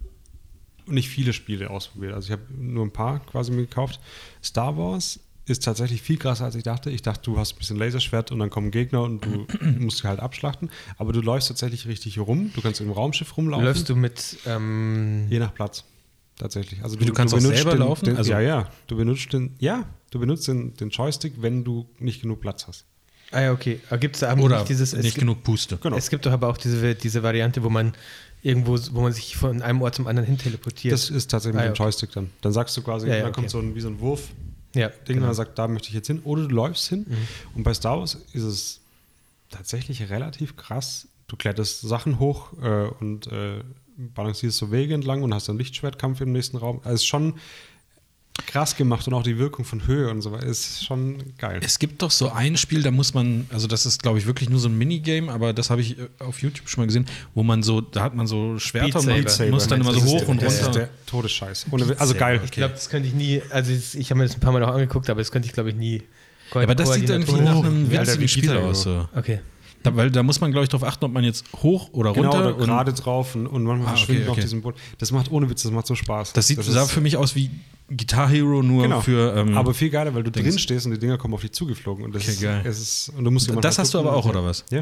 nicht viele Spiele ausprobiert, also ich habe nur ein paar quasi mir gekauft. Star Wars ist tatsächlich viel krasser, als ich dachte. Ich dachte, du hast ein bisschen Laserschwert und dann kommen Gegner und du musst halt abschlachten. Aber du läufst tatsächlich richtig rum. Du kannst im Raumschiff rumlaufen. Läufst du mit... Ähm Je nach Platz. Tatsächlich. Also du, du kannst du auch selber den, laufen? Den, also ja, ja. Du benutzt den, ja, du benutzt den, den Joystick, wenn du nicht genug Platz hast. Ah ja, okay. Aber gibt es da Oder nicht dieses... nicht gibt, genug Puste. Genau. Es gibt doch aber auch diese, diese Variante, wo man irgendwo, wo man sich von einem Ort zum anderen hin teleportiert. Das ist tatsächlich ah, mit dem Joystick dann. Dann sagst du quasi, ja, ja, dann okay. kommt so ein, wie so ein Wurf. Ja, Ding, genau. er sagt, da möchte ich jetzt hin. Oder du läufst hin. Mhm. Und bei Star Wars ist es tatsächlich relativ krass. Du kletterst Sachen hoch äh, und äh, balancierst so Wege entlang und hast dann Lichtschwertkampf im nächsten Raum. Also es ist schon krass gemacht und auch die Wirkung von Höhe und so weiter ist schon geil. Es gibt doch so ein Spiel, da muss man, also das ist glaube ich wirklich nur so ein Minigame, aber das habe ich auf YouTube schon mal gesehen, wo man so, da hat man so Schwerter und man muss dann immer so hoch und runter. Das ist der Todesscheiß. Ohne, also geil. Ich glaube, das könnte ich nie, also ich habe mir das ein paar Mal auch angeguckt, aber das könnte ich glaube ich nie. Ja, aber das sieht irgendwie nach einem witzigen Spiel aus. So. Okay. Da, weil da muss man, glaube ich, darauf achten, ob man jetzt hoch oder genau, runter oder gerade drauf und, und manchmal ah, verschwindet okay, okay. noch diesen Boden. Das macht ohne Witz, das macht so Spaß. Das sieht das sah für mich aus wie Guitar Hero nur genau. für. Ähm, aber viel geiler, weil du Dings. drin stehst und die Dinger kommen auf dich zugeflogen. Und das okay, ist, geil. Es ist, und du musst das hast du aber auch, oder was? Ja.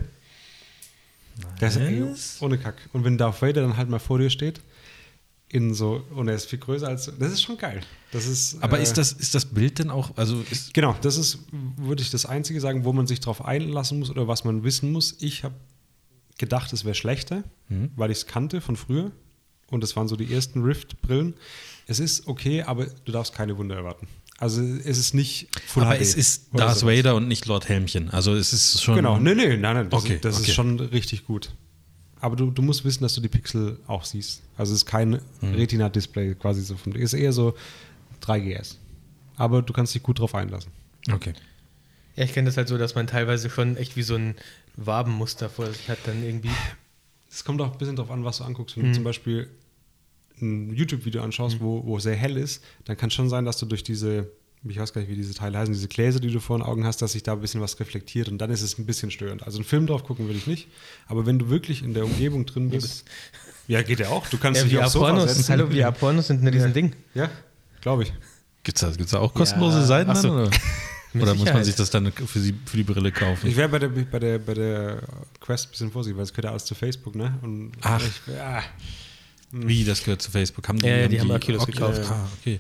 Das ist ey, ohne Kack. Und wenn Darth Vader dann halt mal vor dir steht, in so, und er ist viel größer als, das ist schon geil. Das ist, aber äh, ist, das, ist das Bild denn auch, also ist genau, das ist, würde ich das Einzige sagen, wo man sich drauf einlassen muss oder was man wissen muss. Ich habe gedacht, es wäre schlechter, mhm. weil ich es kannte von früher und das waren so die ersten Rift-Brillen. Es ist okay, aber du darfst keine Wunder erwarten. Also es ist nicht Full aber H D. Es ist Darth sowas. Vader und nicht Lord Helmchen. Also es ist schon... Genau, nee, nee, nein, nein, das, okay, ist, das okay. ist schon richtig gut. aber du, du musst wissen, dass du die Pixel auch siehst. Also es ist kein mhm. Retina-Display quasi so. Es ist eher so drei G S. Aber du kannst dich gut drauf einlassen. Okay. Ja, ich kenne das halt so, dass man teilweise schon echt wie so ein Wabenmuster vor sich hat dann irgendwie. Es kommt auch ein bisschen drauf an, was du anguckst. Wenn mhm. du zum Beispiel ein YouTube-Video anschaust, mhm. wo, wo sehr hell ist, dann kann es schon sein, dass du durch diese, ich weiß gar nicht, wie diese Teile heißen, diese Gläser, die du vor den Augen hast, dass sich da ein bisschen was reflektiert und dann ist es ein bisschen störend. Also einen Film drauf gucken würde ich nicht, aber wenn du wirklich in der Umgebung drin bist, ja, geht ja auch. Du kannst ja, dich aufs Sofa Pornos, setzen. Hallo, V R-Pornos sind ein riesen Ding. Ja, glaube ich. Gibt es da, gibt's da auch kostenlose ja. Seiten? Dann, so. oder oder muss man sich das dann für die, für die Brille kaufen? Ich wäre bei der, bei, der, bei der Quest ein bisschen vorsichtig, weil es gehört ja alles zu Facebook, ne? Und Ach. Ich, ja. Wie, das gehört zu Facebook? Haben die, ja, ja, haben die haben Oculus okay, gekauft. Ah, okay.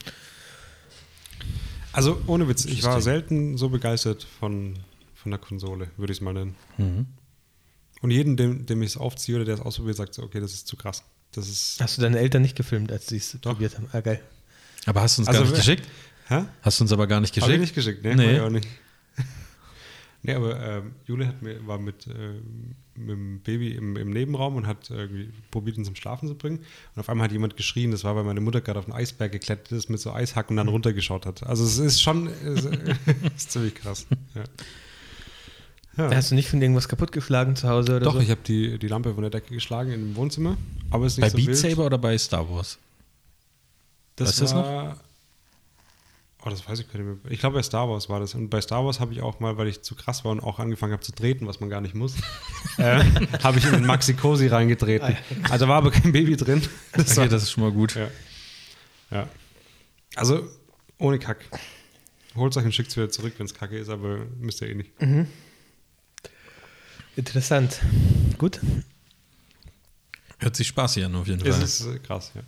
Also ohne Witz, ich war selten so begeistert von, von der Konsole, würde ich es mal nennen. Mhm. Und jeden, dem, dem ich es aufziehe oder der es ausprobiert, sagt so, okay, das ist zu krass. Das ist hast du deine Eltern nicht gefilmt, als sie es probiert haben? Ah, geil. Aber hast du uns also, gar nicht geschickt? Hä? Hast du uns aber gar nicht geschickt? Hab ich nicht geschickt, ne? Nee. Ich auch nicht. Nee, aber ähm, Jule hat mir, war mit, äh, mit dem Baby im, im Nebenraum und hat äh, probiert, ihn zum Schlafen zu bringen. Und auf einmal hat jemand geschrien, das war, weil meine Mutter gerade auf den Eisberg geklettert ist, mit so Eishacken und dann runtergeschaut hat. Also es ist schon es ist ziemlich krass. Ja. Ja. Hast du nicht von irgendwas kaputtgeschlagen zu Hause oder Doch, so? ich habe die, die Lampe von der Decke geschlagen im Wohnzimmer. Aber es ist nicht bei so Beat wild. Saber oder bei Star Wars? Das weißt war... Das noch? Oh, das weiß ich gar nicht mehr. Ich glaube, bei Star Wars war das. Und bei Star Wars habe ich auch mal, weil ich zu krass war und auch angefangen habe zu treten, was man gar nicht muss, äh, habe ich in den Maxi Cosi reingetreten. Also war aber kein Baby drin. Das, okay, war, das ist schon mal gut. Ja. Ja. Also ohne Kack. Holt euch und schickt es wieder zurück, wenn es Kacke ist, aber müsst ihr eh nicht. Mhm. Interessant. Gut. Hört sich spaßig an auf jeden Fall. Es ist äh, krass, ja.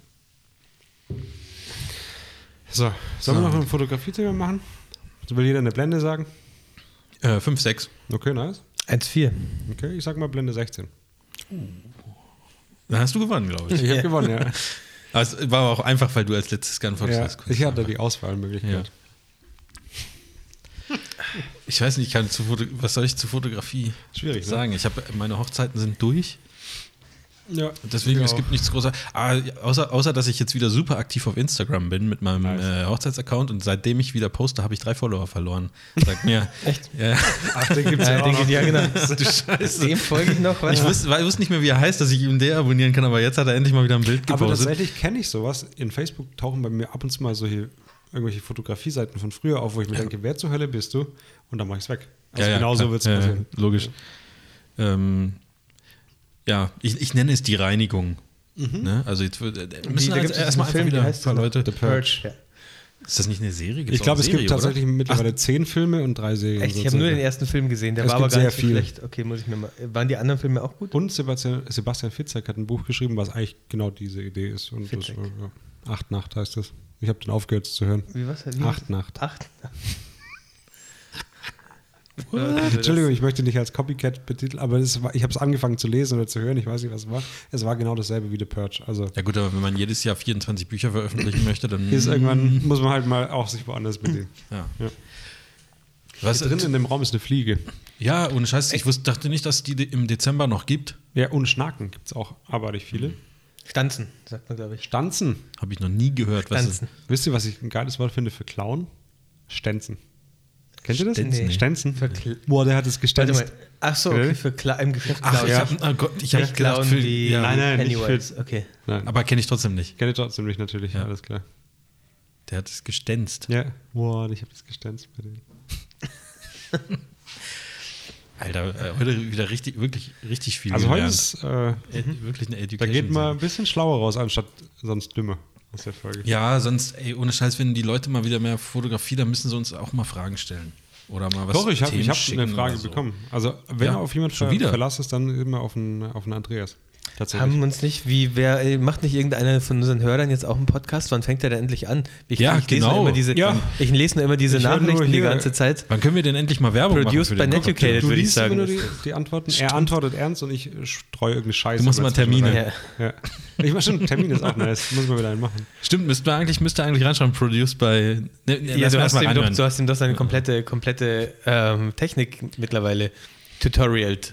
So, sollen so. wir noch ein Fotografie-Thema machen? Will jeder eine Blende sagen? Äh, fünf, sechs. Okay, nice. eins, vier. Okay, ich sag mal Blende sechzehn. Dann hast du gewonnen, glaube ich. Ich habe gewonnen, ja. Aber es war auch einfach, weil du als letztes geantwortet ja, hast. Ich hatte die Auswahlmöglichkeit. Ja. Ich weiß nicht, ich kann zu Foto- was soll ich zu Fotografie Schwierig, sagen? Ne? Ich habe meine Hochzeiten sind durch. Ja, deswegen, es gibt nichts Großes. Ah, außer, außer, dass ich jetzt wieder super aktiv auf Instagram bin mit meinem nice. äh, Hochzeitsaccount und seitdem ich wieder poste, habe ich drei Follower verloren. Sag mir. Echt? Ja. Ach, den gibt's ja, ja auch noch. Ja, genau. Du Scheiße. Dem folge ich noch. Ich wusste, ich wusste nicht mehr, wie er heißt, dass ich ihm deabonnieren kann, aber jetzt hat er endlich mal wieder ein Bild gepostet. Aber tatsächlich kenne ich sowas. In Facebook tauchen bei mir ab und zu mal solche irgendwelche Fotografie-Seiten von früher auf, wo ich mir ja. denke, wer zur Hölle bist du? Und dann mache ich es weg. Also ja, ja, genau so wird es passieren. Ja, logisch. Ja, ähm, ja ich, ich nenne es die Reinigung. Mhm. Ne? Also jetzt äh, müssen wir erstmal einfach wieder ein paar Leute. The Purge. Ja. Ist das nicht eine Serie? Gibt's ich glaube, es Serie, gibt tatsächlich oder? mittlerweile Ach. zehn Filme und drei Serien. Echt? Ich habe nur den ersten Film gesehen, der es war aber gar sehr nicht so viel. schlecht. Okay, muss ich mir mal. Waren die anderen Filme auch gut? Und Sebastian, Sebastian Fitzek hat ein Buch geschrieben, was eigentlich genau diese Idee ist. Und das, ja, Acht Nacht heißt das. Ich habe den aufgehört zu hören. Wie was? Wie Acht Nacht. Acht Nacht. Entschuldigung, ich möchte nicht als Copycat betiteln, aber es war, ich habe es angefangen zu lesen oder zu hören, ich weiß nicht, was es war. Es war genau dasselbe wie The Purge. Also ja gut, aber wenn man jedes Jahr vierundzwanzig Bücher veröffentlichen möchte, dann... ist irgendwann muss man halt mal auch sich woanders bedienen. Ja. ja. Was drin in dem Raum ist eine Fliege. Ja, ohne Scheiß, ich wusste, dachte nicht, dass es die im Dezember noch gibt. Ja, und Schnaken gibt es auch abartig viele. Stanzen, sagt man, glaube ich. Stanzen? Habe ich noch nie gehört. Was Stanzen. Ist. Wisst ihr, was ich ein geiles Wort finde für Clown? Stenzen. Kennt ihr das? Nee. Stenzen? Boah, der hat es gestenzt. Ach so, okay, für Kla- im Geschäft Ach, ich ja. habe oh Gott, ich hab gedacht, für, die ja. Nein, nein, Pennywise. nicht für, okay. Nein. Aber kenne ich trotzdem nicht. Kenne ich trotzdem nicht, natürlich, ja. alles klar. Der hat es gestenzt. Ja. Boah, ich habe das gestenzt bei denen. Alter, äh, heute wieder richtig, wirklich richtig viel Also gelernt. heute ist äh, Ed- wirklich eine Education. da geht man ein bisschen schlauer raus, anstatt sonst dümmer aus der Folge. Ja, sonst, ey, ohne Scheiß, wenn die Leute mal wieder mehr Fotografie, dann müssen sie uns auch mal Fragen stellen. Oder mal was Doch, ich habe Themen hab schicken eine Frage oder so. bekommen. Also, wenn Ja, auf jemand schon ver- wieder? Verlass ist, dann immer auf einen, auf einen Andreas. Tatsächlich. Haben uns nicht, wie wer äh, macht nicht irgendeiner von unseren Hörern jetzt auch einen Podcast? Wann fängt der denn endlich an? Ich, Ja, ich lese nur genau. immer diese, Ja. ich lese nur immer diese Ich höre nur Nachrichten die hier- ganze Zeit. Wann können wir denn endlich mal Werbung Produced machen? by für den Netucated. du würde ich liest sagen. immer nur die, die Antworten. Er antwortet ernst und ich streue irgendeine Scheiße. Du musst mal Termine. Ja. Ja. Ich mach schon, Termin ist auch nice. Muss man wieder einen machen. Stimmt, müsste eigentlich, müsste eigentlich reinschreiben, produced by... Ne, Ja, lass du, mal hast erst mal ihm doch, reinhören. du hast ihm doch seine komplette, komplette ähm, Technik mittlerweile tutorialt.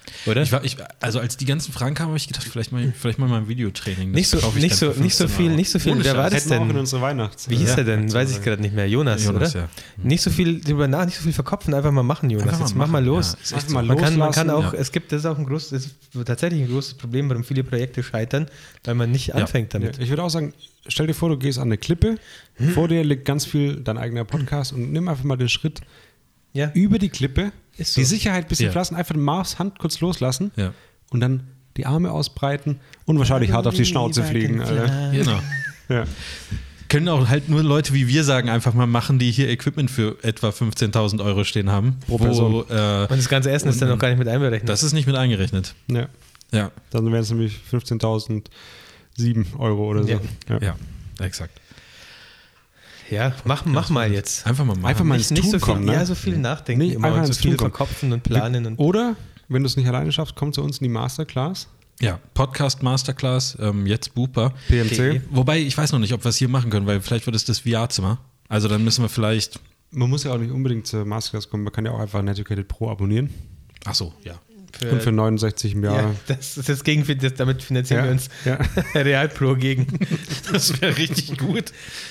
Oder? Ich war, ich, also als die ganzen Fragen kamen, habe ich gedacht, vielleicht mal, vielleicht mal mein Videotraining. Das Nicht so, kaufe ich nicht dann so, für nicht so fünfzehn viel, Euro. nicht so viel. Ohne Wer war Scheiß. das Hätten wir auch in denn? unsere Weihnachts... Wie hieß ja, er denn? Weiß ich gerade nicht mehr. Jonas, Jonas, oder? ja. Nicht so viel drüber nach, nicht so viel verkopfen, einfach mal machen, Jonas. Einfach mal Jetzt mach mal machen, los. ja. Ist echt Einfach mal so. Man kann, man kann loslassen, auch, ja. es gibt, das ist auch ein großes, das ist tatsächlich ein großes Problem, warum viele Projekte scheitern, weil man nicht anfängt Ja, damit. ich würde auch sagen, stell dir vor, du gehst an eine Klippe, vor dir liegt ganz viel dein eigener Podcast und nimm einfach mal den Schritt Ja. über die Klippe, Ist so. die Sicherheit ein bisschen Ja. verlassen, einfach den Mars Hand kurz loslassen Ja. und dann die Arme ausbreiten und wahrscheinlich hart auf die Schnauze fliegen. Alter. Genau. Ja. Können auch halt nur Leute wie wir sagen, einfach mal machen, die hier Equipment für etwa fünfzehntausend Euro stehen haben. Pro Person. Äh, Und das ganze Essen ist dann noch gar nicht mit einberechnet. das ist nicht mit eingerechnet. Ja. Ja, Dann wären es nämlich fünfzehntausendsieben Euro oder so. Ja. Ja. ja, exakt. Ja, mach, mach mal jetzt. Einfach mal machen. Einfach mal Nicht, ins nicht so Tun viel, kommen, ne? ja, so viel nachdenken Nee, immer einfach und so ins viel Tun kommen. verkopfen und planen. Und Oder, wenn du es nicht alleine schaffst, komm zu uns in die Masterclass, Ja, Podcast Masterclass, ähm, jetzt Bupa. P M C. Wobei, ich weiß noch nicht, ob wir es hier machen können, weil vielleicht wird es das V R-Zimmer. Also dann müssen wir vielleicht. Man muss ja auch nicht unbedingt zur Masterclass kommen, man kann ja auch einfach Neteducated Pro abonnieren. Ach so, ja. für, Und für neunundsechzig im Jahr. ja, das ist das Gegen, das, damit finanzieren Ja, wir uns ja. Real Pro gegen. Das wäre richtig gut.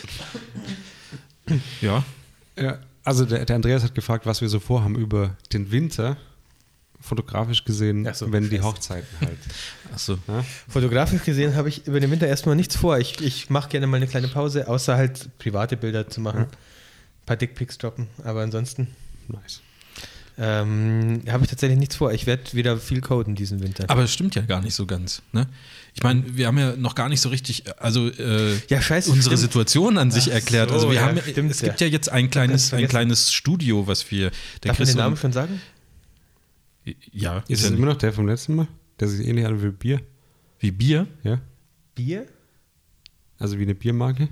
Ja. Ja, also der, der Andreas hat gefragt, was wir so vorhaben über den Winter, fotografisch gesehen, Ach so, wenn die scheiße. Hochzeiten halt. Ach so. Ja? Fotografisch gesehen habe ich über den Winter erstmal nichts vor. Ich, ich mache gerne mal eine kleine Pause, außer halt private Bilder zu machen. Ja. Ein paar Dickpics droppen, aber ansonsten Nice. ähm, habe ich tatsächlich nichts vor. Ich werde wieder viel coden diesen Winter. Aber es stimmt ja gar nicht so ganz. Ne? Ich meine, wir haben ja noch gar nicht so richtig, also äh, Ja, scheiße, unsere stimmt. Situation an sich Ach erklärt. so, Also wir ja, haben, stimmt, es gibt ja. ja jetzt ein ganz kleines, ein vergessen. kleines Studio, was wir. Der Darf man den und- Namen schon sagen? Ja, Ist ist es ja immer noch der vom letzten Mal? Der sich ähnlich anfühlt wie Bier? wie Bier. Ja? Bier? Also wie eine Biermarke?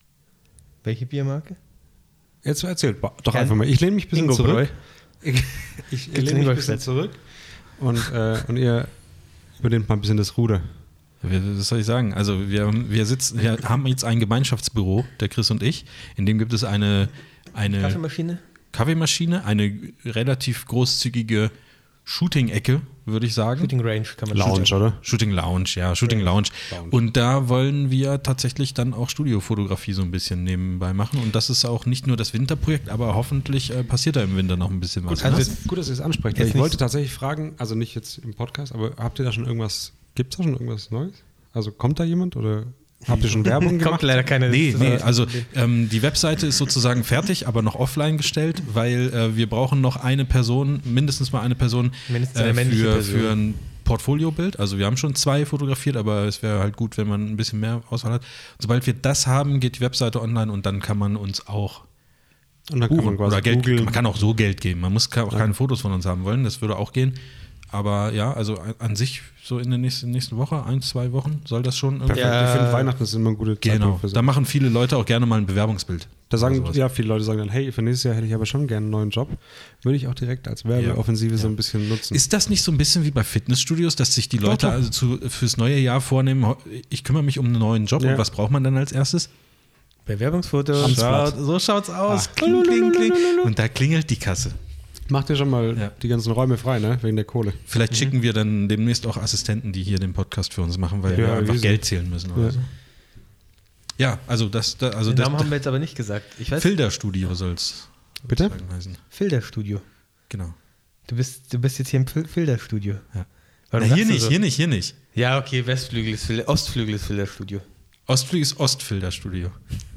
Welche Biermarke? Jetzt erzählt ba- doch Kein- einfach mal. Ich lehne mich ein bisschen Ingo Bräu. zurück. Ich, ich lehne mich ein bisschen Ingolstadt. zurück und, äh, und ihr übernehmt mal ein bisschen das Ruder. Was soll ich sagen? Also wir, wir sitzen, wir haben jetzt ein Gemeinschaftsbüro, der Chris und ich. In dem gibt es eine, eine Kaffeemaschine? Kaffeemaschine, eine relativ großzügige Shooting-Ecke, würde ich sagen. Shooting Range kann man Lounge, sagen. oder? Shooting Lounge, ja, Shooting Lounge. Lounge. Und da wollen wir tatsächlich dann auch Studiofotografie so ein bisschen nebenbei machen. Und das ist auch nicht nur das Winterprojekt, aber hoffentlich äh, passiert da im Winter noch ein bisschen was. also ne? es- Gut, dass ihr es ansprecht. Jetzt Weil ich nicht wollte so- tatsächlich fragen, also nicht jetzt im Podcast, aber habt ihr da schon irgendwas, gibt es da schon irgendwas Neues? Also kommt da jemand oder habt ihr schon Werbung Kommt gemacht? leider keine. Nee, das- nee, das- also ähm, die Webseite ist sozusagen fertig, aber noch offline gestellt, weil äh, wir brauchen noch eine Person, mindestens mal eine Person, Mindestens eine äh, männliche für, Person. für ein Portfoliobild. Also wir haben schon zwei fotografiert, aber es wäre halt gut, wenn man ein bisschen mehr Auswahl hat. Und sobald wir das haben, geht die Webseite online und dann kann man uns auch Und dann kann man buchen quasi oder Geld. googeln. Man kann auch so Geld geben. Man muss ka- auch keine Fotos von uns haben wollen, das würde auch gehen. Aber ja, also an- an sich so in der nächsten, nächsten Woche, ein, zwei Wochen soll das schon irgendwie. Perfekt. Ja. Ich finde, Weihnachten ist immer ein guter Genau. Zeitpunkt für so. Da machen viele Leute auch gerne mal ein Bewerbungsbild. Da sagen, Oder sowas. ja, viele Leute sagen dann, hey, für nächstes Jahr hätte ich aber schon gerne einen neuen Job. Würde ich auch direkt als Werbeoffensive so ein bisschen nutzen. Ist das nicht so ein bisschen wie bei Fitnessstudios, dass sich die Leute doch. also zu, fürs neue Jahr vornehmen, ich kümmere mich um einen neuen Job Ja. und was braucht man dann als erstes? Bewerbungsfoto. Amtsblatt. Schaut, so schaut's aus. Ah. Kling, kling, kling. Und da klingelt die Kasse. Macht ihr schon mal Ja. die ganzen Räume frei, ne? Wegen der Kohle. Vielleicht schicken wir dann demnächst auch Assistenten, die hier den Podcast für uns machen, weil Ja, wir einfach easy. Geld zählen müssen. Oder Ja. so. Ja, also das, da- also Den das, Namen haben wir jetzt aber nicht gesagt. Ich weiß. Filterstudio soll es Bitte? heißen. Filterstudio. Genau. Du bist, du bist jetzt hier im Fil- Filterstudio. Ja. Warum Na, hier sagst du nicht, so? hier nicht, hier nicht. Ja, okay, Westflügel ist Filter, Ostflügel ist Filterstudio. Ostflügel ist Ostfilterstudio.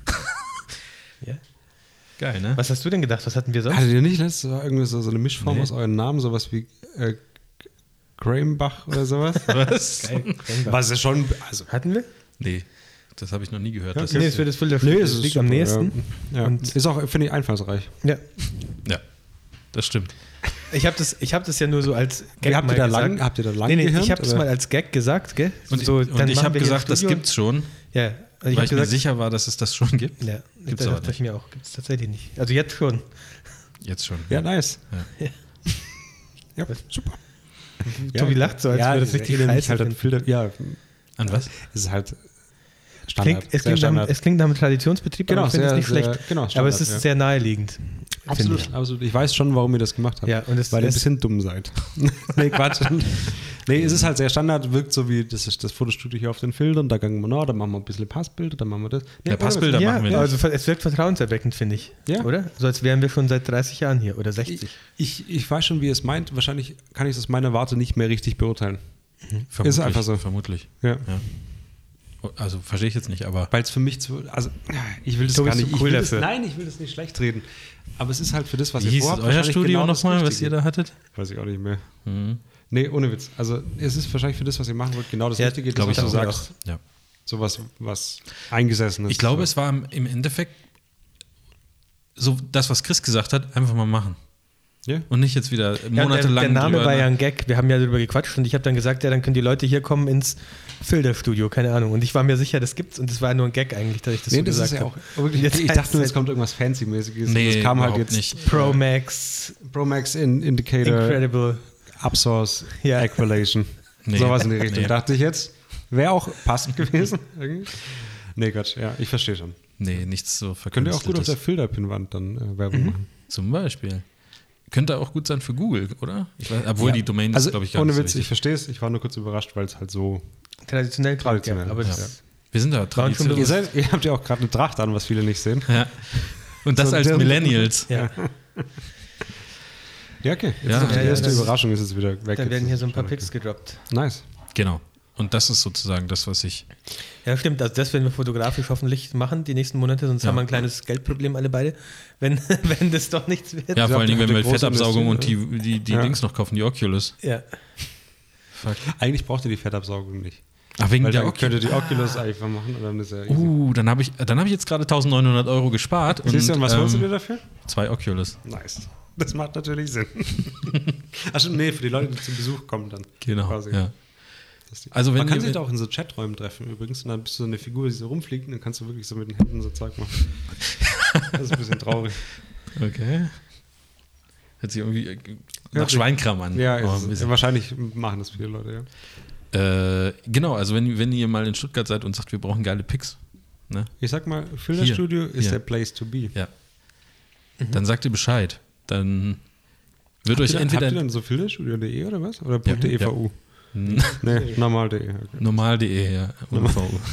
Ja. Geil, ne? Was hast du denn gedacht? Was hatten wir sonst? Hattet ihr nicht letztes Mal irgendwie so, so eine Mischform Nee. aus euren Namen, sowas wie äh, Grahambach oder sowas? Was? Geil. Was ist schon, also Hatten wir? Nee, das habe ich noch nie gehört. Das Nee, ist, es wird das Filterstudio. nee, das es ist liegt super, am nächsten. Ja. Ja. Und- Ist auch, finde ich, einfallsreich. Ja. ja, das stimmt. Ich habe das, ich hab das ja nur so als Wie habt ihr mal da gesagt. lang, habt ihr da lang Nee, nee, gehirnt, ich habe das oder? mal als Gag gesagt, gell? Und, so, und dann ich machen habe wir hier gesagt, im das Studio. gibt's schon, Ja, also ich weil habe ich mir gesagt, sicher war, dass es das schon gibt. ja, Gibt's das aber dachte ich nicht. mir auch. Gibt es tatsächlich nicht. Also jetzt schon. Jetzt schon. Ja, nice. Ja. Ja, super. Tobi lacht so, als ja, würde das richtig erinnert mich scheiße halt an finden. Filter, ja, An was? es ist halt, Standard. Klingt, es, sehr klingt nach, es klingt nach einem Traditionsbetrieb, Genau, aber ich finde es sehr, nicht sehr- schlecht. genau, aber Standard, es ist ja. sehr naheliegend. finde Absolut, Ich. absolut. Ich weiß schon, warum ihr das gemacht habt. Ja, und es- weil ihr ein es- bisschen dumm seid. nee, Quatsch. nee, es ist halt sehr Standard, wirkt so wie das ist das Fotostudio hier auf den Filtern. Da gehen wir noch, dann machen wir ein bisschen Passbilder, dann machen wir das. Nee, Ja, Passbilder Ja, machen wir ja, nicht. also es wirkt vertrauenserweckend, finde ich. Ja. Oder? So als wären wir schon seit dreißig Jahren hier oder sechzig. Ich, ich weiß schon, wie ihr es meint. Wahrscheinlich kann ich das aus meiner Warte nicht mehr richtig beurteilen. Vermutlich, Ist einfach so. Vermutlich. Ja. Ja. Also verstehe ich jetzt nicht, aber Weil es für mich zu. Also, ich will das Du gar bist nicht. zu Ich cool will das, dafür. nein, ich will das nicht schlecht reden. Aber es ist halt für das, was wie ihr hieß vorhabt. euer wahrscheinlich Studio genau das nochmal, was Richtige. ihr da hattet? Weiß ich auch nicht mehr. Mhm. Nee, ohne Witz. Also, es ist wahrscheinlich für das, was ihr machen wollt, genau das Ja, Richtige, das, glaub was ich du auch. sagst. Ja. Sowas, was eingesessen ist. Ich glaube, so. es war im- im Endeffekt so das, was Chris gesagt hat, einfach mal machen. Ja? Und nicht jetzt wieder Ja, monatelang der, der Name drüber war ja nach- ein Gag. Wir haben ja darüber gequatscht und ich habe dann gesagt, ja, dann können die Leute hier kommen ins Filterstudio, keine Ahnung. Und ich war mir sicher, das gibt's und das war nur ein Gag eigentlich, dass ich das Nee, so das gesagt ist ja habe. auch wirklich, Jetzt ich heißt dachte nur, es es kommt irgendwas Fancy-mäßiges. Nee, Und es kam halt überhaupt jetzt nicht. Pro Max, Pro Max in Indicator, Incredible. Upsource, Ja. Equilation. Nee. Sowas in die Richtung. Nee. Dachte ich jetzt. Wäre auch passend gewesen. irgendwie. Nee, Gott, ja, ich verstehe schon. Nee, nichts so Könnt ihr auch gut auf der verkünsteltes. Filterpinwand dann äh, Werbung Mhm. machen. Zum Beispiel. Könnte auch gut sein für Google, oder? Ich weiß, obwohl Ja. die Domain Also, ist, glaube ich, gar ohne nicht so Witz, ich wichtig. verstehe es. Ich war nur kurz überrascht, weil es halt so. Traditionell, klingt, Traditionell, Ja, aber ja. das, Wir sind da Waren schon traditionell. Ihr, seid, ihr habt ja auch gerade eine Tracht an, was viele nicht sehen. Ja. Und das So als der- Millennials. ja. Ja, okay. Jetzt Ja, ist auch die ja, ja, erste das- Überraschung ist jetzt wieder weg. Dann werden Jetzt hier ist so ein es paar schon Pics okay. gedroppt. Nice. Genau. Und das ist sozusagen das, was ich. Ja, stimmt. Also das werden wir fotografisch hoffentlich machen die nächsten Monate, sonst Ja. haben wir ein kleines Geldproblem alle beide, wenn, wenn das doch nichts wird. Ja, vor allen Dingen, wenn habt wir ihr groß Fettabsaugung und die, investiert, die, die Ja. Dings noch kaufen, die Oculus. Ja. Fuck. Eigentlich braucht ihr die Fettabsaugung nicht. Ach, wegen Weil der dann Oculus. könnt ihr die Oculus einfach machen und dann ist ja easy. Uh, dann habe ich, dann hab ich jetzt gerade eintausendneunhundert Euro gespart. Und, Siehst du, und was holst du dir ähm, dafür? Zwei Oculus. Nice. Das macht natürlich Sinn. Achso, nee, für die Leute, die zum Besuch kommen dann. Genau. Quasi. Ja. Das ist die- Also wenn Man kann ihr- sich da auch in so Chaträumen treffen übrigens und dann bist du so eine Figur, die so rumfliegt und dann kannst du wirklich so mit den Händen so Zeug machen. Das ist ein bisschen traurig. Okay. Hört sich irgendwie äh, Ja, nach Schweinkram an. Ja, Aber ist, ein bisschen. wahrscheinlich machen das viele Leute, ja. Äh, genau, also wenn, wenn ihr mal in Stuttgart seid und sagt, wir brauchen geile Pics, ne? Ich sag mal, Filterstudio ist Hier. der Place to be. Ja. Dann sagt ihr Bescheid. Dann wird euch Habt ihr, entweder habt ihr dann so filterstudio punkt de oder was? Oder Ja, .devu? n- Nee, normal punkt de. Okay. normal punkt de, ja, ohne V U.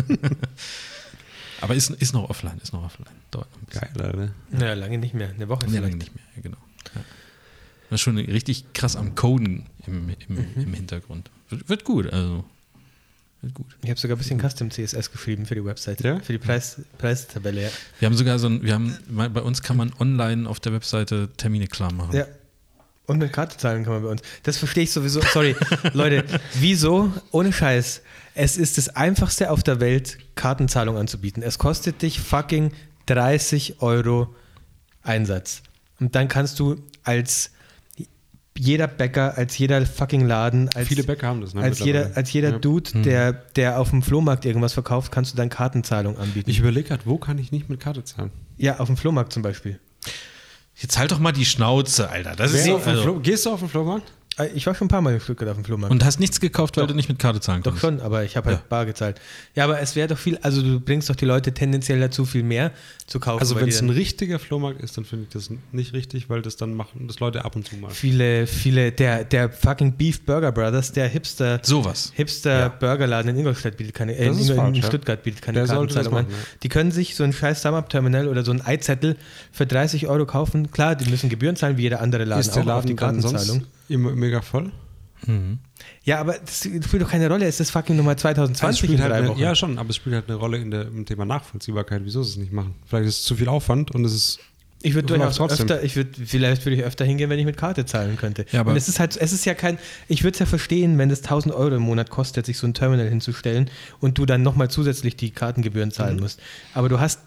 Aber ist, ist noch offline, ist noch offline. Dauert noch ein bisschen. Geil, Alter. Naja, lange nicht mehr. Eine Woche Nee, lange vielleicht. nicht mehr, ja, genau. Ja. Das ist schon richtig krass am Coden im, im, im Hintergrund. Wird, wird gut, also. Wird gut. Ich habe sogar ein bisschen Custom C S S geschrieben für die Website. Ja? Für die Preis, Preistabelle, ja. Wir haben sogar so ein, wir haben, bei uns kann man online auf der Webseite Termine klar machen. Ja. Und mit Karte zahlen kann man bei uns. Das verstehe ich sowieso. Sorry, Leute, wieso? Ohne Scheiß. Es ist das Einfachste auf der Welt, Kartenzahlung anzubieten. Es kostet dich fucking dreißig Euro Einsatz. Und dann kannst du als jeder Bäcker, als jeder fucking Laden, als, Viele Bäcker haben das, ne? als, jeder, mittlerweile. als jeder Ja. Dude, der, der auf dem Flohmarkt irgendwas verkauft, kannst du dann Kartenzahlung anbieten. Ich überlege gerade, wo kann ich nicht mit Karte zahlen? ja, auf dem Flohmarkt zum Beispiel. Jetzt halt doch mal die Schnauze, Alter. Das ist Wer so, auf den also, Flo- Gehst du auf den Flohmarkt? Äh, Ich war schon ein paar Mal in Stuttgart auf dem Flohmarkt. und hast nichts gekauft, weil Doch. du nicht mit Karte zahlen Doch kannst. schon, aber ich habe halt Ja. bar gezahlt. Ja, aber es wäre doch viel, also du bringst doch die Leute tendenziell dazu, viel mehr zu kaufen. Also weil wenn die es ein dann richtiger Flohmarkt ist, dann finde ich das nicht richtig, weil das dann machen das Leute ab und zu mal. viele, viele, der, der fucking Beef Burger Brothers, der Hipster, Sowas. Hipster Ja. Burgerladen in Ingolstadt bietet keine, äh, Das in, ist in, falsch, in ja. Stuttgart bietet keine Der sollte das Kartenzahlung an. machen, ja. Die können sich so ein scheiß Sum-Up-Terminal oder so ein Eizettel für dreißig Euro kaufen. Klar, die müssen Gebühren zahlen, wie jeder andere Laden Ist der auch auf die Laden dann Kartenzahlung. sonst immer mega voll? Mhm. Ja, aber das spielt doch keine Rolle. Es ist fucking Nummer zwanzig Es zwanzig in spielt halt drei eine, Wochen. ja, schon, aber es spielt halt eine Rolle in der, im Thema Nachvollziehbarkeit, wieso sie es nicht machen. Vielleicht ist es zu viel Aufwand und es ist. Ich würde Läuft durchaus trotzdem. öfter, ich würde, vielleicht würde ich öfter hingehen, wenn ich mit Karte zahlen könnte. Ja, aber- und es ist halt, es ist ja kein, ich würde es ja verstehen, wenn es tausend Euro im Monat kostet, sich so ein Terminal hinzustellen und du dann nochmal zusätzlich die Kartengebühren zahlen Mhm. musst. Aber du hast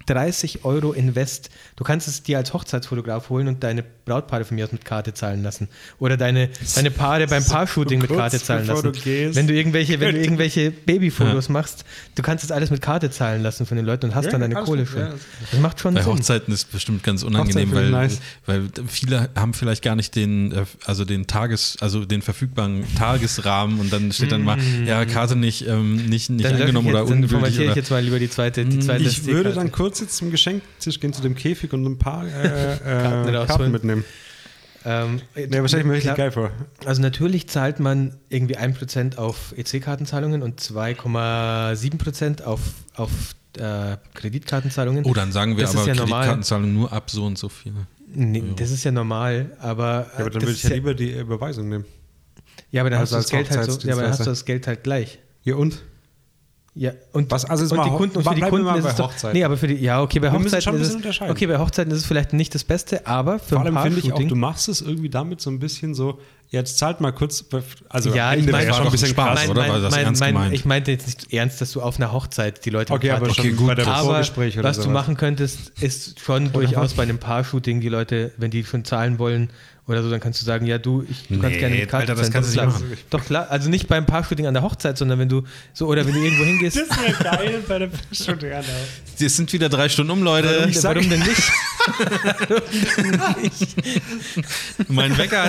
dreißig Euro Invest. Du kannst es dir als Hochzeitsfotograf holen und deine Brautpaare von mir aus mit Karte zahlen lassen. Oder deine, deine Paare beim Paar-Shooting mit Karte zahlen lassen. Du wenn du irgendwelche, wenn du irgendwelche Babyfotos ja. machst, du kannst das alles mit Karte zahlen lassen von den Leuten und hast ja, dann deine Kohle gut, schon. Ja. Das macht schon Bei Sinn. Bei Hochzeiten ist bestimmt ganz unangenehm, weil, nice. weil viele haben vielleicht gar nicht den, also den Tages, also den verfügbaren Tagesrahmen und dann steht dann mal, ja, Karte nicht, ähm, nicht, nicht angenommen oder ungültig. Dann formatiere ich jetzt mal lieber die zweite, die zweite Ich würde dann kurz jetzt zum Geschenktisch gehen, zu dem Käfig und ein paar äh, äh, Karten, Karten mitnehmen. Ähm, ja, wahrscheinlich mir richtig geil vor. Also natürlich zahlt man irgendwie ein Prozent auf E C-Kartenzahlungen und zwei Komma sieben Prozent auf, auf äh, Kreditkartenzahlungen. Oh, dann sagen wir das aber ja Kreditkartenzahlungen nur ab so und so viel. Nee, das ist ja normal, aber... Ja, aber dann würde ich ja lieber die Überweisung nehmen. Ja, aber dann also hast du das Geld halt so, ja, aber dann hast du das Geld halt gleich. Ja, und? Ja, und, Was, also und die Kunden, und für die Kunden ist es doch, nee, aber für die, ja, okay, bei Wir müssen Hochzeiten schon ein ist bisschen es, unterscheiden. okay, bei Hochzeiten ist es vielleicht nicht das Beste, aber für Vor ein allem finde ich auch, Paar-Shooting- du machst es irgendwie damit so ein bisschen so, jetzt zahlt mal kurz, also Ja, am ich Ende meine- wäre schon ein bisschen Spaß, krass. oder? War das mein, ernst mein, gemeint? ich meinte jetzt nicht ernst, dass du auf einer Hochzeit die Leute Okay, mit aber Karte- schon gut. bei der aber Vorgespräch oder was du sowas. machen könntest, ist schon durchaus bei einem Paar-Shooting die Leute, wenn die schon zahlen wollen oder so, dann kannst du sagen, ja du, ich, du kannst Nee, gerne mit Karte Alter, das zahlen. kannst du Doch, nicht klar. machen. Doch klar, also nicht beim Paar-Shooting an der Hochzeit, sondern wenn du so, oder wenn du irgendwo hingehst. Das wäre geil bei der Shooting an der Es sind wieder drei Stunden um, Leute. Warum, Ich warum sag, denn nicht? mein Wecker.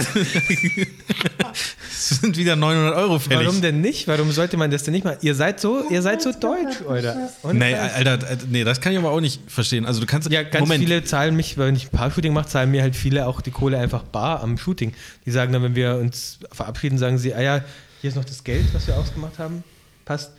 Es sind wieder neunhundert Euro fällig. Warum denn nicht? Warum sollte man das denn nicht machen? Ihr seid so, ihr seid so deutsch, oder? Und Nee, Alter, nee, das kann ich aber auch nicht verstehen. Also du kannst ja, ganz Moment. viele zahlen mich, wenn ich ein Paar-Shooting mache, zahlen mir halt viele auch die Kohle einfach bar am Shooting. Die sagen dann, wenn wir uns verabschieden, sagen sie, ah ja, hier ist noch das Geld, was wir ausgemacht haben, passt.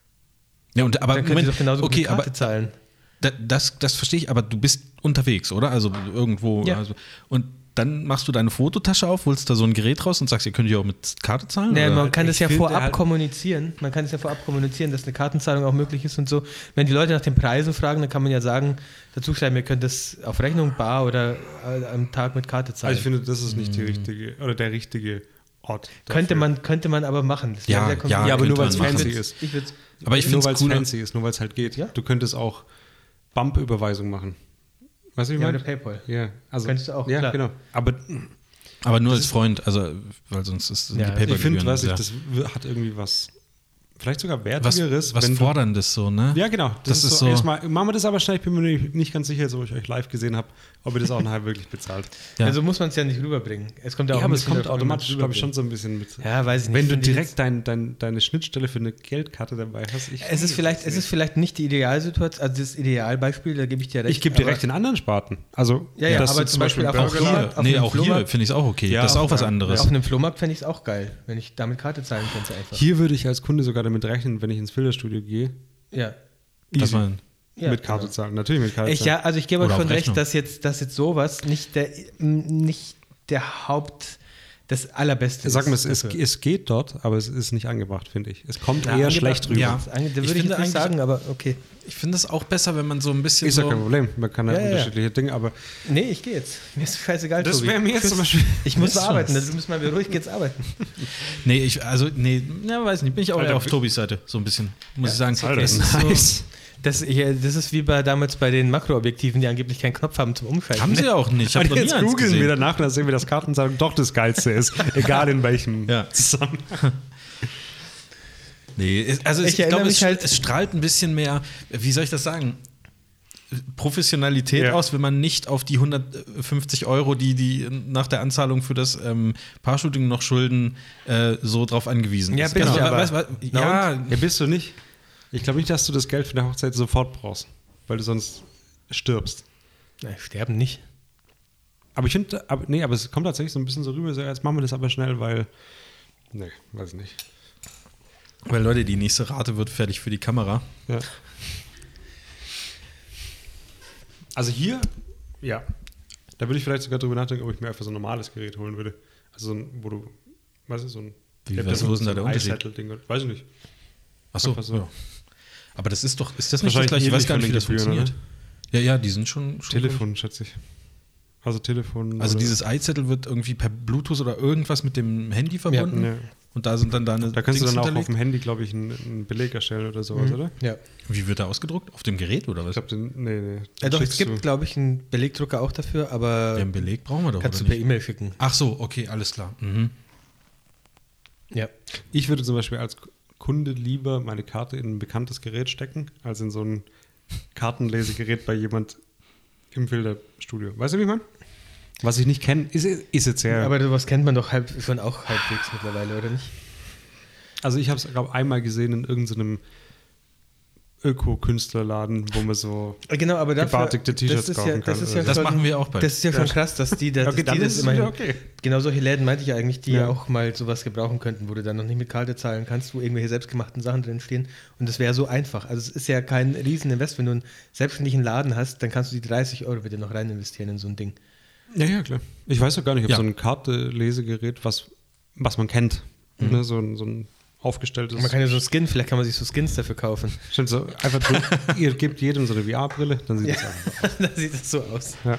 Ja, und, aber Dann können Moment, die doch genauso gut okay, mit Karte aber zahlen. da, das, das verstehe ich, aber du bist unterwegs, oder? Also irgendwo. Ja. Also, und dann machst du deine Fototasche auf, holst da so ein Gerät raus und sagst, ihr könnt ja auch mit Karte zahlen? Nee, oder? man kann Ich das ja finde vorab halt- kommunizieren. Man kann es ja vorab kommunizieren, dass eine Kartenzahlung auch möglich ist und so. Wenn die Leute nach den Preisen fragen, dann kann man ja sagen, dazu schreiben, ihr könnt das auf Rechnung, bar oder äh, am Tag mit Karte zahlen. Also ich finde, das ist nicht die richtige, oder der richtige Ort. könnte, dafür. man, könnte man aber machen. Das Ja, wäre sehr ja, kompliziert. Ja, aber nur weil es könnte man fancy machen. ist. Ich würd's, Aber ich nur finde weil es es cooler. fancy ist, nur weil es halt geht. Ja. Du könntest auch Bump-Überweisung machen. Weißt du, wie ich ja, meine? oder PayPal. Ja, also, Könntest du auch, ja, klar. genau. Aber Aber nur als Freund, also weil sonst ist Ja, die ich Paper ich finde, weiß ich, das w- hat irgendwie was, vielleicht sogar was, wertigeres. was wenn du- Forderndes so, ne? Ja, genau. Das Das, ist ist so. so- Erstmal, machen wir das aber schnell. Ich bin mir nicht- nicht ganz sicher, so ich euch live gesehen habe, ob ihr das auch nachher wirklich bezahlt. Ja. Also muss man es ja nicht rüberbringen. Es kommt ja auch Ja, ein aber es bisschen kommt darauf an, wie man automatisch, es glaube ich, schon rüberbringt. so ein bisschen mit. Ja, weiß ich nicht. Wenn du Finde ich direkt dein, dein, deine Schnittstelle für eine Geldkarte dabei hast. Ich Es ist, vielleicht, es ist vielleicht nicht die Idealsituation, also das Idealbeispiel, da gebe ich dir recht. ich gebe dir aber- recht in anderen Sparten. Also, Ja, ja, dass aber du zum Beispiel auf Burger- dem Flohmarkt- auf Nee, einem auch hier Flohmarkt- finde ich es auch okay. Ja, das ist auch was ja. anderes. Auf einem Flohmarkt fände ich es auch geil, wenn ich damit Karte zahlen könnte einfach. Hier würde ich als Kunde sogar damit rechnen, wenn ich ins Filterstudio gehe, Ja. Das easy. man, Ja, mit Karte genau. zahlen. Natürlich mit Karte Ich, zahlen. ja, also ich gebe euch Oder schon auf recht, Rechnung. dass jetzt, dass jetzt sowas nicht der, nicht der Haupt, das Allerbeste Sag mal, es, ist. es, es geht dort, aber es ist nicht angebracht, finde ich. Es kommt Ja, eher angebracht- schlecht rüber. Ja. Da würde ich, Ich jetzt finde nicht eigentlich- sagen, aber okay. ich finde es auch besser, wenn man so ein bisschen Ist ja so. kein Problem. Man kann ja, Ja, ja, ja. unterschiedliche Dinge, aber Nee, ich gehe jetzt. Mir ist scheißegal, das Tobi. wäre mir jetzt Tschüss. zum Beispiel. Ich muss Weißt du bearbeiten, was? das müssen wir ruhig jetzt arbeiten. Nee, ich, also, nee, ja, weiß nicht, bin ich auch Alter, eher auf wie- Tobis Seite, so ein bisschen, muss ich sagen. Alter, Es ist so, nice. Das, hier, das ist wie bei damals bei den Makroobjektiven, die angeblich keinen Knopf haben zum Umschalten. haben sie auch nicht. Ich habe Und noch nie jetzt eins googeln gesehen. wir danach und dann sehen wir, dass Kartenzahlung doch das Geilste ist. Egal in welchem Ja. Zusammenhang. Nee, es- also Ich ich, ich erinnere glaube, mich es, halt- es strahlt ein bisschen mehr, wie soll ich das sagen, Professionalität Ja. aus, wenn man nicht auf die hundertfünfzig Euro, die die nach der Anzahlung für das ähm, Paar-Shooting noch schulden, äh, so drauf angewiesen Ja, ist. bin ich aber. weißt, weißt, Na ja, Ja, bist du nicht. Ich glaube nicht, dass du das Geld für eine Hochzeit sofort brauchst, weil du sonst stirbst. Nein, sterben nicht. Aber ich finde, aber, nee, aber es kommt tatsächlich so ein bisschen so rüber, so, jetzt machen wir das aber schnell, weil, nee, weiß ich nicht. weil Leute, die nächste Rate wird fertig für die Kamera. Ja. Also hier, ja, da würde ich vielleicht sogar drüber nachdenken, ob ich mir einfach so ein normales Gerät holen würde. Also so ein, wo du, weißt du, so ein, Wie, ich hab was- so wo ist denn da ein der Unterschied? iSettle-Ding, weiß ich nicht. Achso, Einfach so. ja. Aber das ist doch, ist das nicht das Wahrscheinlich gleiche? Ich weiß ähnlich gar nicht, von wie das den Gebühren, funktioniert. Ja, ja, die sind schon. schon Telefon, schätze ich. Also Telefon. Also oder- dieses iZettel wird irgendwie per Bluetooth oder irgendwas mit dem Handy verbunden. Ja. Und da sind dann deine Da kannst Dings du dann auch hinterlegt? auf dem Handy, glaube ich, einen, einen Beleg erstellen oder sowas, Mhm. oder? Ja. Wie wird der ausgedruckt? Auf dem Gerät oder was? Ich glaube, den, nee, nee. Ja, den doch, es schickst gibt, du. glaube ich, einen Belegdrucker auch dafür, aber Ja, einen Beleg brauchen wir doch, kannst du oder per nicht? E-Mail schicken. Ach so, okay, alles klar. Mhm. Ja. Ich würde zum Beispiel als Kunde lieber meine Karte in ein bekanntes Gerät stecken, als in so ein Kartenlesegerät bei jemand im Filterstudio. Weißt du, wie ich meine? Was ich nicht kenne, ist, ist jetzt sehr... Aber sowas kennt man doch halb, schon auch halbwegs mittlerweile, oder nicht? Also ich habe es, glaube ich, einmal gesehen in irgendeinem Öko-Künstlerladen, wo man so Genau, aber dafür, gebartigte T-Shirts das ist kaufen ja, kann. das ist oder ja so. Das schon, machen wir auch bald. Das ist ja schon Ja. krass, dass die, das, Okay, die dann das ist es immerhin. wieder okay. Genau solche Läden meinte ich eigentlich, die Ja. auch mal sowas gebrauchen könnten, wo du dann noch nicht mit Karte zahlen kannst, wo irgendwelche selbstgemachten Sachen drin stehen. Und das wäre so einfach. Also es ist ja kein Rieseninvest. Wenn du einen selbstständigen Laden hast, dann kannst du die dreißig Euro bitte noch rein investieren in so ein Ding. Ja, ja, klar. Ich weiß doch gar nicht, ob Ja. so ein Karte-Lesegerät, was, was man kennt, Mhm. ne, so, ein, so ein aufgestelltes... Man kann ja so Skin, vielleicht kann man sich so Skins dafür kaufen. Stimmt, so einfach, du, ihr gebt jedem so eine V R-Brille, dann sieht Ja. es einfach aus. Da sieht das so aus. Ja.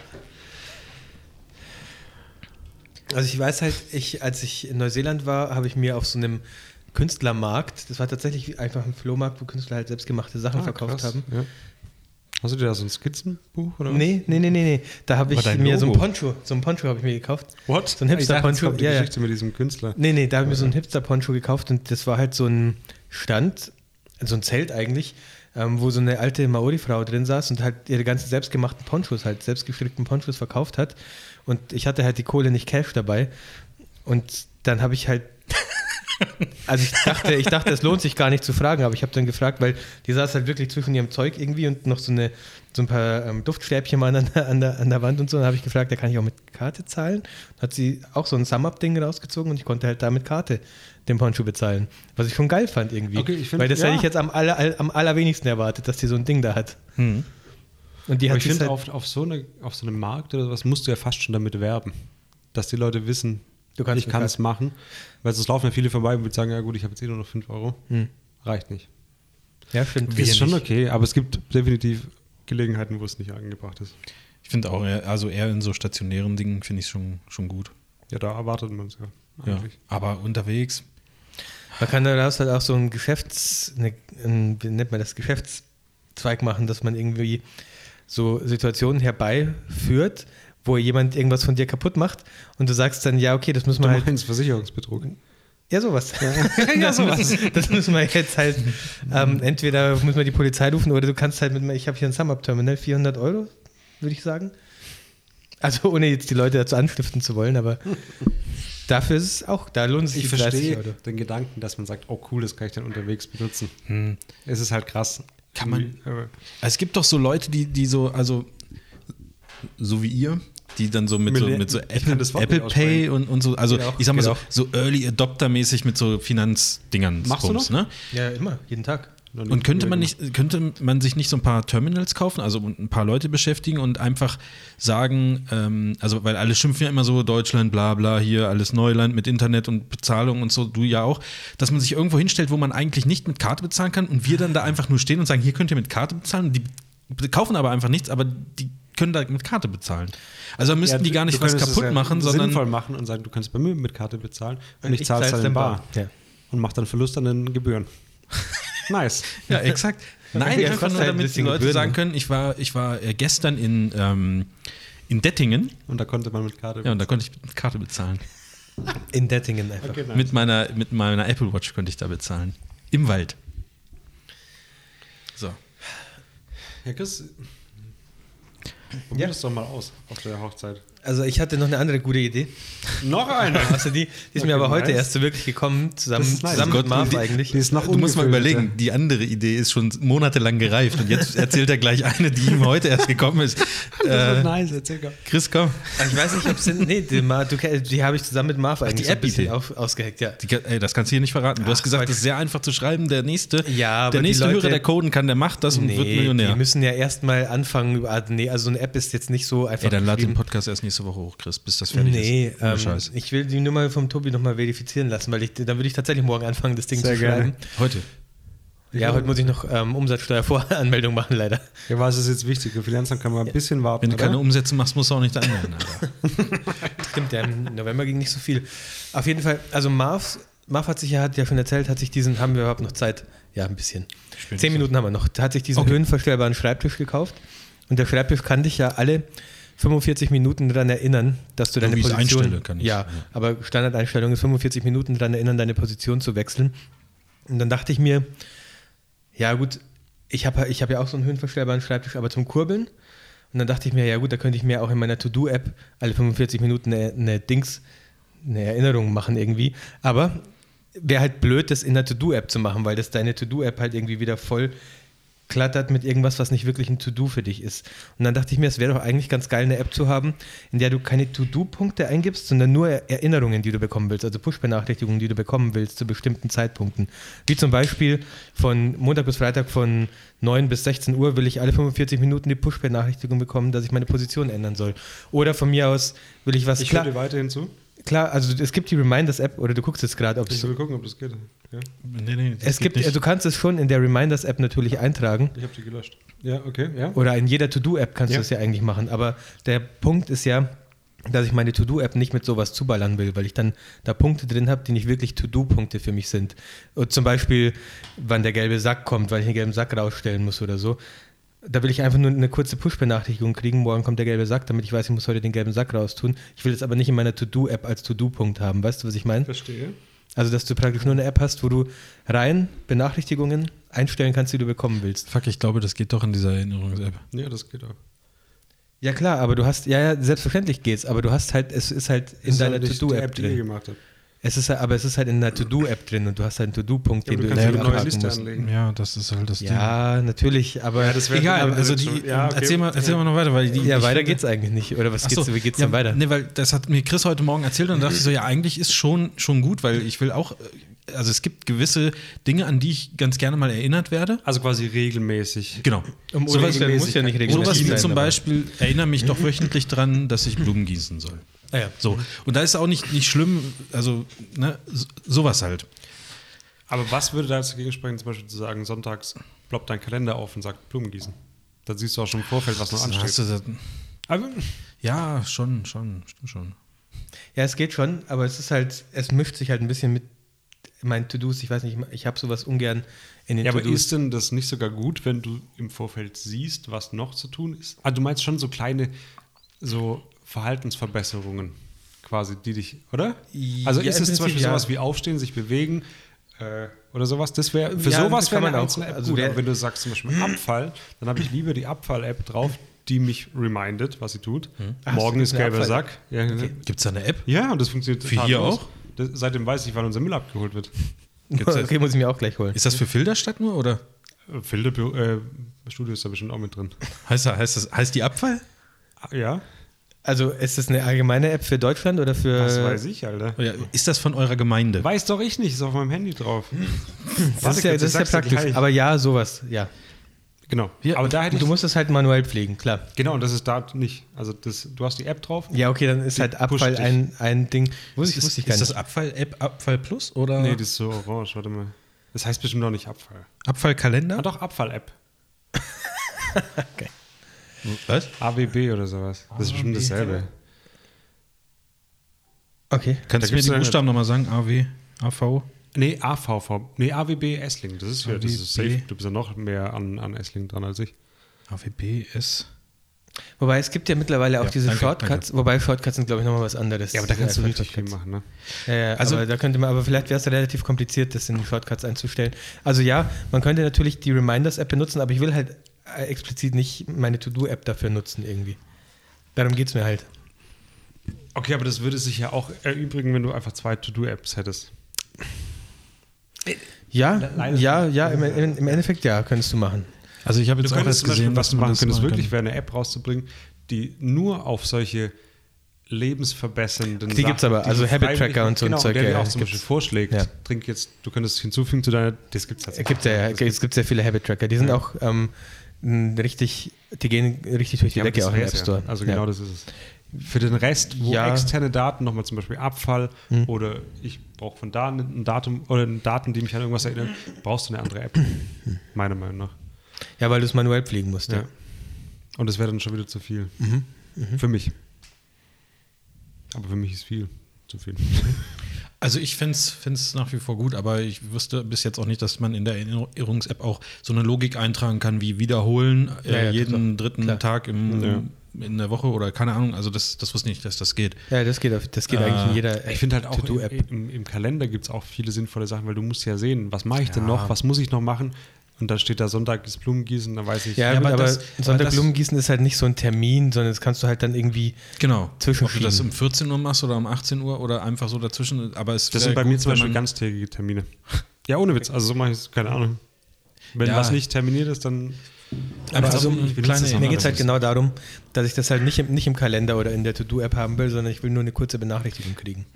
Also ich weiß halt, ich, als ich in Neuseeland war, habe ich mir auf so einem Künstlermarkt, das war tatsächlich wie einfach ein Flohmarkt, wo Künstler halt selbstgemachte Sachen Ah, verkauft krass. haben. Ja. Hast du dir da so ein Skizzenbuch oder was? Nee, nee, nee, nee, nee. Da habe Aber ich dein mir so ein Logo. Poncho, so ein Poncho habe ich mir gekauft. What? So ein Hipster-Poncho. Ich dachte, Ja, die ja. Geschichte mit diesem Künstler. Nee, nee, da habe ich mir so ein Hipster-Poncho gekauft und das war halt so ein Stand, so ein Zelt eigentlich, ähm, wo so eine alte Maori-Frau drin saß und halt ihre ganzen selbstgemachten Ponchos, halt selbstgestrickten Ponchos verkauft hat. Und ich hatte halt die Kohle nicht Cash dabei. Und dann habe ich halt also ich dachte, ich dachte, es lohnt sich gar nicht zu fragen, aber ich habe dann gefragt, weil die saß halt wirklich zwischen ihrem Zeug irgendwie und noch so, eine, so ein paar ähm, Duftstäbchen mal an der, an, der, an der Wand und so. Dann habe ich gefragt, da kann ich auch mit Karte zahlen. Dann hat sie auch so ein Sum-Up-Ding rausgezogen und ich konnte halt da mit Karte den Poncho bezahlen. Was ich schon geil fand irgendwie. Okay, ich find, weil das ja. hätte ich jetzt am, aller, all, am allerwenigsten erwartet, dass die so ein Ding da hat. Hm. Und die Aber hat ich sich finde, halt, auf, auf, so eine, auf so einem Markt oder sowas musst du ja fast schon damit werben, dass die Leute wissen, Du kannst ich mit kann Karte. es machen. Weil sonst laufen ja viele vorbei und würden sagen, ja gut, ich habe jetzt eh nur noch fünf Euro. Hm. Reicht nicht. Ja, stimmt. Ist schon okay, aber es gibt definitiv Gelegenheiten, wo es nicht angebracht ist. Ich finde auch, eher, also eher in so stationären Dingen finde ich es schon, schon gut. Ja, da erwartet man es ja Ja. eigentlich. Aber unterwegs, Man kann daraus halt auch so ein Geschäfts, eine, ein, wie nennt man das, Geschäftszweig machen, dass man irgendwie so Situationen herbeiführt, wo jemand irgendwas von dir kaputt macht und du sagst dann, ja, okay, das müssen Du wir halt. meinst Versicherungsbetrug. Ja, sowas. das, müssen, das müssen wir jetzt halt, ähm, entweder müssen wir die Polizei rufen oder du kannst halt mit, ich habe hier ein Sum-Up-Terminal, vierhundert Euro, würde ich sagen. Also ohne jetzt die Leute dazu anstiften zu wollen, aber dafür ist es auch, da lohnt es sich Ich die dreißig verstehe Euro. den Gedanken, dass man sagt, oh cool, das kann ich dann unterwegs benutzen. hm. Es ist halt krass. Kann man- Aber Also es gibt doch so Leute, die, die so, also so wie ihr, die dann so mit so, Millen- mit so ich Apple, kann das Wort Apple nicht Pay und, und so, also Geht auch, ich sag mal geht so, auch. so Early Adopter-mäßig mit so Finanzdingern. Machst du Bums, noch? Ne? Ja, immer, jeden Tag. noch Und könnte man gemacht. nicht, könnte man sich nicht so ein paar Terminals kaufen, also ein paar Leute beschäftigen und einfach sagen, ähm, also weil alle schimpfen ja immer so, Deutschland, bla bla, hier alles Neuland mit Internet und Bezahlung und so, du ja auch, dass man sich irgendwo hinstellt, wo man eigentlich nicht mit Karte bezahlen kann und wir dann da einfach nur stehen und sagen, hier könnt ihr mit Karte bezahlen. Die kaufen aber einfach nichts, aber die können da mit Karte bezahlen. Also da müssten Ja, die du- gar nicht du was könntest es kaputt ja machen, sondern sinnvoll machen und sagen, du kannst bei mir mit Karte bezahlen und, Und ich ich zahle es zahl's dann in dann Bar. bar. Ja. Und mach dann Verlust an den Gebühren. Nice. ja, exakt. Nein, Ja, einfach kostet nur, halt ein damit die bisschen Leute Gebühren, sagen ne? können, ich war, ich war äh, gestern in, ähm, in Dettingen, Und da konnte man mit Karte ja, und da konnte ich mit Karte bezahlen. In Dettingen einfach. Okay, nice. Mit meiner, mit meiner Apple Watch konnte ich da bezahlen. Im Wald. So. Ja, Chris, probier Ja. das doch mal aus auf der Hochzeit. Also ich hatte noch eine andere gute Idee. Noch eine? Also die, die ist Okay, mir aber heute nice. erst so wirklich gekommen, zusammen, Das ist nice. zusammen Gott, mit Marv die- eigentlich. Die ist noch Du musst mal ungefüllt, überlegen, die andere Idee ist schon monatelang gereift und jetzt erzählt er gleich eine, die ihm heute erst gekommen ist. Das Äh, ist nice, erzähl gar. Chris, komm. Aber ich weiß nicht, ob es sind. Nee, die, Mar- du, kenn- die habe ich zusammen mit Marv eigentlich die so ein bisschen App-Idee. auf, ausgeheckt, ja. Die, ey, das kannst du hier nicht verraten. Du hast Ach, gesagt, Gott. das ist sehr einfach zu schreiben. Der nächste, Ja, aber der die nächste Leute- Hörer, der coden kann, der macht das und wird die Millionär. müssen ja erstmal anfangen. über- also Nee, also so eine App ist jetzt nicht so einfach. Ey, dann lad den geschrieben. Podcast erst nächste Woche hoch, Chris, bis das fertig Nee, ist. Ohne ähm, Scheiß. ich will die Nummer vom Tobi nochmal verifizieren lassen, weil ich, dann würde ich tatsächlich morgen anfangen, das Ding Sehr zu gerne. schreiben. Heute. Ja, heute muss ich noch ähm, Umsatzsteuervoranmeldung machen, leider. Ja, was ist jetzt wichtig? Für Finanzamt kann man ein bisschen warten. Wenn du oder? keine Umsätze machst, musst du auch nicht anmelden. Alter. Stimmt, ja, im November ging nicht so viel. Auf jeden Fall, also Marvs Maf hat sich ja, hat ja schon erzählt, hat sich diesen, haben wir überhaupt noch Zeit? Ja, ein bisschen. bin Zehn nicht Minuten haben wir noch. Hat sich diesen Okay. höhenverstellbaren Schreibtisch gekauft und der Schreibtisch kann dich ja alle fünfundvierzig Minuten daran erinnern, dass du deine wie ich es Position... einstelle, kann ich. Ja, Ja. aber Standardeinstellung ist fünfundvierzig Minuten daran erinnern, deine Position zu wechseln. Und dann dachte ich mir, ja gut, ich habe ich hab ja auch so einen höhenverstellbaren Schreibtisch, aber zum Kurbeln. Und dann dachte ich mir, ja gut, da könnte ich mir auch in meiner To-Do-App alle fünfundvierzig Minuten eine, eine Dings, eine Erinnerung machen irgendwie. Aber wäre halt blöd, das in der To-Do-App zu machen, weil das deine To-Do-App halt irgendwie wieder voll klattert mit irgendwas, was nicht wirklich ein To-Do für dich ist. Und dann dachte ich mir, es wäre doch eigentlich ganz geil, eine App zu haben, in der du keine To-Do-Punkte eingibst, sondern nur Erinnerungen, die du bekommen willst, also Push-Benachrichtigungen, die du bekommen willst zu bestimmten Zeitpunkten. Wie zum Beispiel von Montag bis Freitag von neun bis sechzehn Uhr will ich alle fünfundvierzig Minuten die Push-Benachrichtigung bekommen, dass ich meine Position ändern soll. Oder von mir aus will ich was... Ich klar, höre dir weiterhin zu. klar, also es gibt die Reminders-App, oder du guckst jetzt gerade, ob Ich es... will gucken, ob das geht. Ja. Nee, nee, das Es geht gibt, nicht. du kannst es schon in der Reminders-App natürlich eintragen. Ich habe die gelöscht. Ja, okay, ja. Oder in jeder To-Do-App kannst Ja. du es ja eigentlich machen. Aber der Punkt ist ja, dass ich meine To-Do-App nicht mit sowas zuballern will, weil ich dann da Punkte drin habe, die nicht wirklich To-Do-Punkte für mich sind. Und zum Beispiel, wann der gelbe Sack kommt, weil ich einen gelben Sack rausstellen muss oder so. Da will ich einfach nur eine kurze Push-Benachrichtigung kriegen, morgen kommt der gelbe Sack, damit ich weiß, ich muss heute den gelben Sack raustun. Ich will es aber nicht in meiner To-Do-App als To-Do-Punkt haben. Weißt du, was ich meine? Verstehe. Also, dass du praktisch nur eine App hast, wo du rein Benachrichtigungen einstellen kannst, die du bekommen willst. Fuck, ich glaube, das geht doch in dieser Erinnerungs-App. Ja, das geht auch. Ja klar, aber du hast, ja, ja, selbstverständlich geht's, aber du hast halt, es ist halt in Das ist deiner halt nicht die To-Do-App App, die ihr drin. gemacht habt. Es ist, aber es ist halt in der To-Do-App drin und du hast halt einen To-Do-Punkt, Ja, den aber du du kannst irgendwie eine neue abhaken Liste musst. anlegen. Ja, das ist halt das Ja, natürlich, aber Ja, das Ding. wär- Egal, Ja, also das die, wird schon- ja, okay. erzähl, mal, erzähl mal noch weiter, weil die. ja, ich weiter finde- geht's eigentlich nicht. Oder was Ach geht's, so, wie geht's ja, denn weiter? Nee, weil das hat mir Chris heute Morgen erzählt und dann dachte ich so, ja, eigentlich ist schon, schon gut, weil ich will auch, also es gibt gewisse Dinge, an die ich ganz gerne mal erinnert werde. Also quasi regelmäßig. Genau. Um Sowas, Uhrzeit muss ja nicht regelmäßig sowas wie sein, zum aber- Beispiel, erinnere mich doch wöchentlich dran, dass ich Blumen gießen soll. Ah ja. So. Und da ist auch nicht, nicht schlimm, also ne, so- sowas halt. Aber was würde da jetzt dagegen sprechen, zum Beispiel zu sagen, sonntags ploppt dein Kalender auf und sagt Blumen gießen? Dann siehst du auch schon im Vorfeld, was noch Hast ansteht. du das, Aber ja, schon, schon, stimmt schon. Ja, es geht schon, aber es ist halt, es mischt sich halt ein bisschen mit meinen To-Dos. Ich weiß nicht, ich habe sowas ungern in den Ja, aber To-Dos. ist denn das nicht sogar gut, wenn du im Vorfeld siehst, was noch zu tun ist? Ah, du meinst schon so kleine so Verhaltensverbesserungen quasi, die dich, oder? Also Ja, ist im es zum Prinzip Beispiel ja. sowas wie aufstehen, sich bewegen äh, oder sowas? Das wäre für Ja, sowas kann wäre man eine auch. einzelne App Also gut. wer- Aber wenn du sagst zum Beispiel Abfall, dann habe ich lieber die Abfall-App drauf, die mich remindet, was sie tut. Ach, Morgen es ist gibt eine gelber Abfall-App. Sack. Ja, Gibt es da eine App? ja, und das funktioniert Für total hier los. auch? Das, seitdem weiß ich, wann unser Müll abgeholt wird. Gibt's das? Okay, muss ich mir auch gleich holen. Ist das für Filderstadt nur oder Filterbüro, äh, Studio ist da bestimmt auch mit drin. heißt, das, heißt, das, heißt die Abfall? Ah, ja, Also ist das eine allgemeine App für Deutschland oder für... das weiß ich, Alter. Oder ist das von eurer Gemeinde? Weiß doch ich nicht, ist auf meinem Handy drauf. Das Warte ist ja, kurz, das ich ist ja sag's dir praktisch. gleich. Aber ja, sowas, ja. Genau. Ja, aber da hätte ich. Du musst es halt manuell pflegen, klar. Genau, und das ist da nicht. Also das, du hast die App drauf. Ja, okay, dann ist Die halt pusht Abfall dich. ein, ein Ding. Wusste ich, ist wusste ich gar ist nicht. das Abfall-App Abfall Plus oder Nee, das ist so orange, warte mal. Das heißt bestimmt noch nicht Abfall. Abfallkalender? Ah, doch, Abfall-App. Okay. Was? A W B oder sowas. Das ist bestimmt dasselbe. Okay. Kannst Da du mir gibt's die eine- Buchstaben nochmal sagen? A W, A V? Nee, A V V. Nee, A W B Essling. Das ist ja, das ist A W B. safe. Du bist ja noch mehr an, an Essling dran als ich. A W B S. Wobei es gibt ja mittlerweile auch Ja, diese danke, Shortcuts, wobei Shortcuts sind, glaube ich, nochmal was anderes. Ja, aber da kannst du Ja, richtig viel Shortcuts. machen, ne? Ja, ja, Also- aber da könnte man, aber vielleicht wäre es relativ kompliziert, das in die Shortcuts einzustellen. Also ja, man könnte natürlich die Reminders-App benutzen, aber ich will halt äh, explizit nicht meine To-Do-App dafür nutzen irgendwie. Darum geht es mir halt. Okay, aber das würde sich ja auch erübrigen, wenn du einfach zwei To-Do-Apps hättest. Ja, Leider- ja, ja, im, im, im Endeffekt ja, könntest du machen. Also ich habe Du jetzt auch könntest erst zum Beispiel, gesehen, was dass du man machen das könntest, machen wirklich kann. wäre eine App rauszubringen, die nur auf solche lebensverbessernden Die gibt's aber, die also du Habit-Tracker freiwillig- und so ein genau, Zeug, der dir ja, auch zum Beispiel gibt's. vorschlägt, Ja. trink jetzt, du könntest hinzufügen zu deiner, das gibt's Es tatsächlich. gibt ja, Das es gibt sehr viele Habit-Tracker, die sind Ja. auch ähm, m, richtig, die gehen richtig durch die Ja, aber Decke das auch im wär's App Store. Ja. Also ja. genau das ist es. Für den Rest, wo Ja. externe Daten, nochmal zum Beispiel Abfall Hm. oder ich brauche von da ein Datum oder Daten, die mich an irgendwas erinnern, brauchst du eine andere App. Meiner Meinung nach. Ja, weil du es manuell pflegen musst. Ja. Ja. Und das wäre dann schon wieder zu viel. Mhm. Für mich. Aber für mich ist viel zu viel. Also ich finde es nach wie vor gut, aber ich wusste bis jetzt auch nicht, dass man in der Erinnerungs-App auch so eine Logik eintragen kann, wie wiederholen äh, Ja, ja, jeden klar. dritten Klar. Tag im, Ja. in der Woche oder keine Ahnung. Also das, das wusste ich nicht, dass das geht. Ja, das geht, auf, das geht Äh, eigentlich in jeder Ich finde halt auch im, To-Do-App. im, im Kalender gibt es auch viele sinnvolle Sachen, weil du musst ja sehen, was mache ich denn Ja. noch, was muss ich noch machen? Und dann steht da Sonntag ist Blumengießen, dann weiß ich. Ja, Ja, gut, aber aber, das- Sonntag aber das- Blumengießen ist halt nicht so ein Termin, sondern das kannst du halt dann irgendwie. Genau. Zwischenschieben. Ob du das um vierzehn Uhr machst oder um achtzehn Uhr oder einfach so dazwischen. Aber es Das wär sind bei gut, mir zum wenn Beispiel man- ganztägige Termine. Ja, ohne Witz. Also so mache ich es, keine Ahnung. Wenn Ja. was nicht terminiert ist, dann. Aber Einfach also so, eine ich benutze kleine das auch Mir mal. geht es halt genau darum, dass ich das halt nicht im, nicht im Kalender oder in der To-Do-App haben will, sondern ich will nur eine kurze Benachrichtigung kriegen.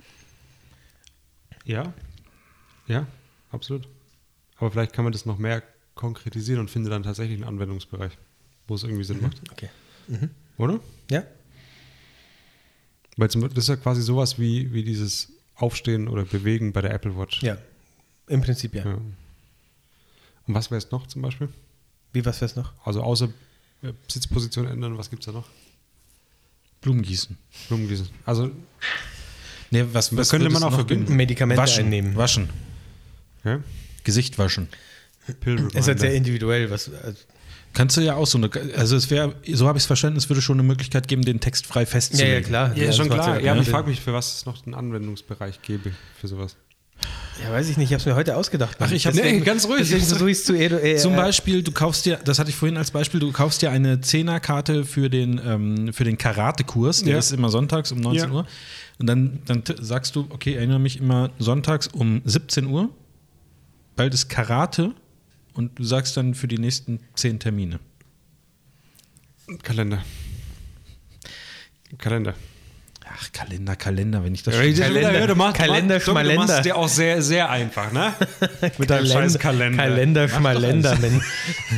Ja. Ja, absolut. Aber vielleicht kann man das noch mehr konkretisieren und finde dann tatsächlich einen Anwendungsbereich, wo es irgendwie Sinn macht. Okay. Oder? Ja? Weil zum, das ist ja quasi sowas wie, wie dieses Aufstehen oder Bewegen bei der Apple Watch. Ja. Im Prinzip ja. Ja. Und was wäre es noch zum Beispiel? Wie, was wär's noch? Also außer äh, Sitzposition ändern, was gibt es da noch? Blumengießen. Blumengießen. Also, Nee, was, was könnte würde man es auch noch verbinden. geben? Medikamente Waschen, einnehmen. Waschen. ja? Gesicht waschen. Pill Es ist halt sehr individuell. Was, also, Kannst du ja auch so eine, also es wäre, so habe ich es verstanden, es würde schon eine Möglichkeit geben, den Text frei ja, festzulegen. ja, klar. Ja, ist das schon macht klar. ja Ja, aber ich Sinn. frage mich, für was es noch einen Anwendungsbereich gäbe für sowas. Ja, weiß ich nicht. Ich habe es mir heute ausgedacht. Ach, ich hab- Deswegen- Nee, ganz ruhig. Deswegen versuche ich es zu äh, Zum äh, Beispiel, du kaufst dir, das hatte ich vorhin als Beispiel, du kaufst dir eine Zehnerkarte für den, ähm, für den Karate-Kurs, der Ja. ist immer sonntags um neunzehn Ja. Uhr. Und dann, dann t- sagst du, okay, erinnere mich immer sonntags um siebzehn Uhr, bald ist Karate und du sagst dann für die nächsten zehn Termine. Kalender. Kalender. Ach, Kalender, Kalender, wenn ich das Ja, schon- Kalender, du machst, Kalender, du, du Schmalender. machst dir auch sehr, sehr einfach, ne? Mit deinem Kalender, scheiß Kalender. Kalender, Mach doch Schmalender. alles. Mensch.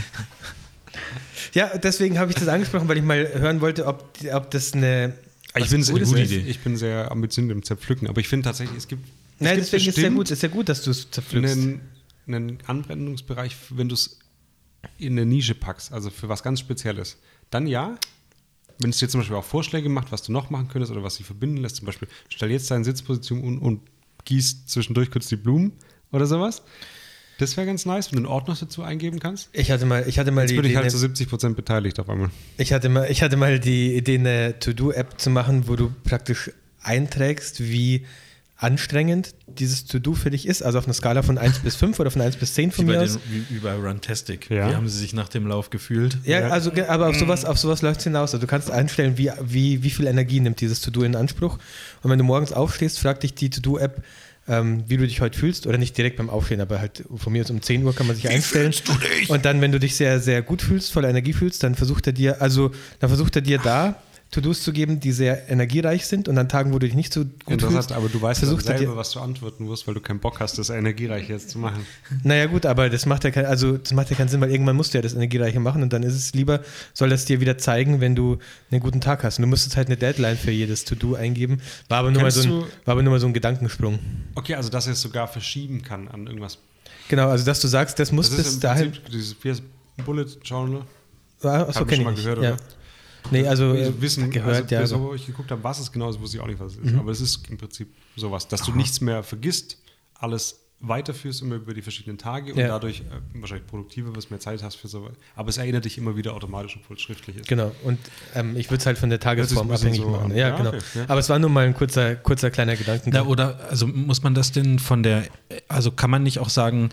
Ja, deswegen habe ich das angesprochen, weil ich mal hören wollte, ob, ob das eine. Ich was finde es eine Gutes gute ist. Idee. Ich bin sehr ambitioniert im Zerpflücken, aber ich finde tatsächlich, es gibt. Es Nein, gibt deswegen ist es sehr bestimmt gut, ist ja gut, dass du es zerpflückst. einen, einen Anwendungsbereich, wenn du es in eine Nische packst, also für was ganz Spezielles. Dann ja. Wenn es dir zum Beispiel auch Vorschläge macht, was du noch machen könntest oder was sich verbinden lässt, zum Beispiel, stell jetzt deine Sitzposition und, und gieß zwischendurch kurz die Blumen oder sowas. Das wäre ganz nice, wenn du einen Ordner dazu eingeben kannst. Ich hatte mal, ich hatte mal Jetzt die bin ich Idee, halt eine- zu siebzig Prozent beteiligt auf einmal. ich hatte mal, ich hatte mal die Idee, eine To-Do-App zu machen, wo du praktisch einträgst, wie anstrengend dieses To-Do für dich ist. Also auf einer Skala von eins bis fünf oder von eins bis zehn Wie von bei, mir den, aus. wie, wie bei Runtastic. Ja. Wie haben sie sich nach dem Lauf gefühlt? Ja, Ja. also ge- aber auf sowas, auf sowas läuft es hinaus. Also du kannst einstellen, wie, wie, wie viel Energie nimmt dieses To-Do in Anspruch. Und wenn du morgens aufstehst, fragt dich die To-Do-App, ähm, wie du dich heute fühlst. Oder nicht direkt beim Aufstehen, aber halt von mir aus um zehn Uhr kann man sich einstellen. Und dann, wenn du dich sehr, sehr gut fühlst, voller Energie fühlst, dann versucht er dir, also dann versucht er dir da To-Dos zu geben, die sehr energiereich sind. Und an Tagen, wo du dich nicht so gut fühlst, Interessant, aber du weißt dann versucht er selber, dir, was du antworten musst, weil du keinen Bock hast, das energiereich jetzt zu machen. Naja gut, aber das macht ja kein, also das macht ja keinen Sinn, weil irgendwann musst du ja das Energiereiche machen und dann ist es lieber, soll das dir wieder zeigen, wenn du einen guten Tag hast. Und du musstest halt eine Deadline für jedes To-Do eingeben. War aber nur, mal Kennst so, ein, du- war aber nur mal so ein Gedankensprung. Okay, also dass er es sogar verschieben kann an irgendwas. Genau, also dass du sagst, das muss Das bis ist im dahin. Prinzip dieses vier Bullet Journal. Ah, achso, Hab ich kenn schon mal ich. gehört, ja. oder? Nee, also Wir äh, wissen, gehört, also, ja. bevor Aber, ich geguckt habe, was es genau ist, wusste ich auch nicht, was es ist. Aber es ist im Prinzip sowas, dass du nichts mehr vergisst, alles weiterführst immer über die verschiedenen Tage und Ja. dadurch äh, wahrscheinlich produktiver wirst, mehr Zeit hast für sowas. Aber es erinnert dich immer wieder automatisch, obwohl es schriftlich ist. genau, und ähm, ich würde es halt von der Tagesform Das ist ein abhängig bisschen so machen. an- Ja, ja, genau. okay, ja. Aber es war nur mal ein kurzer, kurzer kleiner Gedanken. Na, oder also muss man das denn von der, also kann man nicht auch sagen,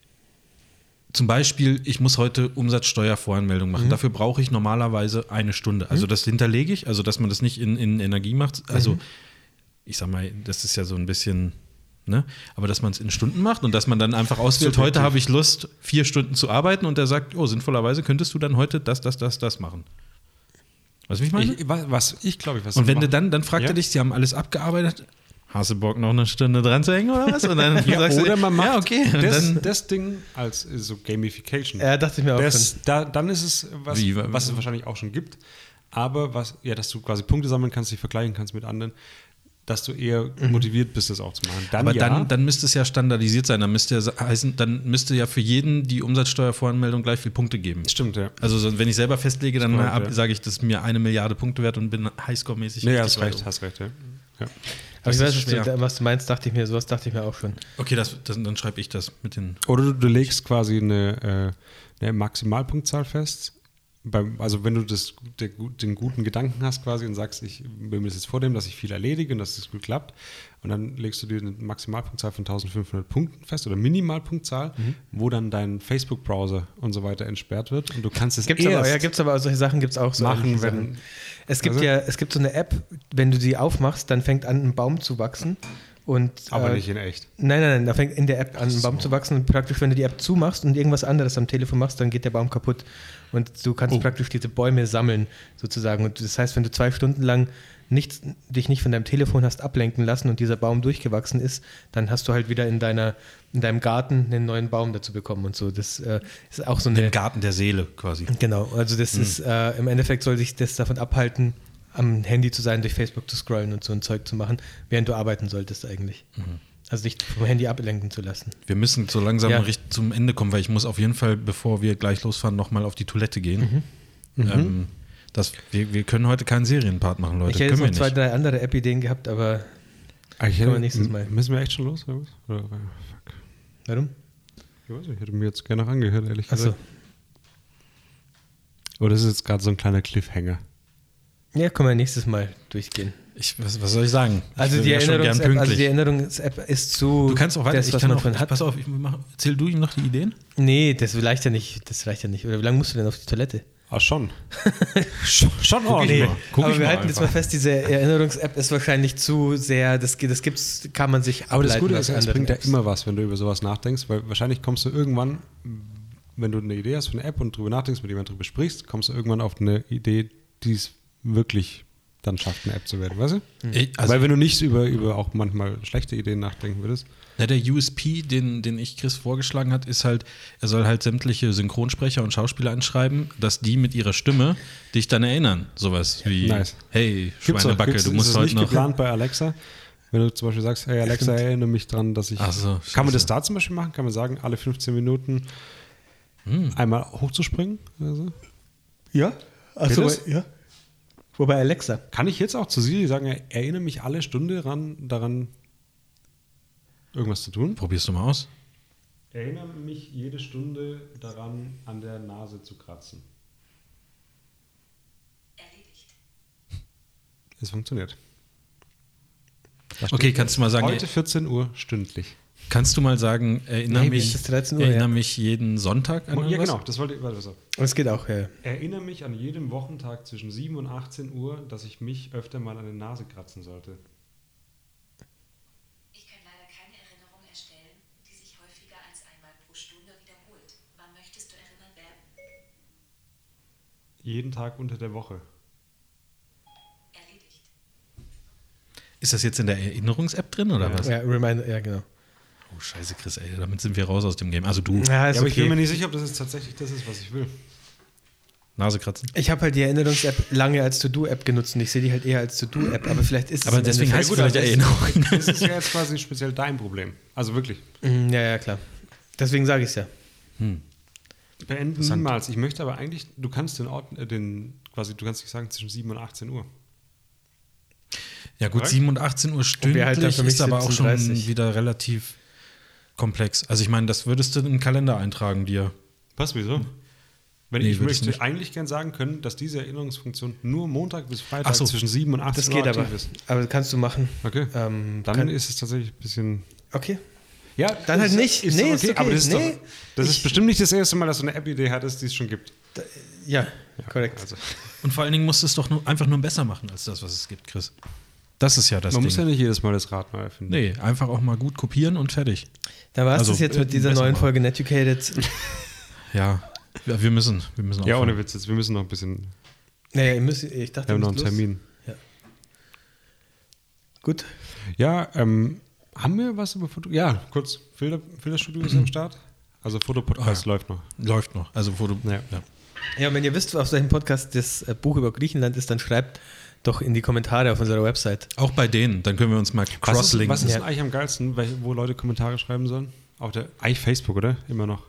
zum Beispiel, ich muss heute Umsatzsteuervoranmeldung machen. Dafür brauche ich normalerweise eine Stunde. Also das hinterlege ich, also dass man das nicht in, in Energie macht. Also ich sag mal, das ist ja so ein bisschen, ne? Aber dass man es in Stunden macht und dass man dann einfach auswählt, heute habe ich Lust, vier Stunden zu arbeiten und der sagt, oh, sinnvollerweise könntest du dann heute das, das, das, das machen. Weißt du, wie ich meine? Ich, was, was ich glaube, ich was Und wenn machen. du dann, dann fragt Ja. er dich, sie haben alles abgearbeitet, hast du Bock noch eine Stunde dran zu hängen oder was? Und dann Ja, sagst oder du, man macht ja, okay. Und das, dann, das Ding als äh, so Gamification. Ja, dachte ich mir auch das, da, dann ist es was, Wie, wa- was es wahrscheinlich auch schon gibt, aber was, ja, dass du quasi Punkte sammeln kannst, dich vergleichen kannst mit anderen, dass du eher motiviert bist, das auch zu machen. Dann aber ja, dann, dann müsste es ja standardisiert sein. Dann müsste ja heißen, dann müsste ja für jeden die Umsatzsteuervoranmeldung gleich viel Punkte geben. stimmt, ja. Also so, wenn ich selber festlege, dann korrekt, hab- ja. sage ich, das ist mir eine Milliarde Punkte wert und bin Highscore-mäßig Nee, richtig hast weit recht, oben. hast recht, ja. ja. Aber ich ist weiß, was schwer. du, was du meinst, dachte ich mir, sowas dachte ich mir auch schon. Okay, das, das, dann schreibe ich das mit den. Oder du, du legst quasi eine, äh, eine Maximalpunktzahl fest. Beim, also wenn du das, der, den guten Gedanken hast quasi und sagst, ich will mir das jetzt vornehmen, dass ich viel erledige und dass es gut klappt, und dann legst du dir eine Maximalpunktzahl von eintausendfünfhundert Punkten fest oder Minimalpunktzahl, mhm. wo dann dein Facebook-Browser und so weiter entsperrt wird und du kannst es gibt's erst aber, ja, gibt's aber solche Sachen gibt es auch so. machen, wenn es gibt also, ja, es gibt so eine App, wenn du sie aufmachst, dann fängt an, ein Baum zu wachsen. Und, aber äh, nicht in echt. Nein, nein, nein, da fängt in der App an, ein Baum zu wachsen und praktisch, wenn du die App zumachst und irgendwas anderes am Telefon machst, dann geht der Baum kaputt und du kannst Oh. praktisch diese Bäume sammeln, sozusagen. Und das heißt, wenn du zwei Stunden lang nicht, dich nicht von deinem Telefon hast ablenken lassen und dieser Baum durchgewachsen ist, dann hast du halt wieder in, deiner, in deinem Garten einen neuen Baum dazu bekommen und so. Das äh, ist auch so eine... Den Garten der Seele quasi. Genau, also das mhm. ist, äh, im Endeffekt soll sich das davon abhalten, am Handy zu sein, durch Facebook zu scrollen und so ein Zeug zu machen, während du arbeiten solltest eigentlich. Mhm. Also dich vom Handy ablenken zu lassen. Wir müssen so langsam Ja. richt- zum Ende kommen, weil ich muss auf jeden Fall, bevor wir gleich losfahren, nochmal auf die Toilette gehen. Mhm. Ähm, das, wir, wir können heute keinen Serienpart machen, Leute. Ich hätte können jetzt wir noch zwei, nicht. drei andere App-Ideen gehabt, aber Ich Können wir nächstes Mal. Müssen wir echt schon los? Oder was? Oder, fuck. warum? Ich weiß nicht, ich hätte mir jetzt gerne noch angehört, ehrlich Achso. gesagt. Oder ist es jetzt gerade so ein kleiner Cliffhanger? Ja, können wir nächstes Mal durchgehen. Ich, was, was soll ich sagen? Also ich die, wär schon gern Erinnerungs-App, also pünktlich. die Erinnerungs-App ist zu Du kannst auch weiter. das, Ich was kann man auch, von hat. pass auf, ich mach, erzähl du ihm noch die Ideen? Nee, das reicht ja nicht. Das reicht ja nicht. Oder wie lange musst du denn auf die Toilette? Ah, schon. schon schon Guck ich ordentlich. mal. Guck aber ich wir mal halten jetzt mal einfach. fest, diese Erinnerungs-App ist wahrscheinlich zu sehr, das, das gibt's, kann man sich Aber das ableiten Gute aus ist, es anderen bringt ja Apps. immer was, wenn du über sowas nachdenkst, weil wahrscheinlich kommst du irgendwann, wenn du eine Idee hast für eine App und drüber nachdenkst, mit jemandem drüber sprichst, kommst du irgendwann auf eine Idee, die es wirklich dann schafft, eine App zu werden, weißt du? Ich, also, weil wenn du nicht über, über auch manchmal schlechte Ideen nachdenken würdest. na, der U S P, den, den ich Chris vorgeschlagen hat, ist halt, er soll halt sämtliche Synchronsprecher und Schauspieler anschreiben, dass die mit ihrer Stimme dich dann erinnern. Sowas wie, Nice. hey, Gibt's auch, Schweinebacke, gibt's, du musst ist es heute nicht noch... geplant bei Alexa? Wenn du zum Beispiel sagst, hey Alexa, erinnere mich dran, dass ich... Ach so, kann man scheiße. das da zum Beispiel machen? Kann man sagen, alle fünfzehn Minuten Hm. einmal hochzuspringen? Also? Ja? Achso, das? ja. Wobei Alexa. Kann ich jetzt auch zu Siri sagen, erinnere mich alle Stunde ran, daran, irgendwas zu tun? Probierst du mal aus? Erinnere mich jede Stunde daran, an der Nase zu kratzen. Erledigt. Es funktioniert. Da Okay, steht, kannst du mal sagen, heute vierzehn Uhr stündlich. kannst du mal sagen, erinnere Nee, mich, bis dreizehn Uhr, erinnere ja. mich jeden Sonntag an Ja, irgendwas? genau, das wollte ich. Warte, was? Das geht auch, ja. Erinnere mich an jedem Wochentag zwischen sieben und achtzehn Uhr, dass ich mich öfter mal an der Nase kratzen sollte. Ich kann leider keine Erinnerung erstellen, die sich häufiger als einmal pro Stunde wiederholt. Wann möchtest du erinnert werden? Jeden Tag unter der Woche. Erledigt. Ist das jetzt in der Erinnerungs-App drin oder Ja. was? Ja, Reminder, ja, genau. Oh, scheiße, Chris, ey, damit sind wir raus aus dem Game. Also du, Ja, ist Ja, aber ich bin okay. mir nicht sicher, ob das jetzt tatsächlich das ist, was ich will. Nase kratzen. Ich habe halt die Erinnerungs-App lange als To-Do-App genutzt und ich sehe die halt eher als To-Do-App, aber vielleicht ist es Aber im deswegen Endeffekt- heißt es vielleicht Erinnerung. Das ist ja jetzt quasi speziell dein Problem. Also wirklich. Mm, Ja, ja, klar. Deswegen sage ich es ja. Beenden Interessant. niemals. Ich möchte aber eigentlich, du kannst den Ort, äh, den, quasi, du kannst nicht sagen zwischen sieben und achtzehn Uhr. Ja gut, Korrekt. sieben und achtzehn Uhr stündlich wäre halt dann für mich ist aber auch schon siebzehn Uhr dreißig. wieder relativ komplex. Also ich meine, das würdest du in den Kalender eintragen dir. Was, wieso? Wenn Nee, ich würdest du möchte nicht. eigentlich gern sagen können, dass diese Erinnerungsfunktion nur Montag bis Freitag Ach so. zwischen sieben und achtzehn Das Uhr geht aber. aktiv ist. Aber kannst du machen. Okay. Ähm, Dann kann, ist es tatsächlich ein bisschen. okay. Ja, Dann halt ist- nicht. Ist Nee, okay, ist okay. aber das ist, Nee, doch, das ist bestimmt nicht das erste Mal, dass du eine App-Idee hattest, die es schon gibt. Ja, korrekt. Also, Und vor allen Dingen musst du es doch nur, einfach nur besser machen als das, was es gibt, Chris. Das ist ja das man Ding. muss ja nicht jedes Mal das Rad neu erfinden. Nee, einfach auch mal gut kopieren und fertig. Da war es Also, das jetzt mit äh, dieser besser neuen machen. Folge Netucated. Ja, ja, wir müssen, wir müssen Ja, aufhören. ohne Witz, jetzt, wir müssen noch ein bisschen. Naja, ihr müsst, ich dachte, Wir haben ihr noch einen müsst los. Termin. Gut. Ja, ähm, haben wir was über Foto? Ja, kurz. Filter, Filterstudio ist am Start. Also Fotopodcast Ah. läuft noch. Läuft noch. Also Foto. Ja. Ja. Ja, und wenn ihr wisst, auf welchem Podcast das äh, Buch über Griechenland ist, dann schreibt doch in die Kommentare auf unserer Website. Auch bei denen, dann können wir uns mal Was ist, crosslinken. was ist Ja. denn eigentlich am geilsten, wel- wo Leute Kommentare schreiben sollen? Auf der eigentlich Facebook, oder? Immer noch.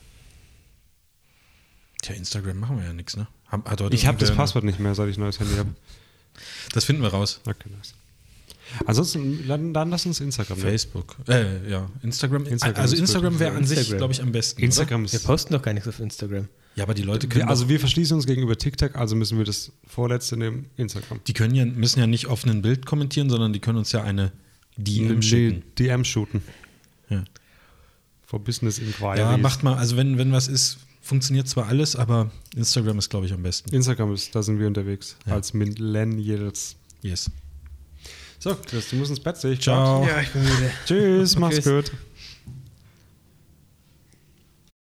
Tja, Instagram machen wir ja nichts, ne? Hat, hat heute Ich habe das irgendwer- Passwort nicht mehr, seit ich ein neues Handy habe. Das finden wir raus. Okay, nice. Ansonsten, dann, dann lass uns Instagram. Facebook. Äh, ja, Instagram. Instagram also ist Instagram gut. wäre an sich, Instagram. glaube ich, am besten. Instagram Wir ist. posten doch gar nichts auf Instagram. Ja, aber die Leute können. Wir, also wir verschließen uns gegenüber TikTok, also müssen wir das vorletzte nehmen, Instagram. die können ja, müssen ja nicht auf ein Bild kommentieren, sondern die können uns ja eine D M schicken. D M shooten. Ja, For Business Inquiries. ja macht mal, also wenn, wenn was ist, funktioniert zwar alles, aber Instagram ist, glaube ich, am besten. Instagram ist, da sind wir unterwegs. Ja. Als Millennials. Yes. So, Chris, du musst ins Bett, sehe ich. Ciao. Ja, ich bin müde. Tschüss, mach's Tschüss. gut.